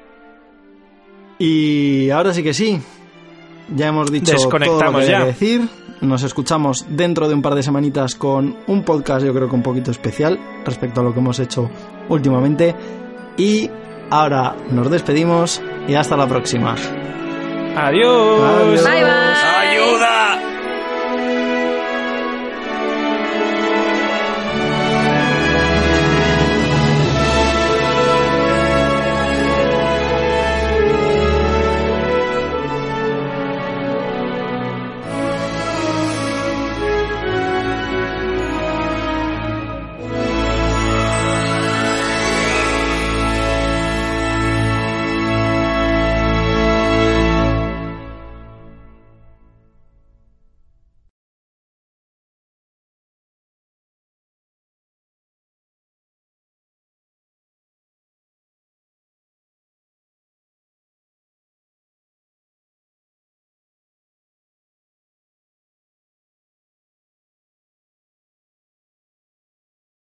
Y ahora sí que sí. Ya hemos dicho todo lo Desconectamos que había ya. que decir. Nos escuchamos dentro de un par de semanitas con un podcast, yo creo que un poquito especial respecto a lo que hemos hecho últimamente. Y ahora nos despedimos y hasta la próxima. Adiós. Adiós. Bye, bye.